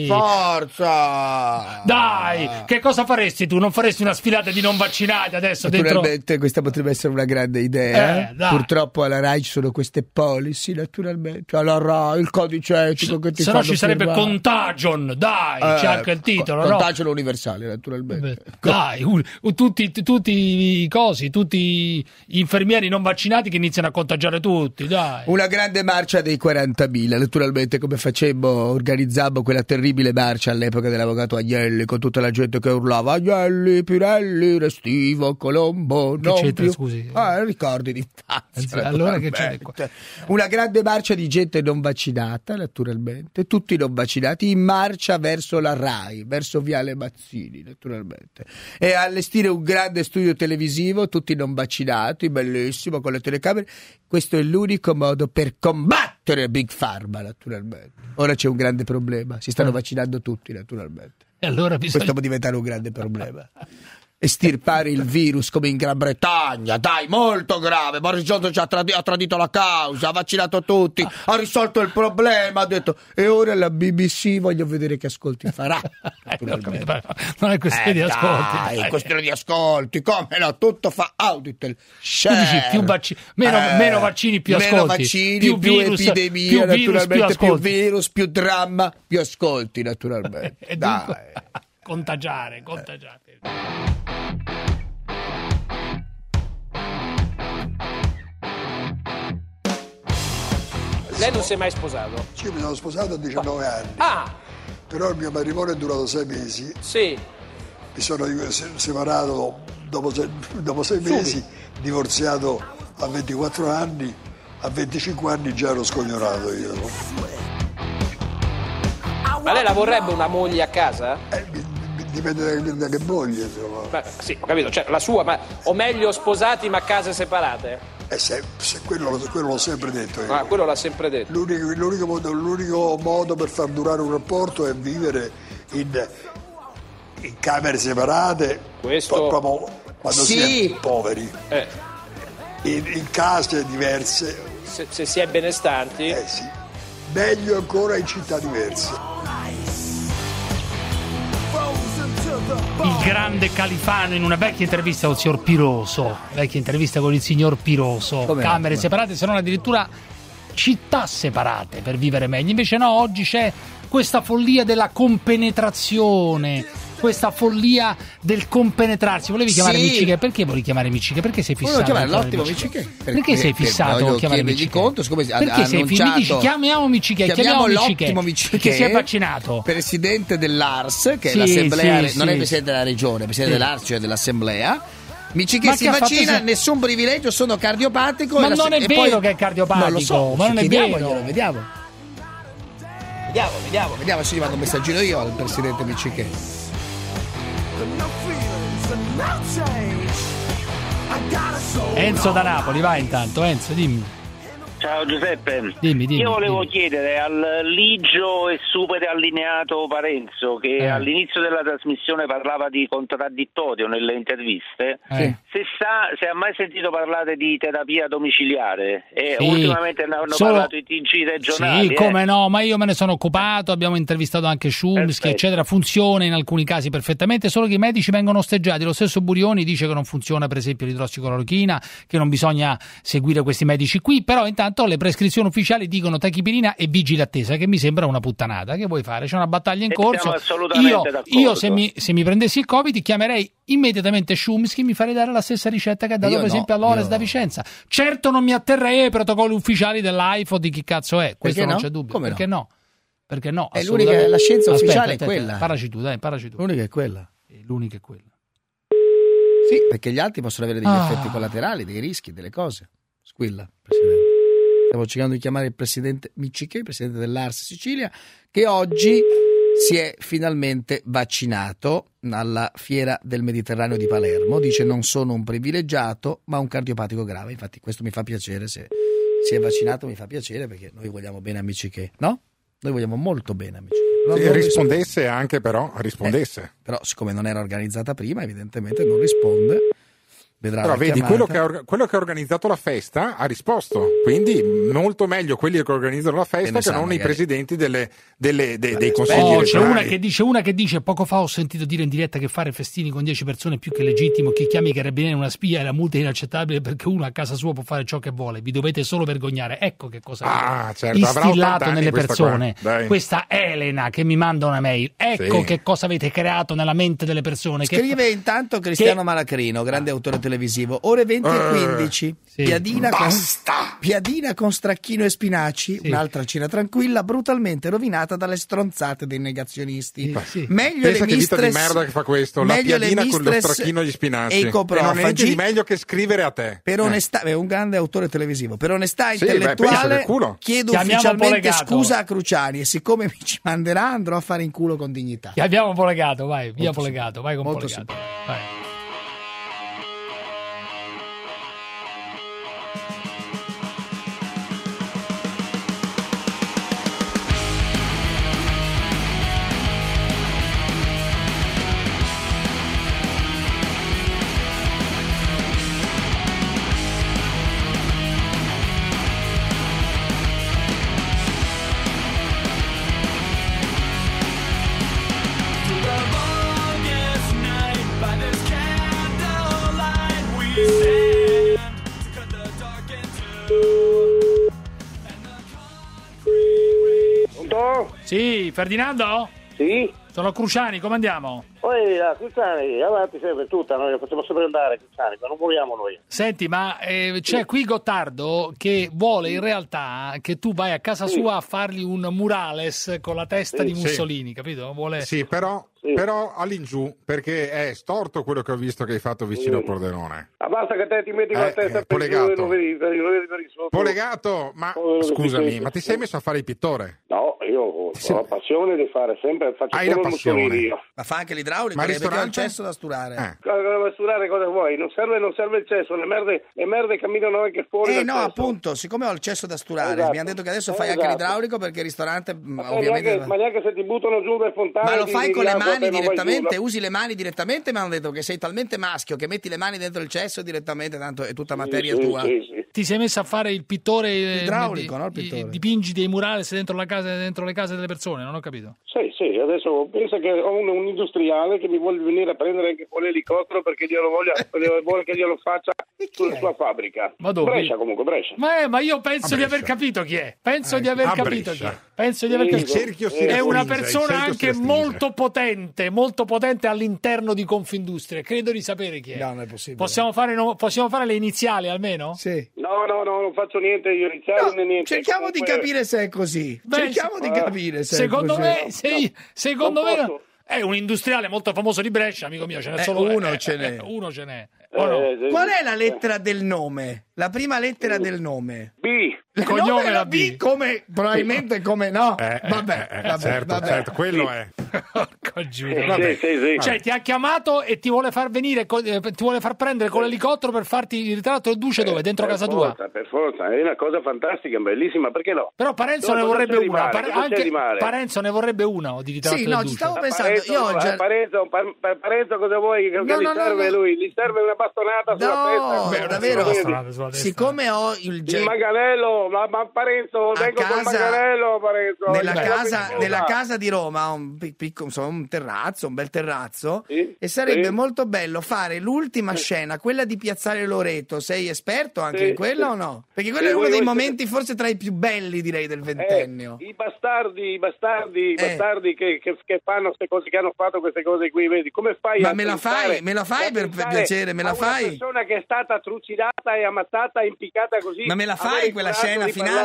S4: Forza!
S3: dai. Che cosa faresti tu? Non faresti una sfilata di non vaccinati adesso dentro?
S4: Naturalmente questa potrebbe essere una grande idea.
S3: Eh, dai.
S4: Purtroppo alla RAI ci sono queste policy, naturalmente. Alla RAI, il codice etico che ti
S3: Se no
S4: fanno
S3: ci sarebbe
S4: firmare.
S3: Contagion, dai,
S4: Eh,
S3: c'è anche il titolo, no?
S4: Contagione universale, naturalmente.
S3: Dai, uh, uh, tutti, tutti i cosi, tutti gli infermieri non vaccinati che iniziano a contagiare tutti, dai.
S4: Una grande marcia dei quarantamila, naturalmente, come facemmo, organizzammo quella terribile marcia all'epoca dell'avvocato Agnelli, con tutta la gente che urlava Agnelli, Pirelli, Restivo, Colombo,
S3: Che
S4: non
S3: c'entra,
S4: più.
S3: scusi?
S4: Ah, ricordi di infanzia.
S3: Allora che c'è qua?
S4: naturalmente. Una grande marcia di gente non vaccinata, naturalmente, tutti non vaccinati, in marcia verso la RAI, verso Viale Mazzini, naturalmente, e allestire un grande studio televisivo, tutti non vaccinati, bellissimo, con le telecamere. Questo è l'unico modo per combattere Big Pharma, naturalmente. Ora c'è un grande problema, si stanno
S3: Eh.
S4: vaccinando tutti, naturalmente.
S3: E allora bisogna...
S4: Questo può diventare un grande problema. Estirpare il virus come in Gran Bretagna, dai, molto grave. Boris Johnson ci ha, tradi- ha tradito la causa, ha vaccinato tutti, ha risolto il problema, ha detto, e ora la B B C voglio vedere che ascolti farà. Naturalmente.
S3: Non è questione
S4: Eh,
S3: di ascolti.
S4: dai,
S3: dai.
S4: è questione di ascolti, come no, tutto fa Auditel.
S3: Tu
S4: Share.
S3: dici più vacci- meno,
S4: Eh,
S3: meno vaccini, più
S4: meno
S3: ascolti.
S4: vaccini,
S3: più,
S4: più,
S3: virus,
S4: epidemia,
S3: più virus, più
S4: naturalmente, più,
S3: ascolti.
S4: virus, più dramma, più ascolti, naturalmente.
S3: E
S4: Dai.
S3: dunque, contagiare, contagiate.
S16: Lei non si è mai sposato?
S18: Sì, io mi sono sposato a diciannove anni.
S16: Ah!
S18: Però il mio matrimonio è durato sei mesi.
S16: Sì.
S18: Mi sono se- separato dopo sei, dopo sei mesi, divorziato a ventiquattro anni, a venticinque anni già ero scognorato io.
S16: Ma lei la vorrebbe una moglie a casa?
S18: Dipende da, da che moglie, insomma.
S16: Ma, sì, ho capito, cioè la sua, ma o meglio sposati ma case separate?
S18: Eh, se, se quello, quello l'ho sempre detto io.
S16: Ah, quello l'ha sempre detto.
S18: L'unico, l'unico modo, l'unico modo per far durare un rapporto è vivere in, in camere separate,
S16: Questo-
S18: pro- proprio quando
S16: Sì.
S18: si è poveri,
S16: Eh,
S18: in, in case diverse,
S16: se, se si è benestanti.
S18: eh sì, meglio ancora in città diverse.
S3: Il grande Califano in una vecchia intervista con il signor Piroso, vecchia intervista con il signor Piroso,
S4: Come no,
S3: camere
S4: come
S3: separate, se non addirittura città separate per vivere meglio. Invece no, oggi c'è questa follia della compenetrazione, questa follia del compenetrarsi. Volevi chiamare
S4: Sì.
S3: Michiche? Perché volevi chiamare Michiche? Perché sei fissato?
S4: Volevo chiamare
S3: con
S4: l'ottimo
S3: Michiche?
S4: Michiche.
S3: Perché sei fissato con chiamare
S4: chiedergli
S3: Michiche?
S4: conto, siccome ha-
S3: Perché
S4: ha
S3: sei fi- mi
S4: annunciato-
S3: dici chiamiamo Michiche,
S4: Chiamiamo
S3: chiamiamo
S4: l'ottimo
S3: Michiche,
S4: Michiche,
S3: perché si è vaccinato.
S4: presidente dell'A R S, che
S3: Sì,
S4: è l'assemblea,
S3: sì,
S4: non
S3: sì.
S4: è presidente della regione, è presidente
S3: Sì.
S4: dell'A R S, cioè dell'assemblea. Michiche
S3: Ma
S4: si
S3: che ha fatto
S4: vaccina,
S3: se-
S4: nessun privilegio, sono cardiopatico.
S3: Ma
S4: e la-
S3: non è
S4: e
S3: vero
S4: poi-
S3: che è cardiopatico,
S4: Non lo so,
S3: ma non è
S4: chiediamoglielo,
S3: vero.
S4: vediamo. Vediamo, vediamo, vediamo se gli mando un messaggino io al presidente Michiche.
S3: Enzo da Napoli, vai intanto, Enzo, dimmi.
S19: Ciao Giuseppe,
S3: Dimmi, dimmi,
S19: io volevo
S3: dimmi.
S19: chiedere al ligio e super allineato Parenzo, che
S3: Eh.
S19: all'inizio della trasmissione parlava di contraddittorio nelle interviste,
S3: Eh.
S19: se, sa, se ha mai sentito parlare di terapia domiciliare e
S3: Sì,
S19: ultimamente ne hanno
S3: solo-
S19: parlato i T G regionali.
S3: Sì,
S19: eh.
S3: come no, ma io me ne sono occupato, abbiamo intervistato anche Schumsky,
S19: Perfetto.
S3: eccetera, funziona in alcuni casi perfettamente, solo che i medici vengono osteggiati. Lo stesso Burioni dice che non funziona per esempio l'idrossiclorochina, che non bisogna seguire questi medici qui, però intanto le prescrizioni ufficiali dicono tachipirina e vigile attesa, che mi sembra una puttanata. Che vuoi fare? C'è una battaglia in
S19: E
S3: corso.
S19: siamo assolutamente
S3: Io,
S19: d'accordo.
S3: io se, mi, se mi prendessi il Covid ti chiamerei immediatamente Schumsky, mi farei dare la stessa ricetta che ha dato
S4: Io
S3: per
S4: no,
S3: esempio a Lores
S4: io-
S3: da Vicenza. Certo non mi atterrei ai protocolli ufficiali dell'AIFO di chi cazzo è, questo
S4: Perché
S3: non
S4: no?
S3: c'è dubbio.
S4: Come no?
S3: Perché no? Perché no?
S4: È
S3: assolutamente.
S4: l'unica- la scienza
S3: Aspetta,
S4: ufficiale è
S3: aspetta,
S4: quella.
S3: Parlaci tu, dai, parlaci tu.
S4: L'unica è quella.
S3: Eh, L'unica è quella.
S4: Sì, perché gli altri possono avere degli ah. effetti collaterali, dei rischi, delle cose. Squilla, Presidente. Stavo cercando di chiamare il Presidente Miccichè, Presidente dell'A R S Sicilia, che oggi si è finalmente vaccinato alla Fiera del Mediterraneo di Palermo. Dice: non sono un privilegiato, ma un cardiopatico grave. Infatti questo mi fa piacere, se si è vaccinato mi fa piacere, perché noi vogliamo bene a Miccichè, no? Noi vogliamo molto bene a Miccichè.
S9: Sì, rispondesse risponde. anche però, rispondesse.
S4: Eh, però siccome non era organizzata prima, evidentemente non risponde. Vedrà
S9: Però vedi, quello che, ha, quello che ha organizzato la festa ha risposto, quindi molto meglio quelli che organizzano la festa che, che non magari. i presidenti delle, delle, de, dei consigli
S3: oh,
S9: regionali.
S3: C'è una che dice, una che dice, poco fa ho sentito dire in diretta che fare festini con dieci persone è più che legittimo, chi chiami i carabinieri una spia e la multa è inaccettabile perché uno a casa sua può fare ciò che vuole, vi dovete solo vergognare. Ecco che cosa
S9: ah, certo,
S3: istillato nelle persone.
S9: Qua,
S3: questa Elena che mi manda una mail, ecco sì. che cosa avete creato nella mente delle persone.
S4: Scrive
S3: che...
S4: intanto Cristiano che... Malacrino, grande autore televisivo. Ore venti e quindici, sì. piadina, con, piadina con stracchino e spinaci, sì. un'altra cena tranquilla brutalmente rovinata dalle stronzate dei negazionisti.
S9: Sì, sì.
S4: Meglio
S9: Pensa
S4: le
S9: che
S4: mistress,
S9: vita di merda che fa questo, la piadina con lo stracchino e gli spinaci,
S4: e i coprofagi,
S9: e non è niente di meglio che scrivere a te.
S4: Per onestà, eh. è un grande autore televisivo, per onestà sì, intellettuale
S9: beh,
S4: chiedo
S3: Chiamiamo
S4: ufficialmente
S3: Polegato.
S4: scusa a Cruciani, e siccome mi ci manderà andrò a fare in culo con dignità.
S3: Ti abbiamo Polegato, vai, via Molto Polegato, vai con Molto Polegato. Vai. Sì, Ferdinando?
S10: Sì?
S3: Sono Cruciani, come andiamo?
S10: Poi, la Cruciani, avanti sempre tutta, noi la facciamo sempre andare, Cruciani, ma non moriamo noi.
S3: Senti, ma eh, c'è qui Gottardo che vuole in realtà che tu vai a casa sì. sua a fargli un murales con la testa sì, di Mussolini, sì. capito? Vuole...
S9: Sì, però... Sì. Però all'ingiù, perché è storto quello che ho visto che hai fatto vicino mm. al Pordenone.
S10: Ma basta che te ti metti con
S9: eh,
S10: la testa
S9: eh, Polegato.
S10: Per vedi, per vedi, per il
S9: Polegato, ma oh, scusami, sì, ma ti sei messo a fare il pittore?
S10: No, io ho sì. la passione di fare sempre, faccio
S9: Hai la passione.
S10: Io.
S4: Ma fa anche l'idraulico,
S9: ma
S4: perché ha il cesso da sturare.
S9: Eh.
S10: Da sturare cosa vuoi? Non serve, non serve il cesso, le merde, le merde camminano anche fuori.
S4: Eh no,
S10: cesso.
S4: appunto, siccome ho il cesso da sturare,
S10: esatto.
S4: mi hanno detto che adesso fai
S10: esatto.
S4: anche l'idraulico perché il ristorante
S10: ma
S4: ovviamente...
S10: Neanche, ma neanche se ti buttano giù per fontane.
S4: Ma lo fai con le mani direttamente?
S10: Giù,
S4: usi le mani direttamente, mi hanno detto che sei talmente maschio che metti le mani dentro il cesso direttamente, tanto è tutta materia
S10: sì,
S4: tua.
S10: Sì, sì.
S3: Ti sei messo a fare il pittore
S4: idraulico,
S3: di,
S4: no? Il pittore.
S3: Dipingi dei murales dentro la casa, dentro le case delle persone, non ho capito.
S10: Sì, sì, adesso pensa che ho un, un industriale che mi vuole venire a prendere anche con l'elicottero perché glielo voglia, vuole che glielo faccia sulla sua fabbrica.
S3: Ma dove?
S10: Brescia comunque, Brescia.
S3: Ma, eh, ma io penso di aver capito chi è. Penso eh, di aver capito chi è. Penso di aver
S10: sì,
S3: capito.
S9: Cerchio
S10: sì,
S3: è una
S9: stringe,
S3: persona anche molto potente, molto potente all'interno di Confindustria. Credo di sapere chi è.
S4: No, non è possibile.
S3: Possiamo fare, no, possiamo fare le iniziali almeno?
S4: Sì.
S10: No, no, no, non faccio niente io iniziali
S4: no,
S10: né niente.
S4: Cerchiamo
S10: comunque...
S4: di capire se è così.
S3: Beh,
S4: cerchiamo
S3: se...
S4: di capire se
S3: secondo
S4: è così.
S3: me, se...
S10: no,
S3: secondo me
S10: posso.
S3: È un industriale molto famoso di Brescia, amico mio, ce n'è
S4: eh,
S3: solo
S4: uno,
S3: eh,
S4: ce n'è.
S3: Eh, uno ce n'è.
S10: Eh,
S3: Oh no.
S10: eh,
S4: Qual è la lettera del nome? La prima lettera
S10: eh,
S4: del nome?
S10: B.
S3: Il cognome è la
S4: B,
S3: B.
S4: come probabilmente come no.
S9: Eh,
S4: vabbè,
S9: eh, eh,
S4: vabbè,
S9: certo,
S4: vabbè.
S9: certo, quello è.
S3: Porco Giuda,
S10: Sì,
S3: vabbè.
S10: sì, sì.
S3: Cioè ti ha chiamato e ti vuole far venire, eh, ti vuole far prendere con l'elicottero per farti il ritratto del duce dove? Dentro
S10: per
S3: casa
S10: forza,
S3: tua?
S10: Per forza, è una cosa fantastica, bellissima, perché no?
S3: Però Parenzo
S10: no,
S3: ne vorrebbe una,
S10: male,
S3: Pare- anche Parenzo ne vorrebbe una di ritratto
S4: sì,
S3: del
S4: no,
S3: duce.
S4: ci stavo pensando.
S10: Parenzo,
S4: Io ho già...
S10: Parenzo, Par- Parenzo cosa vuoi? Che
S4: No,
S10: gli
S4: no, no,
S10: serve
S4: no.
S10: lui? Gli serve una bastonata sulla
S4: No,
S10: testa?
S4: davvero.
S3: Bastonata sulla testa.
S4: Siccome ho il
S10: Il Manganello, ma, ma Parenzo,
S4: A
S10: vengo col
S4: casa-
S10: Manganello, Parenzo.
S4: nella
S10: Beh,
S4: casa,
S10: la
S4: nella casa di Roma ho un, pic- pic- insomma, un terrazzo, un bel terrazzo,
S10: Sì,
S4: e sarebbe
S10: sì.
S4: molto bello fare l'ultima scena, quella di Piazzale Loreto. Sei esperto anche
S10: Sì,
S4: in quella
S10: sì.
S4: o no? Perché quello
S10: Sì,
S4: è uno
S10: voi-
S4: dei
S10: voi
S4: momenti forse tra i più belli, direi, del ventennio.
S10: Eh, I bastardi, i bastardi, i
S4: Eh.
S10: bastardi che, che, che fanno queste cose, che hanno fatto queste cose qui, vedi? Come fai
S4: Ma
S10: a
S4: me la
S10: pensare-
S4: fai? Me la fai
S10: a
S4: per- per
S10: pensare
S4: piacere? Me la
S10: a
S4: fai?
S10: Una persona che è stata trucidata e ammazzata, impiccata così.
S4: Ma me la
S10: avere
S4: fai
S10: il
S4: quella
S10: coraggio
S4: scena
S10: di
S4: finale?
S10: parlare-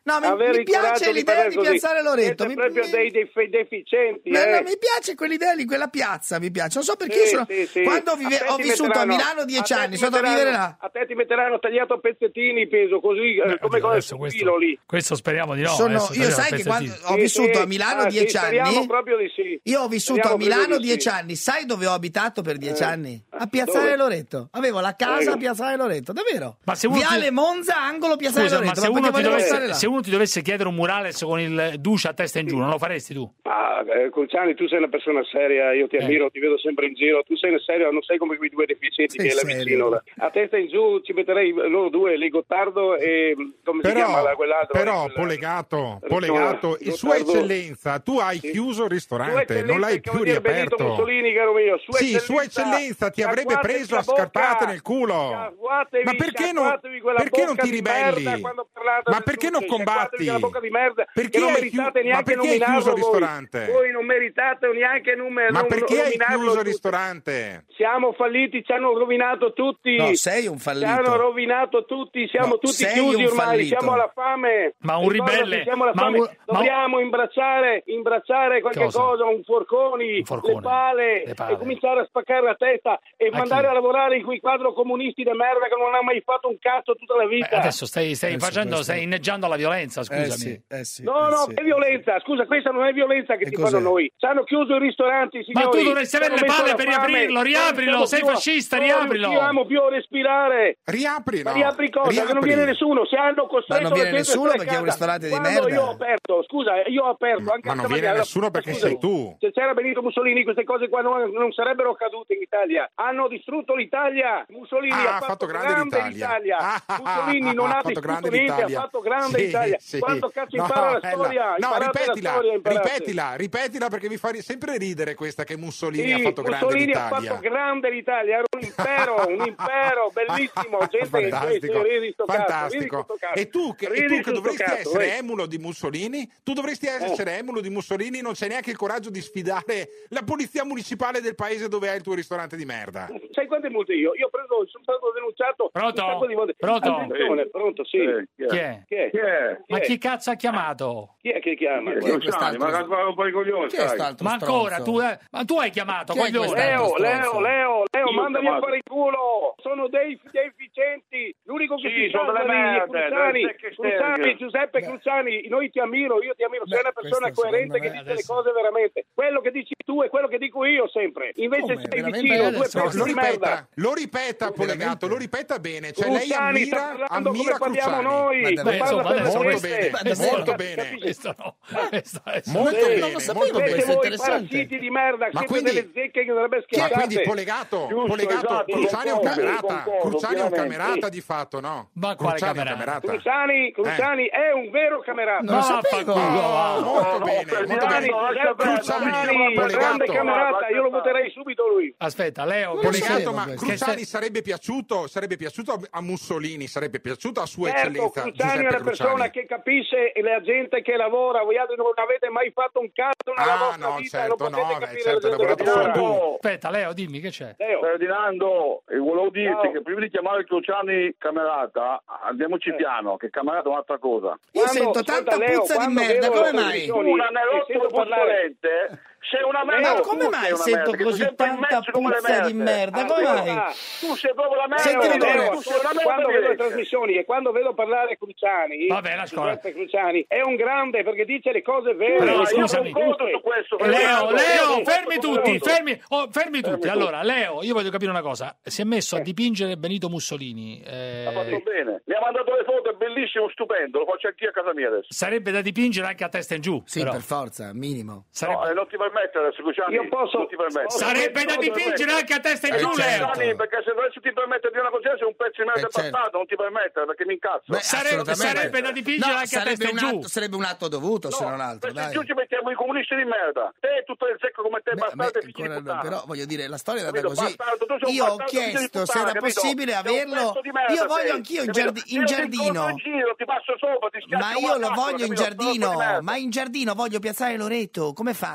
S4: No, mi,
S10: aver
S4: mi piace l'idea di, di Piazzale Loreto.
S10: Siete mi, proprio dei, dei deficienti.
S4: No,
S10: eh.
S4: no, mi piace quell'idea di quella piazza, mi piace. Non so perché
S10: sì,
S4: io sono,
S10: sì, sì.
S4: quando vive, ho vissuto a Milano dieci anni, sono andato a vivere là.
S10: A te ti metteranno tagliato a pezzettini, peso così, Beh, come cosa
S3: questo,
S10: lì.
S3: Questo speriamo di no.
S4: Sono, io sai che quando ho vissuto a Milano dieci anni,
S10: proprio di sì.
S4: io ho vissuto a Milano dieci anni, sai dove ho abitato per dieci anni? A Piazzale Loreto. Avevo la casa a Piazzale Loreto, davvero.
S3: Ma se uno
S4: Viale
S3: ti...
S4: Monza, angolo Piazzale
S3: Scusa,
S4: Loreto.
S3: Ma se,
S4: ma
S3: uno ti dovesse,
S4: se
S3: uno ti dovesse chiedere un murales con il Duce a testa in giù, non lo faresti tu?
S10: Ah, eh, Cruciani, tu sei una persona seria, io ti ammiro, eh. ti vedo sempre in giro, tu sei serio, non sei come quei due deficienti sei che è là vicino. A testa in giù ci metterei loro due, lì Gottardo e come
S9: però,
S10: si chiama quell'altro?
S9: Però,
S10: quella...
S9: Polegato, Polegato, no, Sua Eccellenza, tu hai sì. chiuso il ristorante, non l'hai più riaperto.
S10: Mussolini, caro mio. Sua
S9: sì,
S10: Eccellenza,
S9: Sua Eccellenza ti avrebbe preso a scarpate nel culo. Ma perché non, perché non ti ribelli? Ma perché non combatti? Perché
S10: non
S9: hai
S10: meritate
S9: chiu-
S10: neanche
S9: ma perché hai chiuso il ristorante?
S10: Voi non meritate neanche numer-
S9: Ma perché hai chiuso il
S10: tutti.
S9: ristorante?
S10: Siamo falliti, ci hanno rovinato tutti.
S4: No, sei un fallito.
S10: Ci hanno rovinato tutti, siamo
S4: no,
S10: tutti chiusi ormai,
S4: fallito.
S10: siamo alla fame.
S3: Ma un ribelle.
S10: Siamo alla
S3: ma
S10: fame.
S3: un,
S10: Dobbiamo
S3: ma...
S10: imbracciare, imbracciare qualche cosa? cosa, un forconi, un forcone, le, pale, le pale, e cominciare a spaccare la testa e a mandare chi? a lavorare in quei quadro comunisti di merda che non hanno mai fatto un cazzo tutta la vita.
S3: Beh, adesso stai, stai
S10: adesso
S3: facendo,
S10: questo...
S3: stai inneggiando alla violenza, scusami.
S10: Eh sì,
S4: eh sì,
S10: no,
S4: eh
S10: no,
S4: sì.
S10: che violenza, scusa, questa non è violenza che e ti cos'è? fanno noi. Ci hanno chiuso i ristoranti, signori.
S3: Ma tu dovresti avere le palle per riaprirlo, riaprilo, sei fascista, riaprilo.
S10: Non riusciamo più a respirare.
S9: Riaprilo.
S10: Ma riapri cosa?
S9: Riapri.
S10: Che non viene nessuno, se hanno costretto
S4: ma non viene nessuno perché è un ristorante di merda.
S10: Io ho aperto, scusa, io ho aperto anche
S9: ma non viene nessuno perché sei tu.
S10: Se c'era Benito Mussolini queste cose qua non, non sarebbero accadute in Italia. Hanno distrutto l'Italia. Mussolini
S9: ah,
S10: ha fatto, fatto grande, grande l'Italia. l'Italia. Ah, Mussolini non ha distrutto niente, ha fatto grande
S9: sì,
S10: l'Italia.
S9: Sì.
S10: Quanto cazzo no, impara la storia?
S9: No, ripetila,
S10: la storia,
S9: ripetila, ripetila perché mi fa sempre ridere questa che Mussolini sì, ha fatto grande
S10: Mussolini
S9: l'Italia.
S10: Mussolini ha fatto grande l'Italia, era un impero, un impero bellissimo, gente
S9: fantastico,
S10: che
S9: fantastico. E tu che, e tu che dovresti cazzo, essere eh. emulo di Mussolini, tu dovresti essere eh. emulo di Mussolini, non c'è neanche il coraggio di sfidare la polizia municipale del paese dove hai il tuo ristorante di merda.
S10: Sai quante multe io? Io ho preso, sono stato denunciato
S3: pronto?
S10: un sacco di volte.
S3: Pronto?
S10: Attenzione, pronto, sì.
S3: Eh, chi, è?
S10: Chi, è?
S3: Chi, è? chi è? Ma chi cazzo ha chiamato?
S10: Chi è che chiama?
S14: Chi è sai, ma fa un po' i coglioni,
S3: ma ancora, tu, eh, ma tu hai chiamato, coglione.
S10: Leo, Leo, Leo, Leo, mandami a fare il culo. Sono dei deficienti. L'unico che
S14: sì,
S10: si salva lì è Cruciani. Cruciani, Giuseppe
S14: Beh.
S10: Cruciani, noi ti ammiro, io ti ammiro, sei una persona coerente che dice
S4: adesso...
S10: le cose veramente. Quello che dici tu è quello che dico io sempre. Invece
S4: Come?
S10: sei
S4: Veramente
S10: vicino,
S4: adesso?
S10: due pezzi
S9: lo
S10: di
S9: ripeta,
S10: merda.
S9: lo ripeta, Polegato, lo ripeta bene. Cioè lei
S10: Cruciani,
S9: ammira,
S10: sta
S9: ammira
S10: come parliamo
S9: Cruciani.
S10: noi.
S3: Beh, insomma, adesso
S9: molto
S3: questo,
S9: bene,
S3: questo,
S9: molto bene.
S3: Questo no. Questo è
S9: molto
S10: sì,
S9: bene,
S4: non lo sapevo
S9: molto bene.
S4: questo, è
S10: voi
S4: interessante.
S10: parassiti di merda,
S9: Ma
S10: siete
S9: quindi,
S10: delle zecche che dovrebbe schiacciate.
S9: ma quindi Polegato,
S14: Giusto,
S9: Polegato,
S14: esatto,
S9: Cruciani è un
S14: concordo,
S9: camerata,
S14: concordo,
S9: Cruciani è un
S14: ovviamente.
S9: camerata di fatto, no?
S3: Ma quale
S9: Cruciani è un
S3: camerata?
S9: camerata.
S10: Cruciani, Cruciani è un vero camerata.
S4: Non lo sapevo.
S9: Oh, molto
S14: no,
S9: bene,
S14: no,
S9: molto bene.
S14: no,
S9: Cruciani,
S10: un grande camerata, io lo voterei subito lui.
S3: Aspetta, Leo,
S9: Polegato, ma
S4: questo.
S9: Cruciani sarebbe piaciuto, sarebbe piaciuto a Mussolini, sarebbe piaciuto a Sua
S10: Certo,
S9: Eccellenza
S10: Cruciani è
S9: Giuseppe
S10: una persona
S9: Cruciani.
S10: che capisce la gente che lavora, voi altri non avete mai fatto un cazzo nella
S9: Ah,
S10: vostra
S9: no,
S10: vita,
S9: certo,
S10: non potete
S9: no,
S10: capire
S9: certo,
S10: la
S9: hai
S10: gente
S9: lavorato
S10: che
S9: solo
S10: lavora.
S9: tu.
S3: aspetta, Leo, dimmi che c'è.
S10: Leo.
S14: Ferdinando, e volevo dirti
S10: Ciao.
S14: che prima di chiamare Cruciani camerata, andiamoci
S10: Eh.
S14: piano, che camerata è un'altra cosa.
S4: Io
S10: Quando-
S4: sento
S10: ascolta,
S4: tanta
S10: Leo,
S4: puzza di
S10: quando
S4: merda,
S10: vedo
S4: come
S10: le
S4: mai?
S10: televisioni-
S14: Una nell'otto
S10: sento parlare-
S14: pulente, sei una merda.
S10: Leo,
S4: Ma come
S14: tu
S4: mai
S14: sei una
S4: sento
S14: merda, che
S4: così
S14: sei sempre in
S4: tanta
S14: mezzo come le
S4: puzza di
S14: merde.
S4: merda?
S10: Ah,
S4: Come mai?
S10: allora,
S14: Tu sei proprio la merda.
S4: Senti,
S10: Leo,
S4: Leo,
S10: Leo,
S14: tu sei una merda
S10: quando vedo le
S14: diretta.
S10: trasmissioni e quando vedo parlare Cruciani,
S3: Vabbè, la scuola.
S10: Giuseppe Cruciani, è un grande perché dice le cose vere.
S3: Però,
S14: Ma io
S3: scusami.
S14: concordo su questo.
S3: Leo,
S14: Ferdinando.
S3: Leo,
S14: Io
S3: fermi
S14: concordo
S3: tutti,
S14: su
S3: fermi, oh, fermi tutti.
S14: tutti.
S3: Allora, Leo, io voglio capire una cosa. Si è messo a dipingere Benito Mussolini. eh,
S14: Ha fatto bene. Mi ha mandato le foto, è bellissimo, stupendo. Lo faccio anch'io a casa mia adesso.
S3: Sarebbe da dipingere anche a testa in giù.
S4: Sì,
S3: però.
S4: per forza, minimo.
S3: Sarebbe,
S14: No, eh, non ti permettere adesso, Cruciani.
S10: Io posso-
S14: Non ti permettere.
S10: posso-
S3: sarebbe da
S10: Posso-
S3: dipingere anche a testa in
S14: Eh,
S3: giù,
S4: certo.
S3: Leo.
S14: Cruciani, perché se adesso ti permette di una cosa, sei un pezzo di merda
S4: Eh, certo.
S14: bastardo, non ti permettere perché mi incazzo.
S4: Beh,
S3: Sarebbe,
S4: assolutamente.
S3: sarebbe da dipingere
S4: No,
S3: anche a
S4: sarebbe
S3: testa in
S4: un,
S3: giù.
S4: atto, sarebbe un atto dovuto, se non altro.
S14: se
S4: Dai.
S14: giù ci mettiamo i comunisti di merda. Te e tutto il secco come te,
S4: Beh,
S14: bastardo e
S4: beh,
S14: figli di
S4: ancora no,
S14: puttana.
S4: però voglio dire, la storia è andata
S14: Capito?
S4: così.
S14: Bastardo, tu sei un
S4: Io ho
S14: bastardo, figlio di
S4: chiesto se
S14: puttana,
S4: era
S14: capito?
S4: possibile
S14: Sei un
S4: averlo.
S14: pezzo di merda,
S4: Io voglio
S14: sei.
S4: anch'io in,
S14: Capito?
S4: giardi- in
S14: Io ti
S4: giardino.
S14: incontro in giro, ti passo sopra, ti schiaccio
S4: Ma
S14: come
S4: io
S14: una
S4: lo
S14: cazzo,
S4: voglio in
S14: capito? Stronzo di
S4: giardino,
S14: merda.
S4: ma in giardino voglio piazzare Loreto. Come faccio? Voglio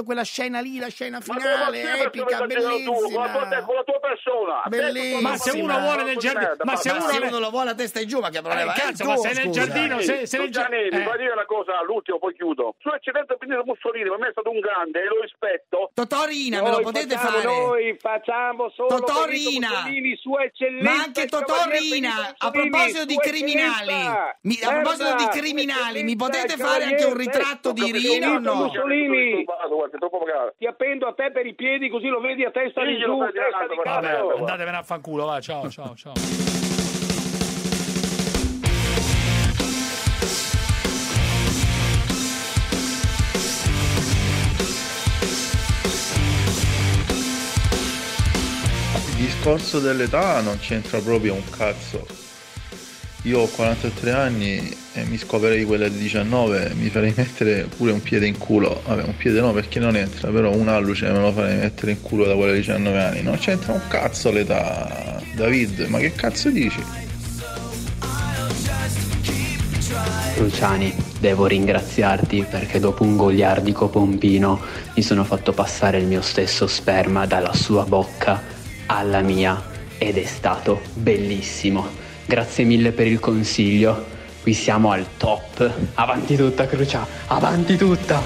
S4: quella scena lì, la scena
S2: Ma
S4: finale,
S2: come
S4: epica,
S2: tu,
S4: bellissima.
S2: con la, con la tua persona.
S4: Bellissima.
S3: Ma se uno vuole nel giardino, ma se uno,
S4: uno lo vuole a testa in giù, ma che problema
S3: eh,
S4: è?
S3: Cazzo, ma se nel giardino, se, se nel
S2: Gianni,
S3: giardino,
S2: mi fai dire una cosa, l'ultimo, poi chiudo. Sull'eccellenza Benito Mussolini, per me è stato un grande e lo rispetto.
S4: Totorina, me lo potete fare?
S10: Noi facciamo solo
S4: Totorina,
S10: Sua Eccellenza,
S4: ma anche Totorina. A proposito di criminali, mi, a proposito di criminali, mi potete fare anche un ritratto di Rino o no?
S10: Mussolini, ti appendo a te per i piedi così lo vedi a testa di giù.
S3: Vabbè, andatevene a fanculo, va, ciao, ciao, ciao.
S6: Il discorso dell'età non c'entra proprio un cazzo. Io ho quarantatré anni e mi scoperei quella di diciannove, mi farei mettere pure un piede in culo. Vabbè, un piede no perché non entra, però un alluce me lo farei mettere in culo da quella di diciannove anni. Non c'entra un cazzo l'età, David, ma che cazzo dici?
S17: Luciani, devo ringraziarti perché dopo un goliardico pompino mi sono fatto passare il mio stesso sperma dalla sua bocca alla mia ed è stato bellissimo. Grazie mille per il consiglio, qui siamo al top. Avanti tutta, Crucia, avanti tutta.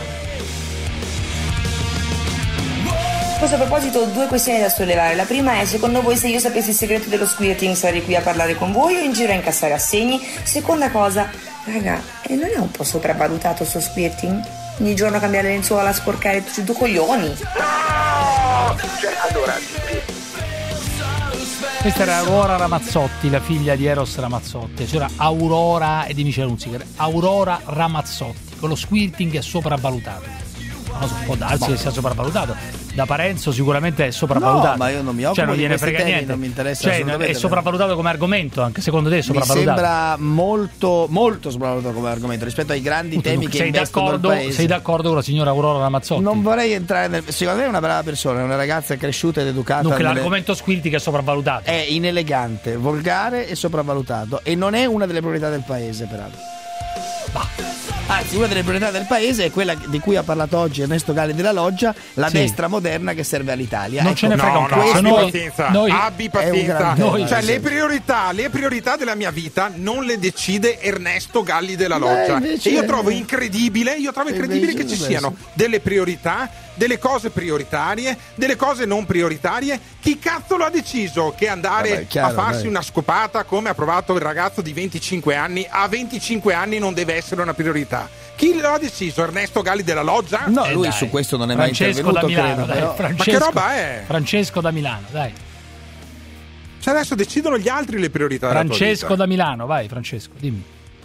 S20: A questo proposito ho due questioni da sollevare. La prima è: secondo voi, se io sapessi il segreto dello squirting sarei qui a parlare con voi o in giro a incassare assegni? Seconda cosa, raga, e non è un po' sopravvalutato sto squirting? Ogni giorno cambiare lenzuola, sporcare tutti i due coglioni.
S2: No! Cioè, allora,
S3: questa era Aurora Ramazzotti, la figlia di Eros Ramazzotti. C'era Aurora e di Michele Hunziker. Aurora Ramazzotti. Con lo squirting è sopravvalutato. Non so, può darsi che sia sopravvalutato. Da Parenzo sicuramente è sopravvalutato.
S4: No, ma io non mi occupo
S3: cioè, non
S4: di
S3: gliene
S4: questi
S3: frega
S4: temi,
S3: niente.
S4: non mi interessa
S3: cioè,
S4: assolutamente.
S3: è sopravvalutato come argomento, anche secondo te è sopravvalutato?
S4: Mi sembra molto, molto sopravvalutato come argomento rispetto ai grandi
S3: tu,
S4: temi
S3: tu,
S4: che
S3: sei
S4: investono il paese.
S3: Sei d'accordo con la signora Aurora Ramazzotti?
S4: Non vorrei entrare nel... Secondo me è una brava persona, è una ragazza cresciuta ed educata.
S3: Dunque
S4: nelle...
S3: l'argomento squirting è sopravvalutato.
S4: È inelegante, volgare e sopravvalutato. E non è una delle priorità del paese, peraltro. Bah. Anzi, una delle priorità del paese è quella di cui ha parlato oggi Ernesto Galli della Loggia, la sì. destra moderna che serve all'Italia.
S3: Non
S4: ecco,
S3: ce ne frega
S9: no,
S3: un
S9: no,
S3: cazzo.
S9: abbi
S3: Noi,
S9: pazienza,
S3: noi,
S9: abbi pazienza.
S3: Noi,
S9: cioè, le priorità, le priorità della mia vita non le decide Ernesto Galli della Loggia. Beh, e io trovo incredibile, io trovo incredibile che ci siano delle priorità, delle cose prioritarie, delle cose non prioritarie. Chi cazzo lo ha deciso che andare Vabbè, chiaro, a farsi dai. una scopata, come ha provato il ragazzo di venticinque anni, a venticinque anni non deve essere una priorità? Chi lo ha deciso? Ernesto Galli della Loggia?
S4: No,
S3: eh
S4: lui
S3: dai.
S4: su questo non è
S3: Francesco
S4: mai intervenuto,
S3: da Milano,
S4: credo,
S3: dai,
S4: però...
S3: Francesco,
S9: Ma che roba è?
S3: Francesco da Milano, dai.
S9: Cioè adesso decidono gli altri le priorità
S3: Francesco
S9: della tua vita.
S3: da Milano, vai Francesco, dimmi.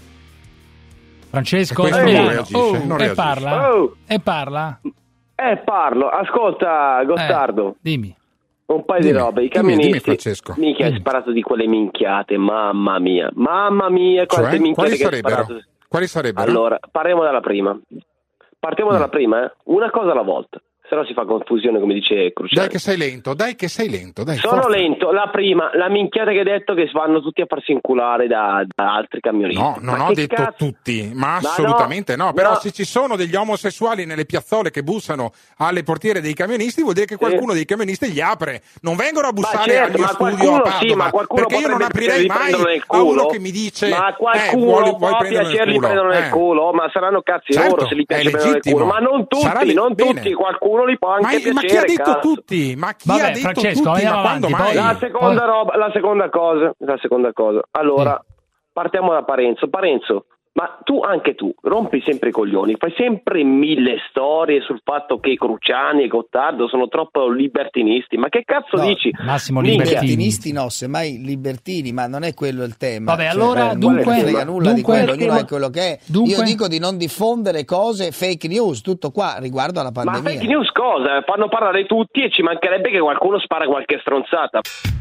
S3: Francesco
S9: e
S3: da Milano.
S9: Reagisce,
S3: Oh,
S9: non
S3: e
S9: reagisce.
S3: parla?
S21: Oh.
S3: E parla?
S21: Eh, parlo. Ascolta, Gottardo.
S3: Eh, dimmi.
S21: Un paio
S9: dimmi,
S21: di robe. I
S9: dimmi,
S21: camionisti.
S9: dimmi, Francesco.
S21: Mica hai sparato di quelle minchiate. Mamma mia. Mamma mia, quante
S9: Cioè,
S21: minchiate
S9: quali
S21: che hai
S9: sarebbero?
S21: sparato.
S9: Quali sarebbero?
S21: Allora, parliamo dalla prima. Partiamo
S9: Mm.
S21: dalla prima, eh. Una cosa alla volta. Se no si fa confusione, come dice Cruciani.
S9: Dai che sei lento, dai che sei lento. Dai,
S21: Sono
S9: forza.
S21: lento. La prima, la minchiata che hai detto che vanno tutti a farsi inculare da, da altri camionisti.
S9: No, non
S21: Ma
S9: ho
S21: che
S9: detto
S21: cazzo?
S9: tutti, ma
S21: Ma
S9: assolutamente no.
S21: no,
S9: Però
S21: no.
S9: se ci sono degli omosessuali nelle piazzole che bussano alle portiere dei camionisti, vuol dire che qualcuno dei camionisti gli apre. Non vengono a bussare
S21: certo,
S9: al mio
S21: ma
S9: studio
S21: qualcuno
S9: a Padova,
S21: sì, ma qualcuno
S9: perché io non
S21: potrebbe
S9: aprirei mai
S21: prenderlo nel
S9: a uno
S21: culo.
S9: che mi dice
S21: Ma qualcuno
S9: eh, vuoi, vuoi
S21: può
S9: prenderlo nel
S21: piacerli
S9: culo.
S21: prendono nel
S9: Eh.
S21: culo, ma saranno cazzi
S9: Certo,
S21: loro se li
S9: è
S21: piace prendere nel
S9: legittimo.
S21: culo. Ma non tutti,
S9: Sarà le-
S21: non
S9: bene.
S21: tutti, qualcuno li può anche
S9: Ma,
S21: piacere.
S9: ma chi ha detto
S21: cazzo.
S9: tutti? Ma chi
S3: Vabbè,
S9: ha detto
S3: Francesco,
S9: tutti?
S3: andiamo
S9: Ma quando
S3: avanti,
S9: mai?
S3: poi-
S21: La seconda roba, la seconda cosa, la seconda cosa. Allora,
S3: Sì.
S21: partiamo da Parenzo. Parenzo, ma tu, anche tu, rompi sempre i coglioni, fai sempre mille storie sul fatto che Cruciani e Gottardo sono troppo libertinisti. Ma che cazzo
S4: No,
S21: dici?
S3: Massimo
S21: Minchia.
S3: Libertini.
S4: Libertinisti no, semmai libertini, ma non è quello il tema.
S3: Vabbè,
S4: Cioè,
S3: allora,
S4: eh,
S3: dunque-
S4: non frega nulla di
S3: dunque-
S4: quello, ognuno è quello che è.
S3: dunque-
S4: Io dico di non diffondere cose fake news, tutto qua riguardo alla
S21: Ma
S4: pandemia.
S21: fake news cosa? Fanno parlare tutti e ci mancherebbe che qualcuno spara qualche stronzata.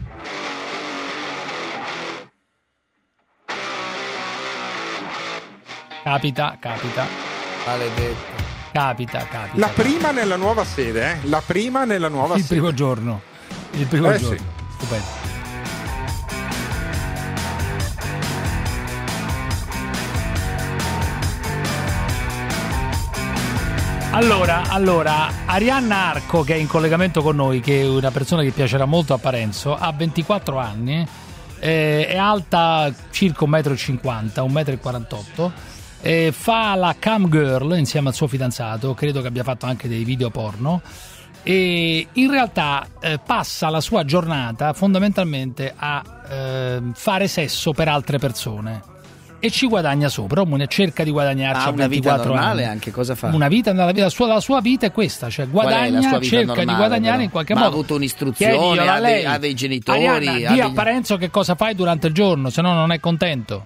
S3: Capita, capita.
S4: Maledetto.
S3: Capita, capita.
S9: La prima nella nuova sede, eh? La prima nella nuova
S3: Il
S9: sede.
S3: primo giorno. Il primo
S9: Eh,
S3: giorno.
S9: sì.
S3: Stupendo. Allora, allora, Arianna Arco, che è in collegamento con noi, che è una persona che piacerà molto a Parenzo, ha ventiquattro anni, eh, è alta circa un metro e cinquanta, un metro e quarantotto, eh, fa la cam girl insieme al suo fidanzato, credo che abbia fatto anche dei video porno, e in realtà eh, passa la sua giornata fondamentalmente a eh, fare sesso per altre persone. E ci guadagna sopra, cerca di guadagnarci.
S4: Ha una vita normale
S3: anni.
S4: Anche, cosa fa?
S3: Una vita, la sua, la sua vita è questa, cioè guadagna, cerca normale, di guadagnare però in qualche
S4: Ma
S3: modo.
S4: Ha avuto un'istruzione, ha dei, ha dei genitori.
S3: Arianna, di
S4: degli...
S3: a Parenzo che cosa fai durante il giorno, se no non è contento.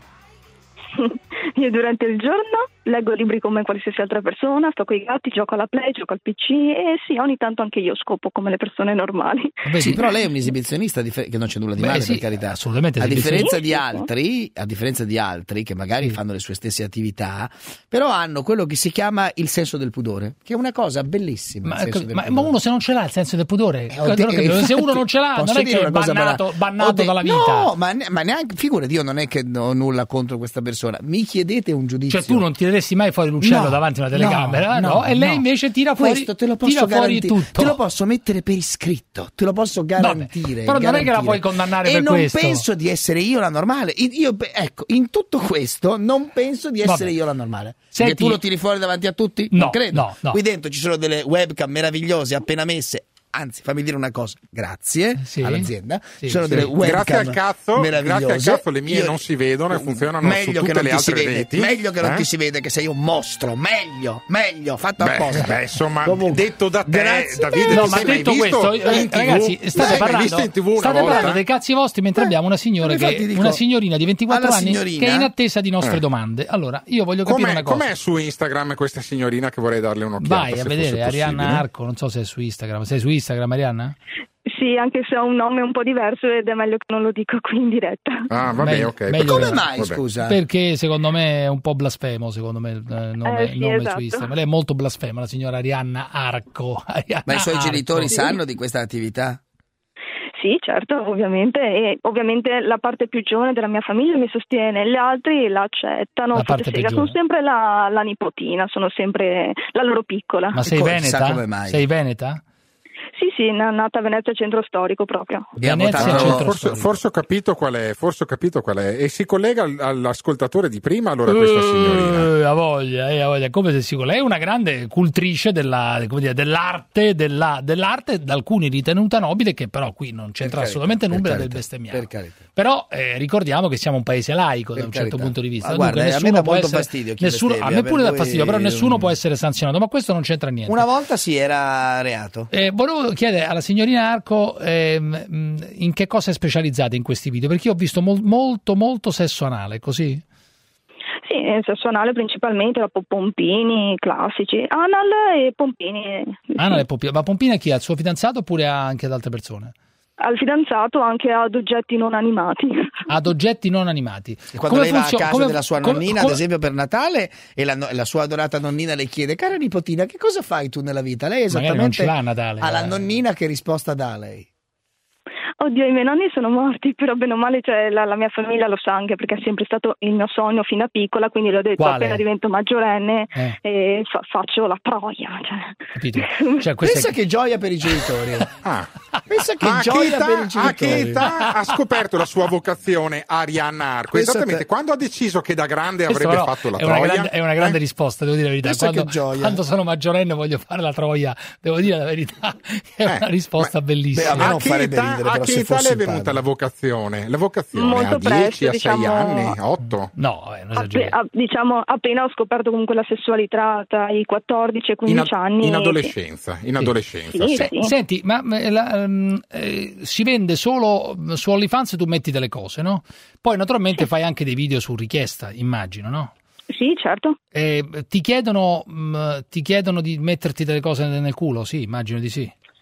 S1: Io durante il giorno leggo libri come qualsiasi altra persona, sto con i gatti, gioco alla Play, gioco al P C e sì, ogni tanto anche io scopo come le persone normali.
S4: Beh, sì, però lei è un esibizionista che non c'è nulla di
S3: Beh,
S4: male,
S3: sì,
S4: per carità.
S3: Assolutamente.
S4: A differenza di altri, a differenza di altri che magari fanno le sue stesse attività, però hanno quello che si chiama il senso del pudore, che è una cosa bellissima.
S3: Ma, ma, ma uno se non ce l'ha il senso del pudore, eh, oddio, eh, infatti, se uno non ce l'ha, non è che è bannato, bannato de- dalla vita.
S4: No, ma, ne- ma neanche, figurati, io non è che ho nulla contro questa persona. Mi chiedete un giudizio.
S3: Cioè tu non tireresti mai fuori l'uccello no, davanti a una telecamera, no, no, no e lei no. invece tira fuori,
S4: questo te lo posso
S3: tira fuori tutto.
S4: Te lo posso mettere per iscritto, te lo posso garantire.
S3: Vabbè, però
S4: garantire.
S3: non è che la puoi condannare
S4: e
S3: per
S4: non
S3: questo.
S4: Non penso di essere io la normale. Io, ecco, in tutto questo non penso di essere Vabbè. io la normale.
S3: Senti,
S4: che tu lo tiri fuori davanti a tutti?
S3: No,
S4: non credo.
S3: No, no.
S4: Qui dentro ci sono delle webcam meravigliose appena messe. Anzi, fammi dire una cosa, grazie
S3: sì,
S4: all'azienda.
S3: Sì,
S4: Ci sono
S3: sì.
S4: delle webcam
S9: grazie al cazzo,
S4: meravigliose.
S9: Grazie al cazzo le mie Io, non si vedono e funzionano su tutte le altre reti.
S4: Meglio che non
S9: eh?
S4: ti si vede che sei un mostro, meglio, meglio, fatto
S9: beh,
S4: apposta.
S9: Beh, insomma,
S4: Comunque,
S9: detto da te,
S4: grazie
S9: Davide,
S3: no,
S9: ti
S3: ma
S9: sei
S3: detto
S9: mai
S3: questo,
S9: visto
S3: eh, ragazzi, state
S9: Sei
S3: parlando,
S9: in TV una
S3: state
S9: volta?
S3: parlando dei cazzi vostri mentre eh, abbiamo una signora che dico, una signorina di ventiquattro anni
S4: signorina?
S3: che è in attesa di nostre
S9: eh.
S3: domande. Allora, io voglio capire
S9: com'è,
S3: una cosa.
S9: Com'è su Instagram questa signorina che vorrei darle un'occhiata?
S3: Vai a vedere Arianna Arco, non so se è su Instagram. Sei su Instagram, Arianna?
S1: Sì, anche se ho un nome un po' diverso ed è meglio che non lo dico qui in diretta.
S9: Ah, vabbè,
S3: meglio,
S9: ok.
S3: Meglio
S4: come
S3: che...
S4: mai,
S9: vabbè.
S4: scusa?
S3: Perché secondo me è un po' blasfemo, secondo me, il nome,
S1: eh, sì,
S3: nome
S1: esatto.
S3: su Instagram. Lei è molto blasfema, la signora Arianna Arco. Arianna
S4: Ma i suoi
S3: Arco.
S4: genitori sanno di questa attività?
S1: Sì, certo, ovviamente, e ovviamente la parte più giovane della mia famiglia mi sostiene, gli altri l'accettano,
S3: la parte più
S1: sono sempre la, la nipotina, sono sempre la loro piccola.
S3: Ma sei
S4: Co-
S3: veneta?
S4: come mai?
S3: Sei veneta?
S1: Sì, sì, nata a Venezia centro storico proprio.
S3: Venezia
S9: Ah,
S3: centro
S9: forse,
S3: storico.
S9: forse ho capito qual è, forse ho capito qual è. E si collega al- all'ascoltatore di prima, allora questa signorina.
S3: Eh, ha voglia, eh, ha voglia. Come se si lei è una grande cultrice della, come dire, dell'arte, della, dell'arte, da alcuni ritenuta nobile, che però qui non c'entra
S4: carità,
S3: assolutamente nulla
S4: carità,
S3: del bestemmiare.
S4: per carità.
S3: Però eh, ricordiamo che siamo un paese laico
S4: Per
S3: da un certo
S4: carità.
S3: punto di vista.
S4: Ma
S3: Dunque,
S4: guarda, a me
S3: nessuno
S4: dà
S3: può
S4: molto
S3: essere,
S4: fastidio chi
S3: nessuno,
S4: bestemmia,
S3: a me pure
S4: per
S3: dà fastidio,
S4: voi-
S3: però nessuno può essere sanzionato, ma questo non c'entra niente.
S4: Una volta sì, era reato.
S3: Eh, volevo chiedere alla signorina Arco ehm, mh, in che cosa è specializzata in questi video, perché io ho visto mol- molto molto sesso anale, così?
S1: Sì, è sesso anale principalmente, dopo pompini classici, anal e pompini.
S3: Anal e Pompina. Ma Pompina chi ha? Il suo fidanzato oppure ha anche ad altre persone?
S1: Al fidanzato anche ad oggetti non animati.
S3: Ad oggetti non animati.
S4: E quando
S3: Come
S4: lei va a
S3: funziona-
S4: casa
S3: come-
S4: della sua
S3: come-
S4: nonnina,
S3: come-
S4: ad esempio per Natale, e la, no- la sua adorata nonnina le chiede: cara nipotina, che cosa fai tu nella vita? Lei
S3: Magari non
S4: esattamente
S3: ce l'ha a Natale,
S4: ha la
S3: eh.
S4: nonnina che risposta dà lei.
S1: Oddio, i miei nonni sono morti, però bene o male cioè, la, la mia famiglia lo sa anche perché è sempre stato il mio sogno fino a piccola, quindi le ho detto
S3: Quale?
S1: appena divento maggiorenne
S3: Eh.
S1: eh, fa- faccio la troia. Cioè.
S3: Capito? Cioè, questa
S4: Pensa
S3: è-
S4: che gioia per i genitori.
S9: Ah.
S4: Pensa che
S9: Ma a che,
S4: gioia per i
S9: età, a che
S4: genitori.
S9: età ha scoperto la sua vocazione Arianna Arco?
S4: Pensa
S9: Esattamente,
S4: te-
S9: quando ha deciso che da grande
S3: Questo
S9: avrebbe
S3: però
S9: fatto la
S3: è una
S9: troia?
S3: grande, è una grande
S9: Eh?
S3: risposta, devo dire la verità.
S4: Pensa
S3: Quando,
S4: che gioia.
S3: quando sono maggiorenne voglio fare la troia, devo dire la verità, che è
S9: Eh,
S3: una risposta
S4: beh,
S3: bellissima.
S4: a me
S9: A
S4: non
S9: che
S4: farebbe
S9: età,
S4: ridere,
S9: a
S4: però,
S9: che
S4: se
S9: età le
S4: fossi
S9: è
S4: il
S9: venuta
S4: padre.
S9: la vocazione? La vocazione
S1: Molto
S9: a dieci,
S1: presto,
S9: a sei
S1: diciamo-
S9: anni, a otto?
S3: No, eh, non
S1: Appe-
S3: esageriamo.
S1: a- diciamo appena ho scoperto comunque la sessualità tra i quattordici e
S9: In,
S1: quindici
S9: a-
S1: anni.
S9: in adolescenza, in adolescenza.
S1: Sì,
S9: sì.
S3: Se-
S1: sì.
S3: Senti, ma eh, la, ehm, eh, si vende solo su OnlyFans, tu metti delle cose, no? Poi naturalmente fai anche dei video su richiesta, immagino, no?
S1: Sì, certo.
S3: Eh, ti chiedono mh, ti chiedono di metterti delle cose nel culo, sì, immagino di sì.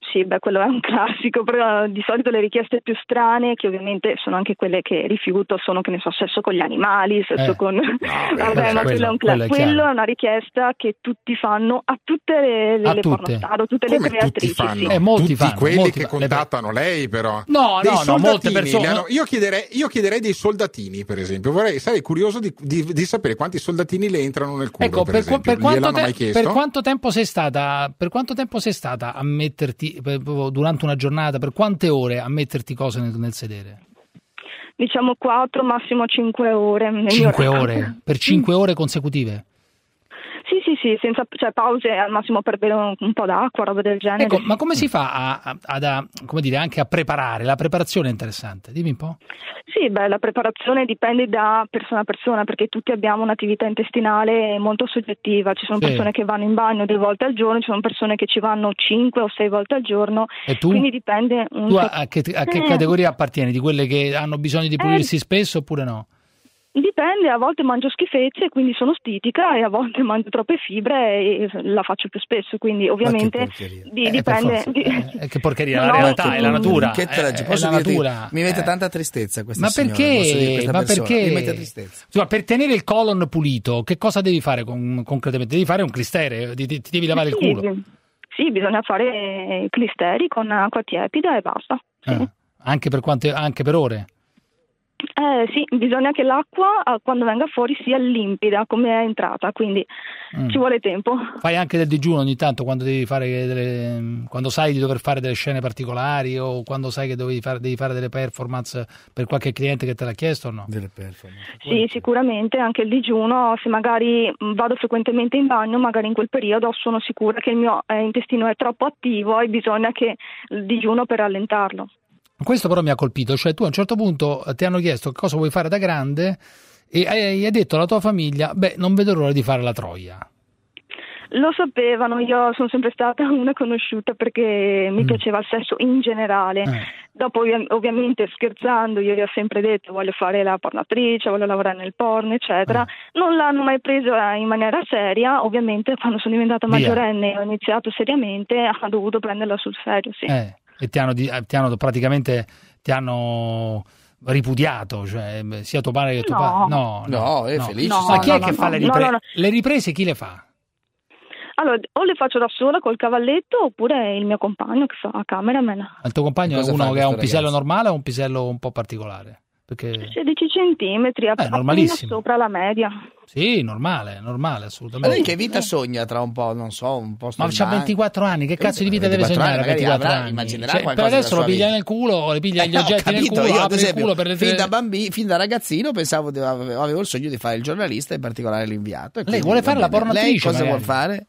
S1: Sì, beh, quello è un classico, però di solito le richieste più strane, che ovviamente sono anche quelle che rifiuto, sono, che ne so, sesso con gli animali, sesso
S3: Eh.
S1: con...
S3: No,
S1: Vabbè, ma quello è un cla-
S3: quello è
S1: quello
S3: chiaro.
S1: è una richiesta che tutti fanno a tutte le, le,
S3: A
S1: le
S3: tutte.
S1: pornostar, o tutte
S9: Come
S1: le
S9: tutti
S1: creatrici.
S9: fanno?
S1: Sì.
S3: Eh, molti
S9: tutti
S3: fanno,
S9: quelli
S3: molti
S9: che
S3: fanno.
S9: contattano lei, però.
S3: No,
S9: Dei
S3: no, no, molte
S9: soldatini,
S3: persone-
S9: le hanno- io, chiederei, io chiederei dei soldatini, per esempio. Vorrei, sarei curioso di, di, di sapere quanti soldatini le entrano nel culo.
S3: Ecco,
S9: per,
S3: per, qua-
S9: esempio.
S3: per quanto
S9: Gliel'hanno
S3: te-
S9: mai chiesto?
S3: per quanto tempo sei stata per quanto tempo sei stata a metterti per- durante una giornata, per quante ore a metterti cose nel, nel sedere?
S1: Diciamo quattro, massimo cinque ore. nel mio
S3: Cinque
S1: record.
S3: ore? Per cinque ore consecutive?
S1: Sì, sì, sì, senza cioè, pause al massimo per bere un, un po' d'acqua, roba del genere.
S3: Ecco, ma come si fa a, a, ad- a- come dire, anche a preparare? La preparazione è interessante, dimmi un po'.
S1: Sì, beh, la preparazione dipende da persona a persona, perché tutti abbiamo un'attività intestinale molto soggettiva. Ci sono
S3: Sì.
S1: persone che vanno in bagno due volte al giorno, ci sono persone che ci vanno cinque o sei volte al giorno.
S3: E tu?
S1: Quindi dipende un
S3: Tu
S1: po'.
S3: a, a che, a che
S1: Eh.
S3: categoria appartieni? Di quelle che hanno bisogno di pulirsi spesso oppure no?
S1: Dipende, a volte mangio schifezze, quindi sono stitica, e a volte mangio troppe fibre e la faccio più spesso, quindi ovviamente di-
S3: Eh, per
S1: dipende.
S3: forza.
S1: di-
S3: Eh, che porcheria,
S1: No,
S3: la
S1: no,
S3: realtà è la natura.
S4: Che te la-
S3: eh,
S4: posso
S3: è la
S4: dirti,
S3: natura.
S4: mi mette
S3: Eh.
S4: tanta tristezza questa
S3: Ma
S4: signora, posso dire,
S3: perché?
S4: questa
S3: Ma
S4: persona.
S3: perché?
S4: Mi mette tristezza.
S3: Insomma, per tenere il colon pulito, che cosa devi fare con- concretamente? Devi fare un clistere, ti, ti- ti devi lavare il
S1: Sì,
S3: culo.
S1: Sì, bisogna fare clisteri con acqua tiepida e basta.
S3: Eh, anche per quante, anche per ore.
S1: Eh sì, bisogna che l'acqua eh, quando venga fuori sia limpida come è entrata, quindi
S3: Mm.
S1: ci vuole tempo.
S3: Fai anche del digiuno ogni tanto quando devi fare delle, quando sai di dover fare delle scene particolari o quando sai che devi fare, devi fare delle performance per qualche cliente che te l'ha chiesto o no?
S4: Delle performance.
S1: Sì, sicuramente anche il digiuno, se magari mh, vado frequentemente in bagno, magari in quel periodo sono sicura che il mio eh, intestino è troppo attivo e bisogna che il digiuno per rallentarlo.
S3: Questo però mi ha colpito, cioè tu a un certo punto ti hanno chiesto cosa vuoi fare da grande e hai, hai detto alla tua famiglia, beh, non vedo l'ora di fare la troia.
S1: Lo sapevano, io sono sempre stata una conosciuta perché mi
S3: Mm.
S1: piaceva il sesso in generale.
S3: Eh.
S1: Dopo ovvi- ovviamente scherzando io gli ho sempre detto voglio fare la pornatrice, voglio lavorare nel porno eccetera. Non l'hanno mai preso eh, in maniera seria, ovviamente quando sono diventata
S3: Via.
S1: maggiorenne e ho iniziato seriamente ha dovuto prenderla sul serio, sì.
S3: Eh, e ti hanno, di- eh, ti hanno praticamente ti hanno ripudiato, cioè beh, sia tuo padre che tuo
S1: No.
S3: padre. No,
S4: No, è felice.
S3: Ma chi
S1: No,
S3: è
S1: no,
S3: che
S1: no,
S3: fa le
S1: no,
S3: riprese?
S1: no, no.
S3: Le riprese chi le fa?
S1: Allora, o le faccio da sola col cavalletto oppure il mio compagno che fa cameraman.
S3: Il tuo compagno è
S4: Cosa
S3: uno
S4: fa
S3: che ha un
S4: questo
S3: pisello
S4: ragazzo?
S3: normale o un pisello un po' particolare? Perché
S1: sedici centimetri, appena
S3: normalissimo.
S1: sopra la media.
S3: sì, normale, normale,
S4: Ma
S3: assolutamente.
S4: lei che vita sogna tra un po', non so, un posto
S3: Ma
S4: in
S3: c'ha
S4: banca?
S3: ventiquattro anni, che cazzo di vita deve
S4: ventiquattro
S3: sognare a
S4: anni, magari
S3: ventiquattro
S4: avrà-
S3: anni?
S4: immaginerà
S3: Cioè, per
S4: qualcosa
S3: adesso
S4: della
S3: lo
S4: sua
S3: piglia
S4: vita.
S3: nel culo, le piglia gli
S4: Eh, ho
S3: oggetti nel
S4: capito,
S3: culo,
S4: io ad
S3: apre il
S4: esempio,
S3: culo per le
S4: fin da bambino, fin da ragazzino pensavo di, avevo il sogno di fare il giornalista, in particolare l'inviato. e
S3: Lei
S4: quindi,
S3: vuole fare
S4: va
S3: la
S4: bene.
S3: pornatrice,
S4: Lei cosa
S3: magari.
S4: vuol fare?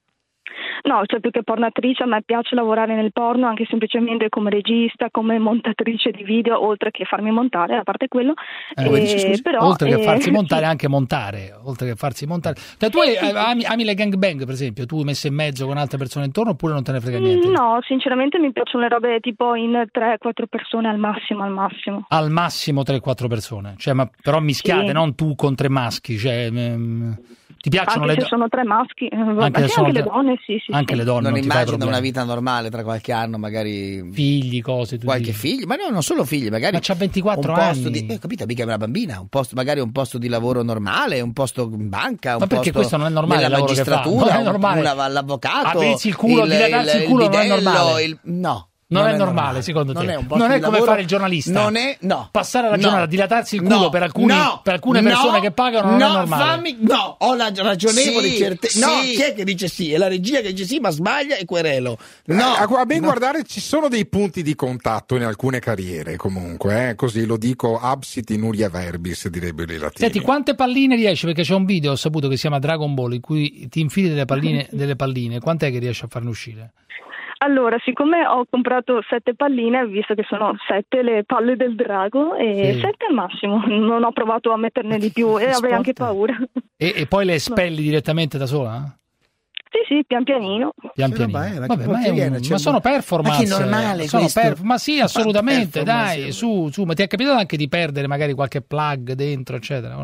S1: No, cioè più che pornatrice, a me piace lavorare nel porno anche semplicemente come regista, come montatrice di video, oltre che farmi montare, a parte quello.
S3: Eh,
S1: Eh,
S3: come dici, scusi?
S1: però,
S3: oltre che
S1: eh,
S3: farsi montare,
S1: sì.
S3: anche montare, oltre che farsi montare. Cioè, tu hai- ami, ami le gangbang, per esempio, tu messo in mezzo con altre persone intorno oppure non te ne frega niente?
S1: No, sinceramente mi piacciono le robe tipo in tre quattro persone al massimo, al massimo.
S3: Al massimo tre quattro persone, cioè, ma però mischiate,
S1: Sì.
S3: non tu con tre maschi, cioè, mm, ti piacciono
S1: Anche
S3: le
S1: se sono tre maschi, eh, vabbè,
S3: Anche se
S1: sì,
S3: sono
S1: anche le
S3: tre-
S1: donne, sì, sì.
S3: anche
S1: sì.
S3: le donne
S4: Non
S3: non ti fai
S4: immagino
S3: problemi.
S4: una vita normale tra qualche anno, magari
S3: Figli, cose, tu
S4: qualche
S3: dici.
S4: figlio, ma no, non solo figli, magari
S3: Ma c'ha ventiquattro
S4: un posto
S3: anni.
S4: di, eh, capito, mica è una bambina, un posto, magari un posto di lavoro normale, un posto in banca, un
S3: Ma perché
S4: posto
S3: questo non è normale
S4: nella
S3: il lavoro che fa?
S4: magistratura,
S3: Non è normale.
S4: un- una- l'avvocato,
S3: Aprirsi il culo, dilatarsi il culo non è
S4: bidello,
S3: normale.
S4: il- no.
S3: Non, è normale, secondo te?
S4: Non è, un posto
S3: Non è
S4: di
S3: come
S4: lavoro-
S3: fare il giornalista.
S4: Non è, no.
S3: Passare la
S4: No.
S3: giornata a dilatarsi il culo
S4: No.
S3: per, alcuni,
S4: No.
S3: per alcune
S4: No.
S3: persone che pagano non
S4: no,
S3: è normale.
S4: Fammi, no, ho la ragionevole
S21: Sì,
S4: certezza. No,
S21: sì.
S4: chi è che dice sì? È la regia che dice sì, ma sbaglia e querelo. No,
S9: Eh, a, a ben
S4: no.
S9: guardare ci sono dei punti di contatto in alcune carriere comunque, eh, così lo dico absit in uria verbis, direbbero i latini.
S3: Senti, quante palline riesci? Perché c'è un video, ho saputo, che si chiama Dragon Ball, in cui ti infili delle palline, delle palline. Quant'è che riesci a farne uscire?
S1: Allora, siccome ho comprato sette palline, visto che sono sette le palle del drago, e
S3: Sì.
S1: sette al massimo, non ho provato a metterne di più e avrei anche paura.
S3: E, e poi le espelli direttamente da sola?
S1: Sì, sì, pian pianino.
S3: Pian
S4: Sì,
S3: pianino.
S4: vabbè, ma
S3: Vabbè,
S4: che
S3: ma, è un-
S4: viene, c'è
S3: ma
S4: un-
S3: sono performance.
S4: Ma che normale
S3: sono
S4: questo?
S3: per- ma sì, assolutamente,
S4: performance,
S3: dai,
S4: sì.
S3: su, su. Ma ti è capitato anche di perdere magari qualche plug dentro, eccetera, o no?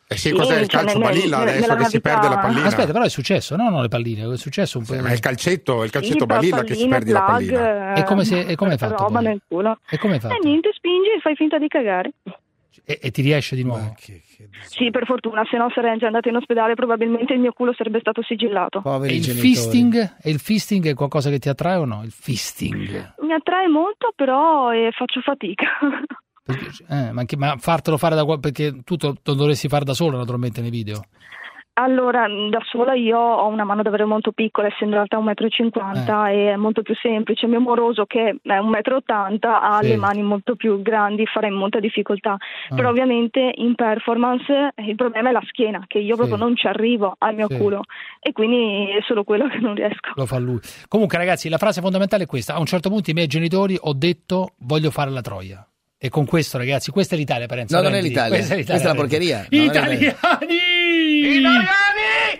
S9: Eh sì, cos'è il calcio balilla adesso che si perde la pallina?
S3: Aspetta, però è successo, no? No, le palline, è successo un po'.
S9: Sì, ma è il calcetto, il calcetto sì, balilla che si perde la pallina.
S3: E come se, e come hai fatto?
S1: Roba nel culo.
S3: E come hai fatto?
S1: E niente, spingi e fai finta di cagare.
S3: E, e ti riesce di nuovo?
S9: Che, che
S1: sì, per fortuna, se no sarei già andato in ospedale, probabilmente il mio culo sarebbe stato sigillato.
S3: E il fisting? E il fisting è qualcosa che ti attrae o no? Il fisting?
S1: Mi attrae molto, però eh, faccio fatica.
S3: Perché, eh, ma, anche, ma fartelo fare da qua, perché tu lo dovresti fare da solo naturalmente nei video.
S1: Allora, da sola io ho una mano davvero molto piccola, essendo in realtà un metro e cinquanta, eh. e è molto più semplice. Il mio moroso, che è un metro e ottanta, ha sì. le mani molto più grandi, farei molta difficoltà. Ah. Però ovviamente in performance il problema è la schiena, che io sì. proprio non ci arrivo al mio sì. culo, e quindi è solo quello che non riesco.
S3: Lo fa lui. Comunque ragazzi, la frase fondamentale è questa: a un certo punto i miei genitori ho detto voglio fare la troia. E con questo, ragazzi, questa è l'Italia, Parenzo.
S4: No, non è l'Italia. Questa è, l'Italia, questa è la porcheria.
S3: Italiani!
S2: Italiani!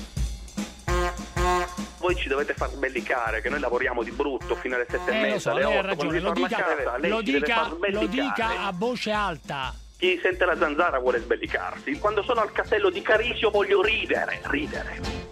S2: Voi ci dovete far sbellicare, che noi lavoriamo di brutto fino alle sette eh, e mezza,
S3: so,
S2: alle otto.
S3: Ragione, lo dica, casa, lo, dica, lo dica a voce alta.
S2: Chi sente la zanzara vuole sbellicarsi. Quando sono al castello di Carisio voglio ridere, ridere.